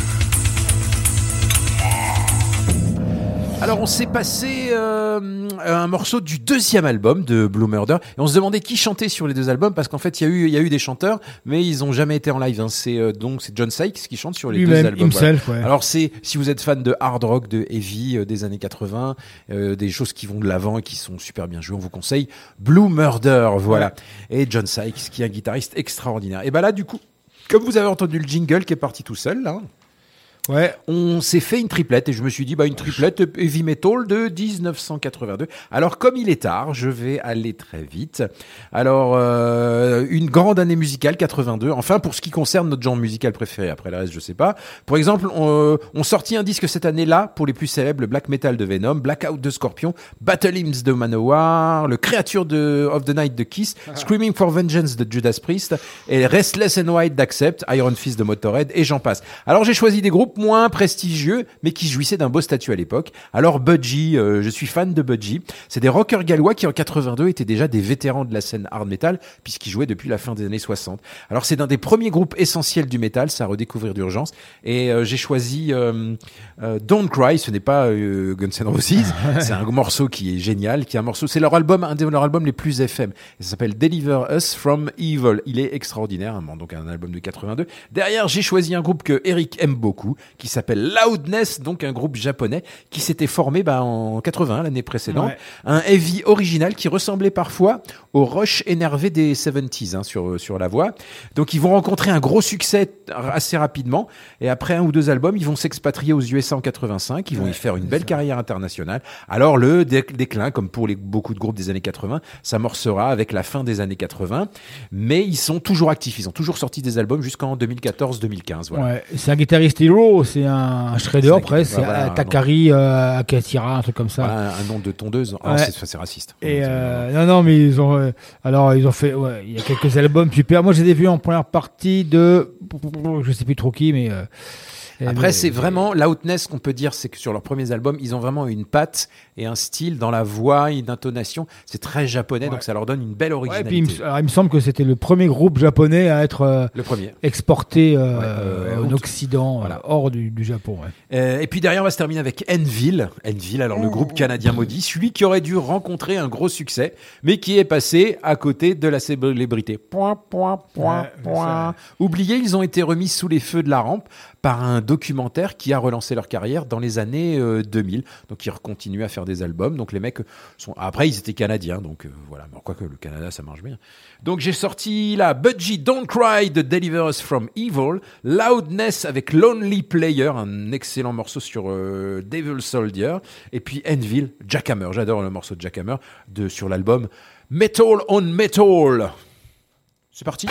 D: Alors on s'est passé euh, un morceau du deuxième album de Blue Murder et on se demandait qui chantait sur les deux albums parce qu'en fait il y a eu il y a eu des chanteurs mais ils ont jamais été en live. Hein. C'est euh, donc c'est John Sykes qui chante sur les
E: Lui-même,
D: deux albums.
E: himself,
D: voilà.
E: ouais.
D: Alors c'est si vous êtes fan de hard rock, de heavy euh, des années quatre-vingts, euh, des choses qui vont de l'avant et qui sont super bien jouées, on vous conseille Blue Murder, voilà. Ouais. Et John Sykes qui est un guitariste extraordinaire. Et ben là du coup, comme vous avez entendu le jingle qui est parti tout seul là.
E: Ouais.
D: On s'est fait une triplette et je me suis dit bah une triplette heavy metal de dix-neuf cent quatre-vingt-deux. Alors comme il est tard, je vais aller très vite. Alors euh, une grande année musicale quatre-vingt-deux. Enfin pour ce qui concerne notre genre musical préféré. Après le reste je sais pas. Pour exemple on, on sortit un disque cette année-là pour les plus célèbres, le black metal de Venom, Blackout de Scorpion, Battle Hymns de Manowar, le Creature de of the Night de Kiss, ah. Screaming for Vengeance de Judas Priest et Restless and White d'Accept, Iron Fist de Motorhead et j'en passe. Alors j'ai choisi des groupes moins prestigieux, mais qui jouissaient d'un beau statut à l'époque. Alors Budgie, euh, je suis fan de Budgie. C'est des rockers gallois qui en quatre-vingt-deux étaient déjà des vétérans de la scène hard metal, puisqu'ils jouaient depuis la fin des années soixante. Alors c'est d'un des premiers groupes essentiels du métal, ça à redécouvrir d'urgence. Et euh, j'ai choisi euh, euh, Don't Cry, ce n'est pas euh, Guns N' Roses, c'est un morceau qui est génial, qui est un morceau, c'est leur album, un de leurs albums les plus F M. Ça s'appelle Deliver Us from Evil. Il est extraordinaire, hein, donc un album de quatre-vingt-deux. Derrière, j'ai choisi un groupe que Eric aime beaucoup, qui s'appelle Loudness, donc un groupe japonais qui s'était formé bah, en quatre-vingts, l'année précédente. Ouais. Un heavy original qui ressemblait parfois au Rush énervé des soixante-dix hein, sur, sur la voix. Donc ils vont rencontrer un gros succès assez rapidement et après un ou deux albums, ils vont s'expatrier aux U S A en quatre-vingt-cinq, ils vont ouais, y faire une belle ça. carrière internationale. Alors le déclin, comme pour les, beaucoup de groupes des années quatre-vingts, s'amorcera avec la fin des années quatre-vingts, mais ils sont toujours actifs, ils ont toujours sorti des albums jusqu'en deux mille quatorze deux mille quinze. Voilà. Ouais,
E: c'est un guitariste héros, c'est un shredder presque, c'est voilà, Takari euh, Akatira, un truc comme ça.
D: Voilà, un nom de tondeuse, oh,
E: ouais.
D: c'est, c'est raciste.
E: Et euh, non, non, mais ils ont, euh, alors ils ont fait, ouais, il y a quelques albums super. Moi, je les ai vus en première partie de, je sais plus trop qui, mais. Euh,
D: Après,
E: mais,
D: c'est vraiment Loudness qu'on peut dire, c'est que sur leurs premiers albums, ils ont vraiment une patte et un style dans la voix, une intonation. C'est très japonais, ouais. donc ça leur donne une belle originalité.
E: Ouais, et puis, il, me, alors, il me semble que c'était le premier groupe japonais à être euh,
D: le premier.
E: exporté euh, ouais, euh, en Occident, voilà. euh, hors du, du Japon. Ouais.
D: Euh, et puis derrière, on va se terminer avec Envil. Envil, alors le groupe canadien maudit, celui qui aurait dû rencontrer un gros succès, mais qui est passé à côté de la célébrité. Point, point, point, ouais, point. Oubliés, ils ont été remis sous les feux de la rampe par un documentaire qui a relancé leur carrière dans les années euh, deux mille. Donc ils continuent à faire des albums. Donc les mecs sont après ils étaient canadiens. Donc euh, voilà, mais quoique le Canada ça marche bien. Donc j'ai sorti là Budgie Don't Cry de Deliver Us from Evil, Loudness avec Lonely Player, un excellent morceau sur euh, Devil Soldier, et puis Envil, Jackhammer. J'adore le morceau de Jackhammer de sur l'album Metal on Metal. C'est parti.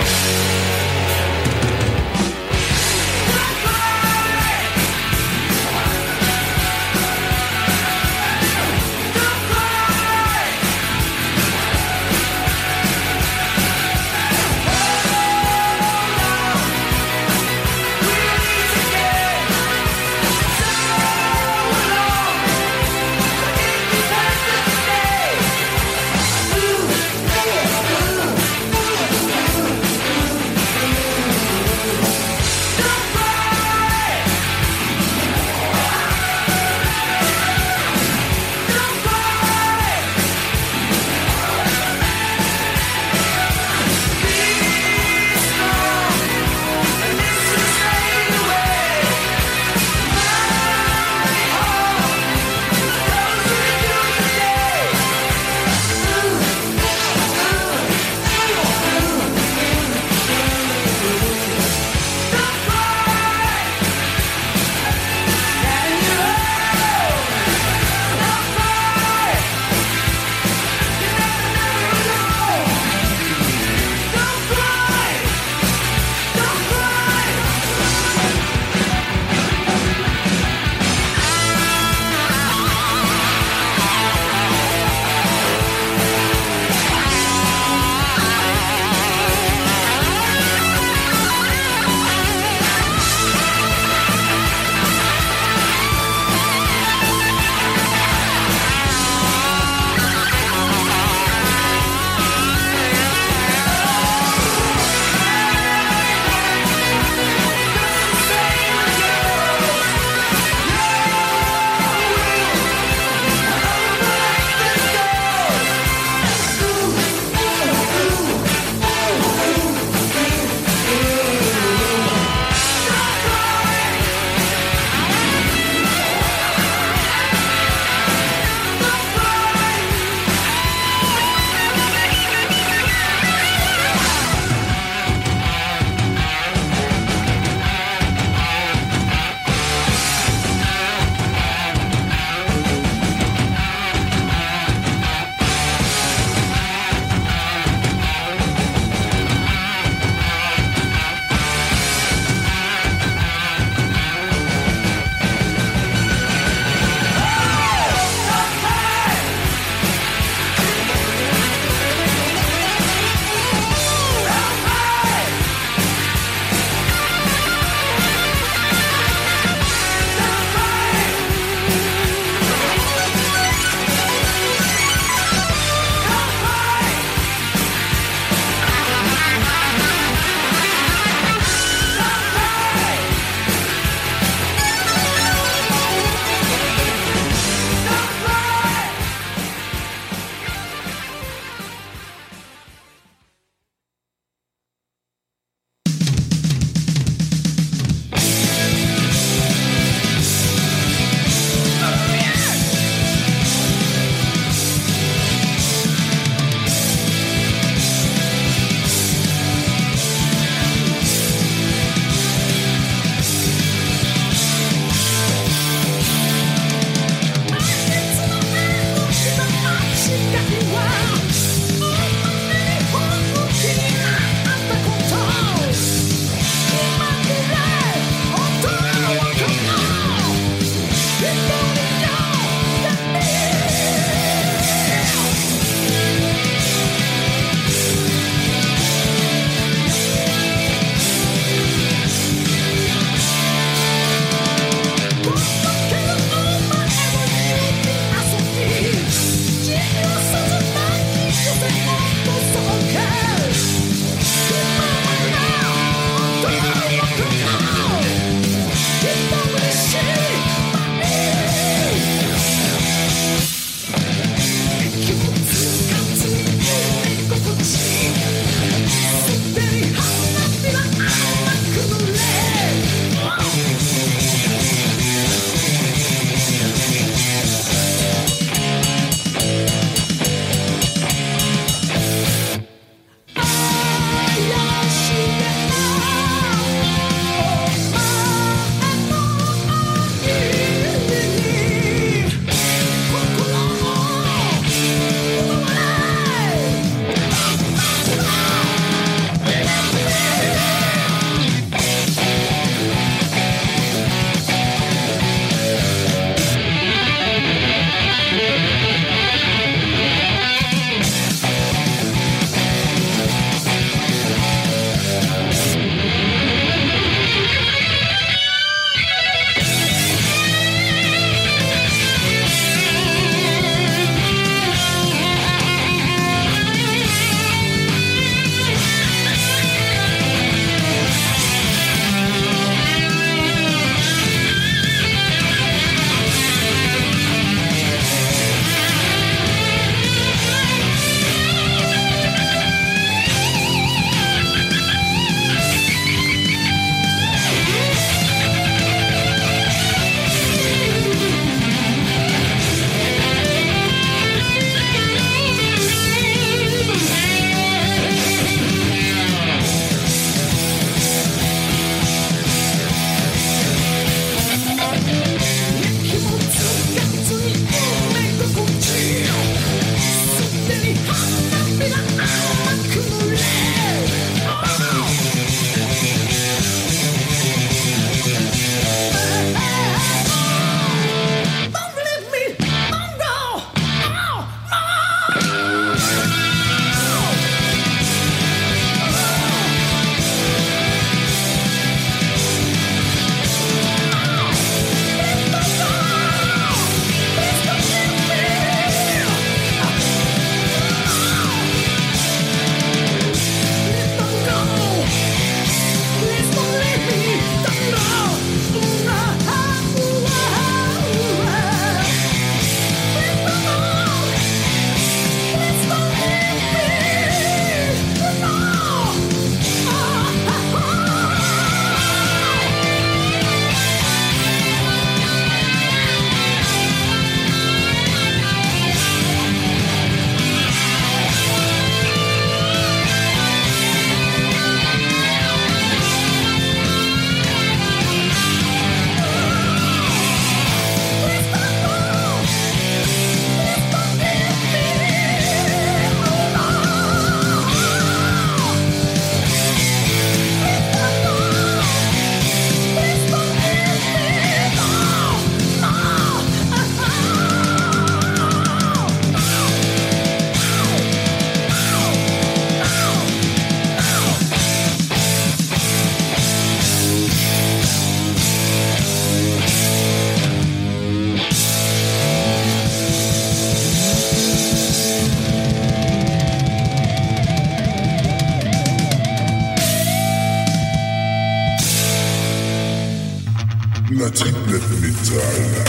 F: Metal.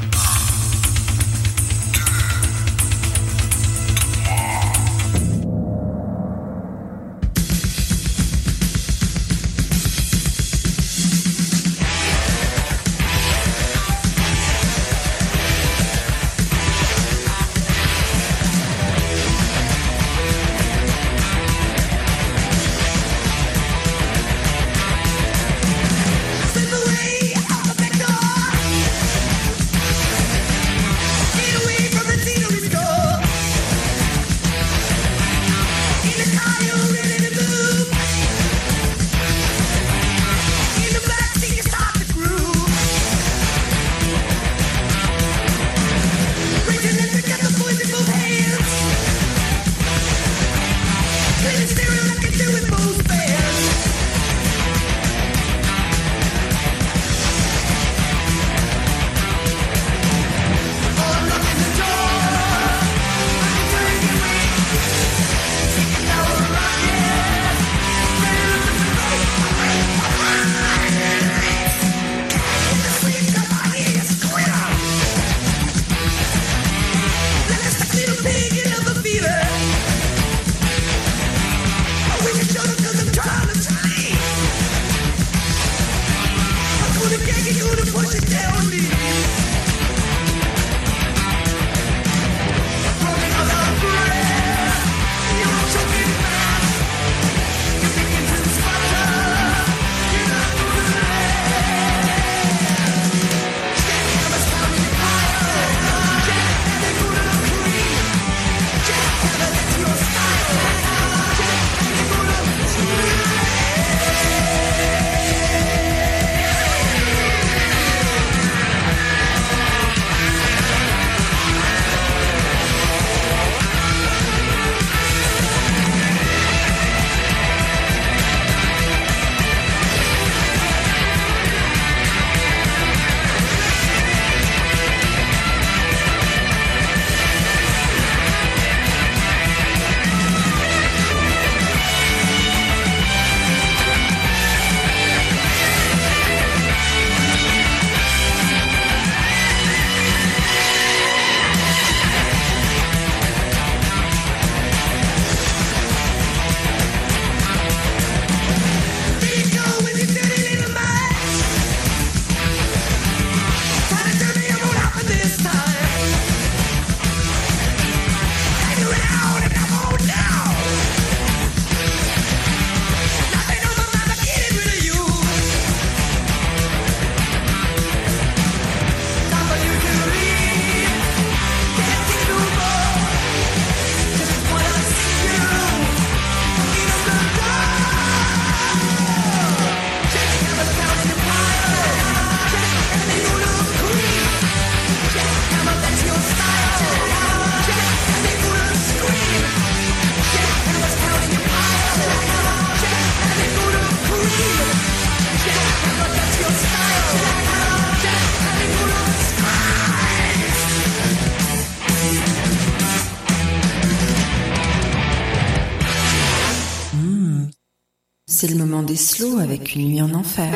L: C'est le moment des slows avec une nuit en enfer.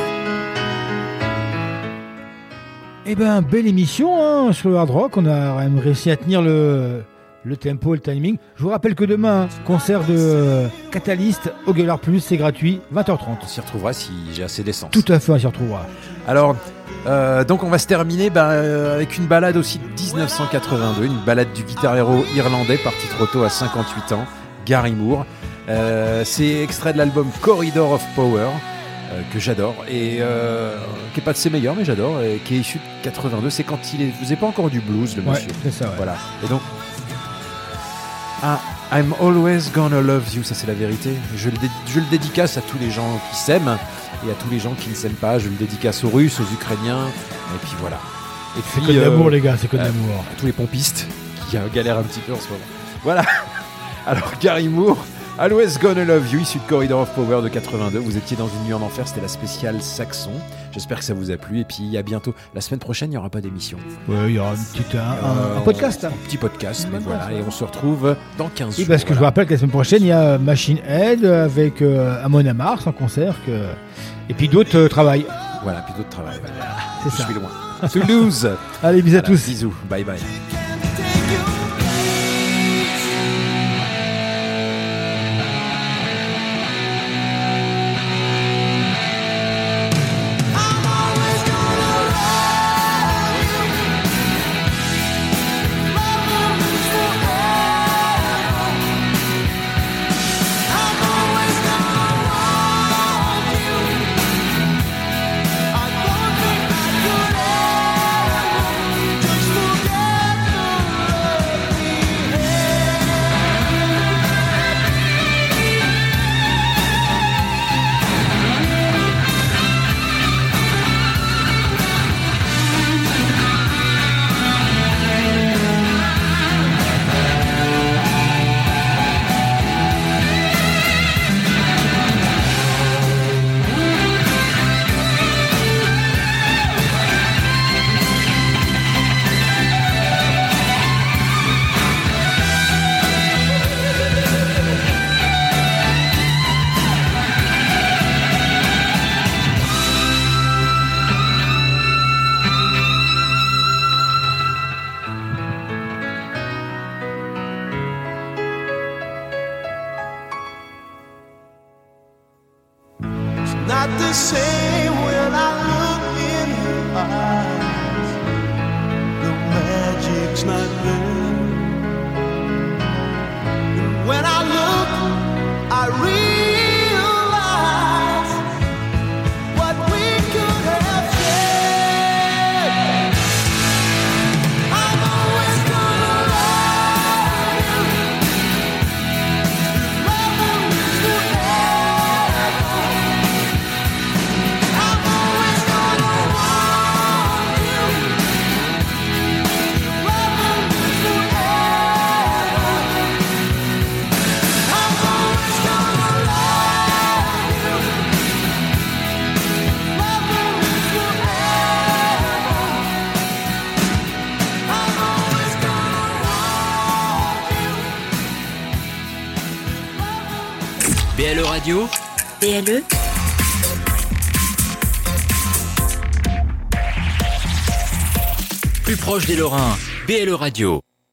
E: Eh ben, belle émission hein, sur le hard rock. On a quand même réussi à tenir le, le tempo, le timing. Je vous rappelle que demain, hein, concert de euh, Catalyst au Gaillard Plus, c'est gratuit, vingt heures trente.
D: On s'y retrouvera si j'ai assez d'essence.
E: Tout à fait, on s'y retrouvera.
D: Alors, euh, donc on va se terminer bah, euh, avec une balade aussi de dix-neuf cent quatre-vingt-deux, une balade du guitar héros irlandais parti trop tôt à cinquante-huit ans, Gary Moore. Euh, c'est extrait de l'album Corridor of Power, euh, que j'adore, et euh, qui n'est pas de ses meilleurs, mais j'adore, et qui est issu de quatre-vingt-deux. C'est quand il faisait pas encore du blues, le
E: ouais,
D: monsieur.
E: C'est ça, ouais.
D: Voilà. Et donc, ah, I'm always gonna love you, ça c'est la vérité. Je le, dé- je le dédicace à tous les gens qui s'aiment et à tous les gens qui ne s'aiment pas. Je le dédicace aux Russes, aux Ukrainiens, et puis voilà. Et puis,
E: c'est que de
D: euh,
E: l'amour, les gars, c'est que de
D: euh,
E: l'amour.
D: À tous les pompistes qui galèrent un petit peu en ce moment. Voilà. Alors, Gary Moore, Always Gonna Love You, issu de Corridor of Power de quatre-vingt-deux. Vous étiez dans une nuit en enfer, c'était la spéciale Saxon. J'espère que ça vous a plu. Et puis à bientôt. La semaine prochaine, il n'y aura pas d'émission.
E: Ouais, il y aura une petite, un, euh, un podcast.
D: Un petit podcast, mais voilà. Et on se retrouve dans quinze jours.
E: Et parce que
D: voilà.
E: je vous rappelle que la semaine prochaine, il y a Machine Head avec euh, Amon Amarth en concert. Que... Et puis d'autres euh, travaillent.
D: Voilà, puis d'autres travaillent.
E: C'est
D: je
E: ça.
D: suis loin. Toulouse.
E: Allez, bisous à
D: Voilà,
E: tous.
D: Bisous. Bye bye.
M: Not the same when I look in her eyes. The magic's not there. And when I look, I realize what we could have shared. I'm always gonna love you. Loving you forever. I'm always gonna want you. Loving you forever. I'm always gonna love you. Loving you forever. I'm always gonna want you.
B: B L E Radio,
G: B L E
B: plus proche des Lorrains. B L E Radio.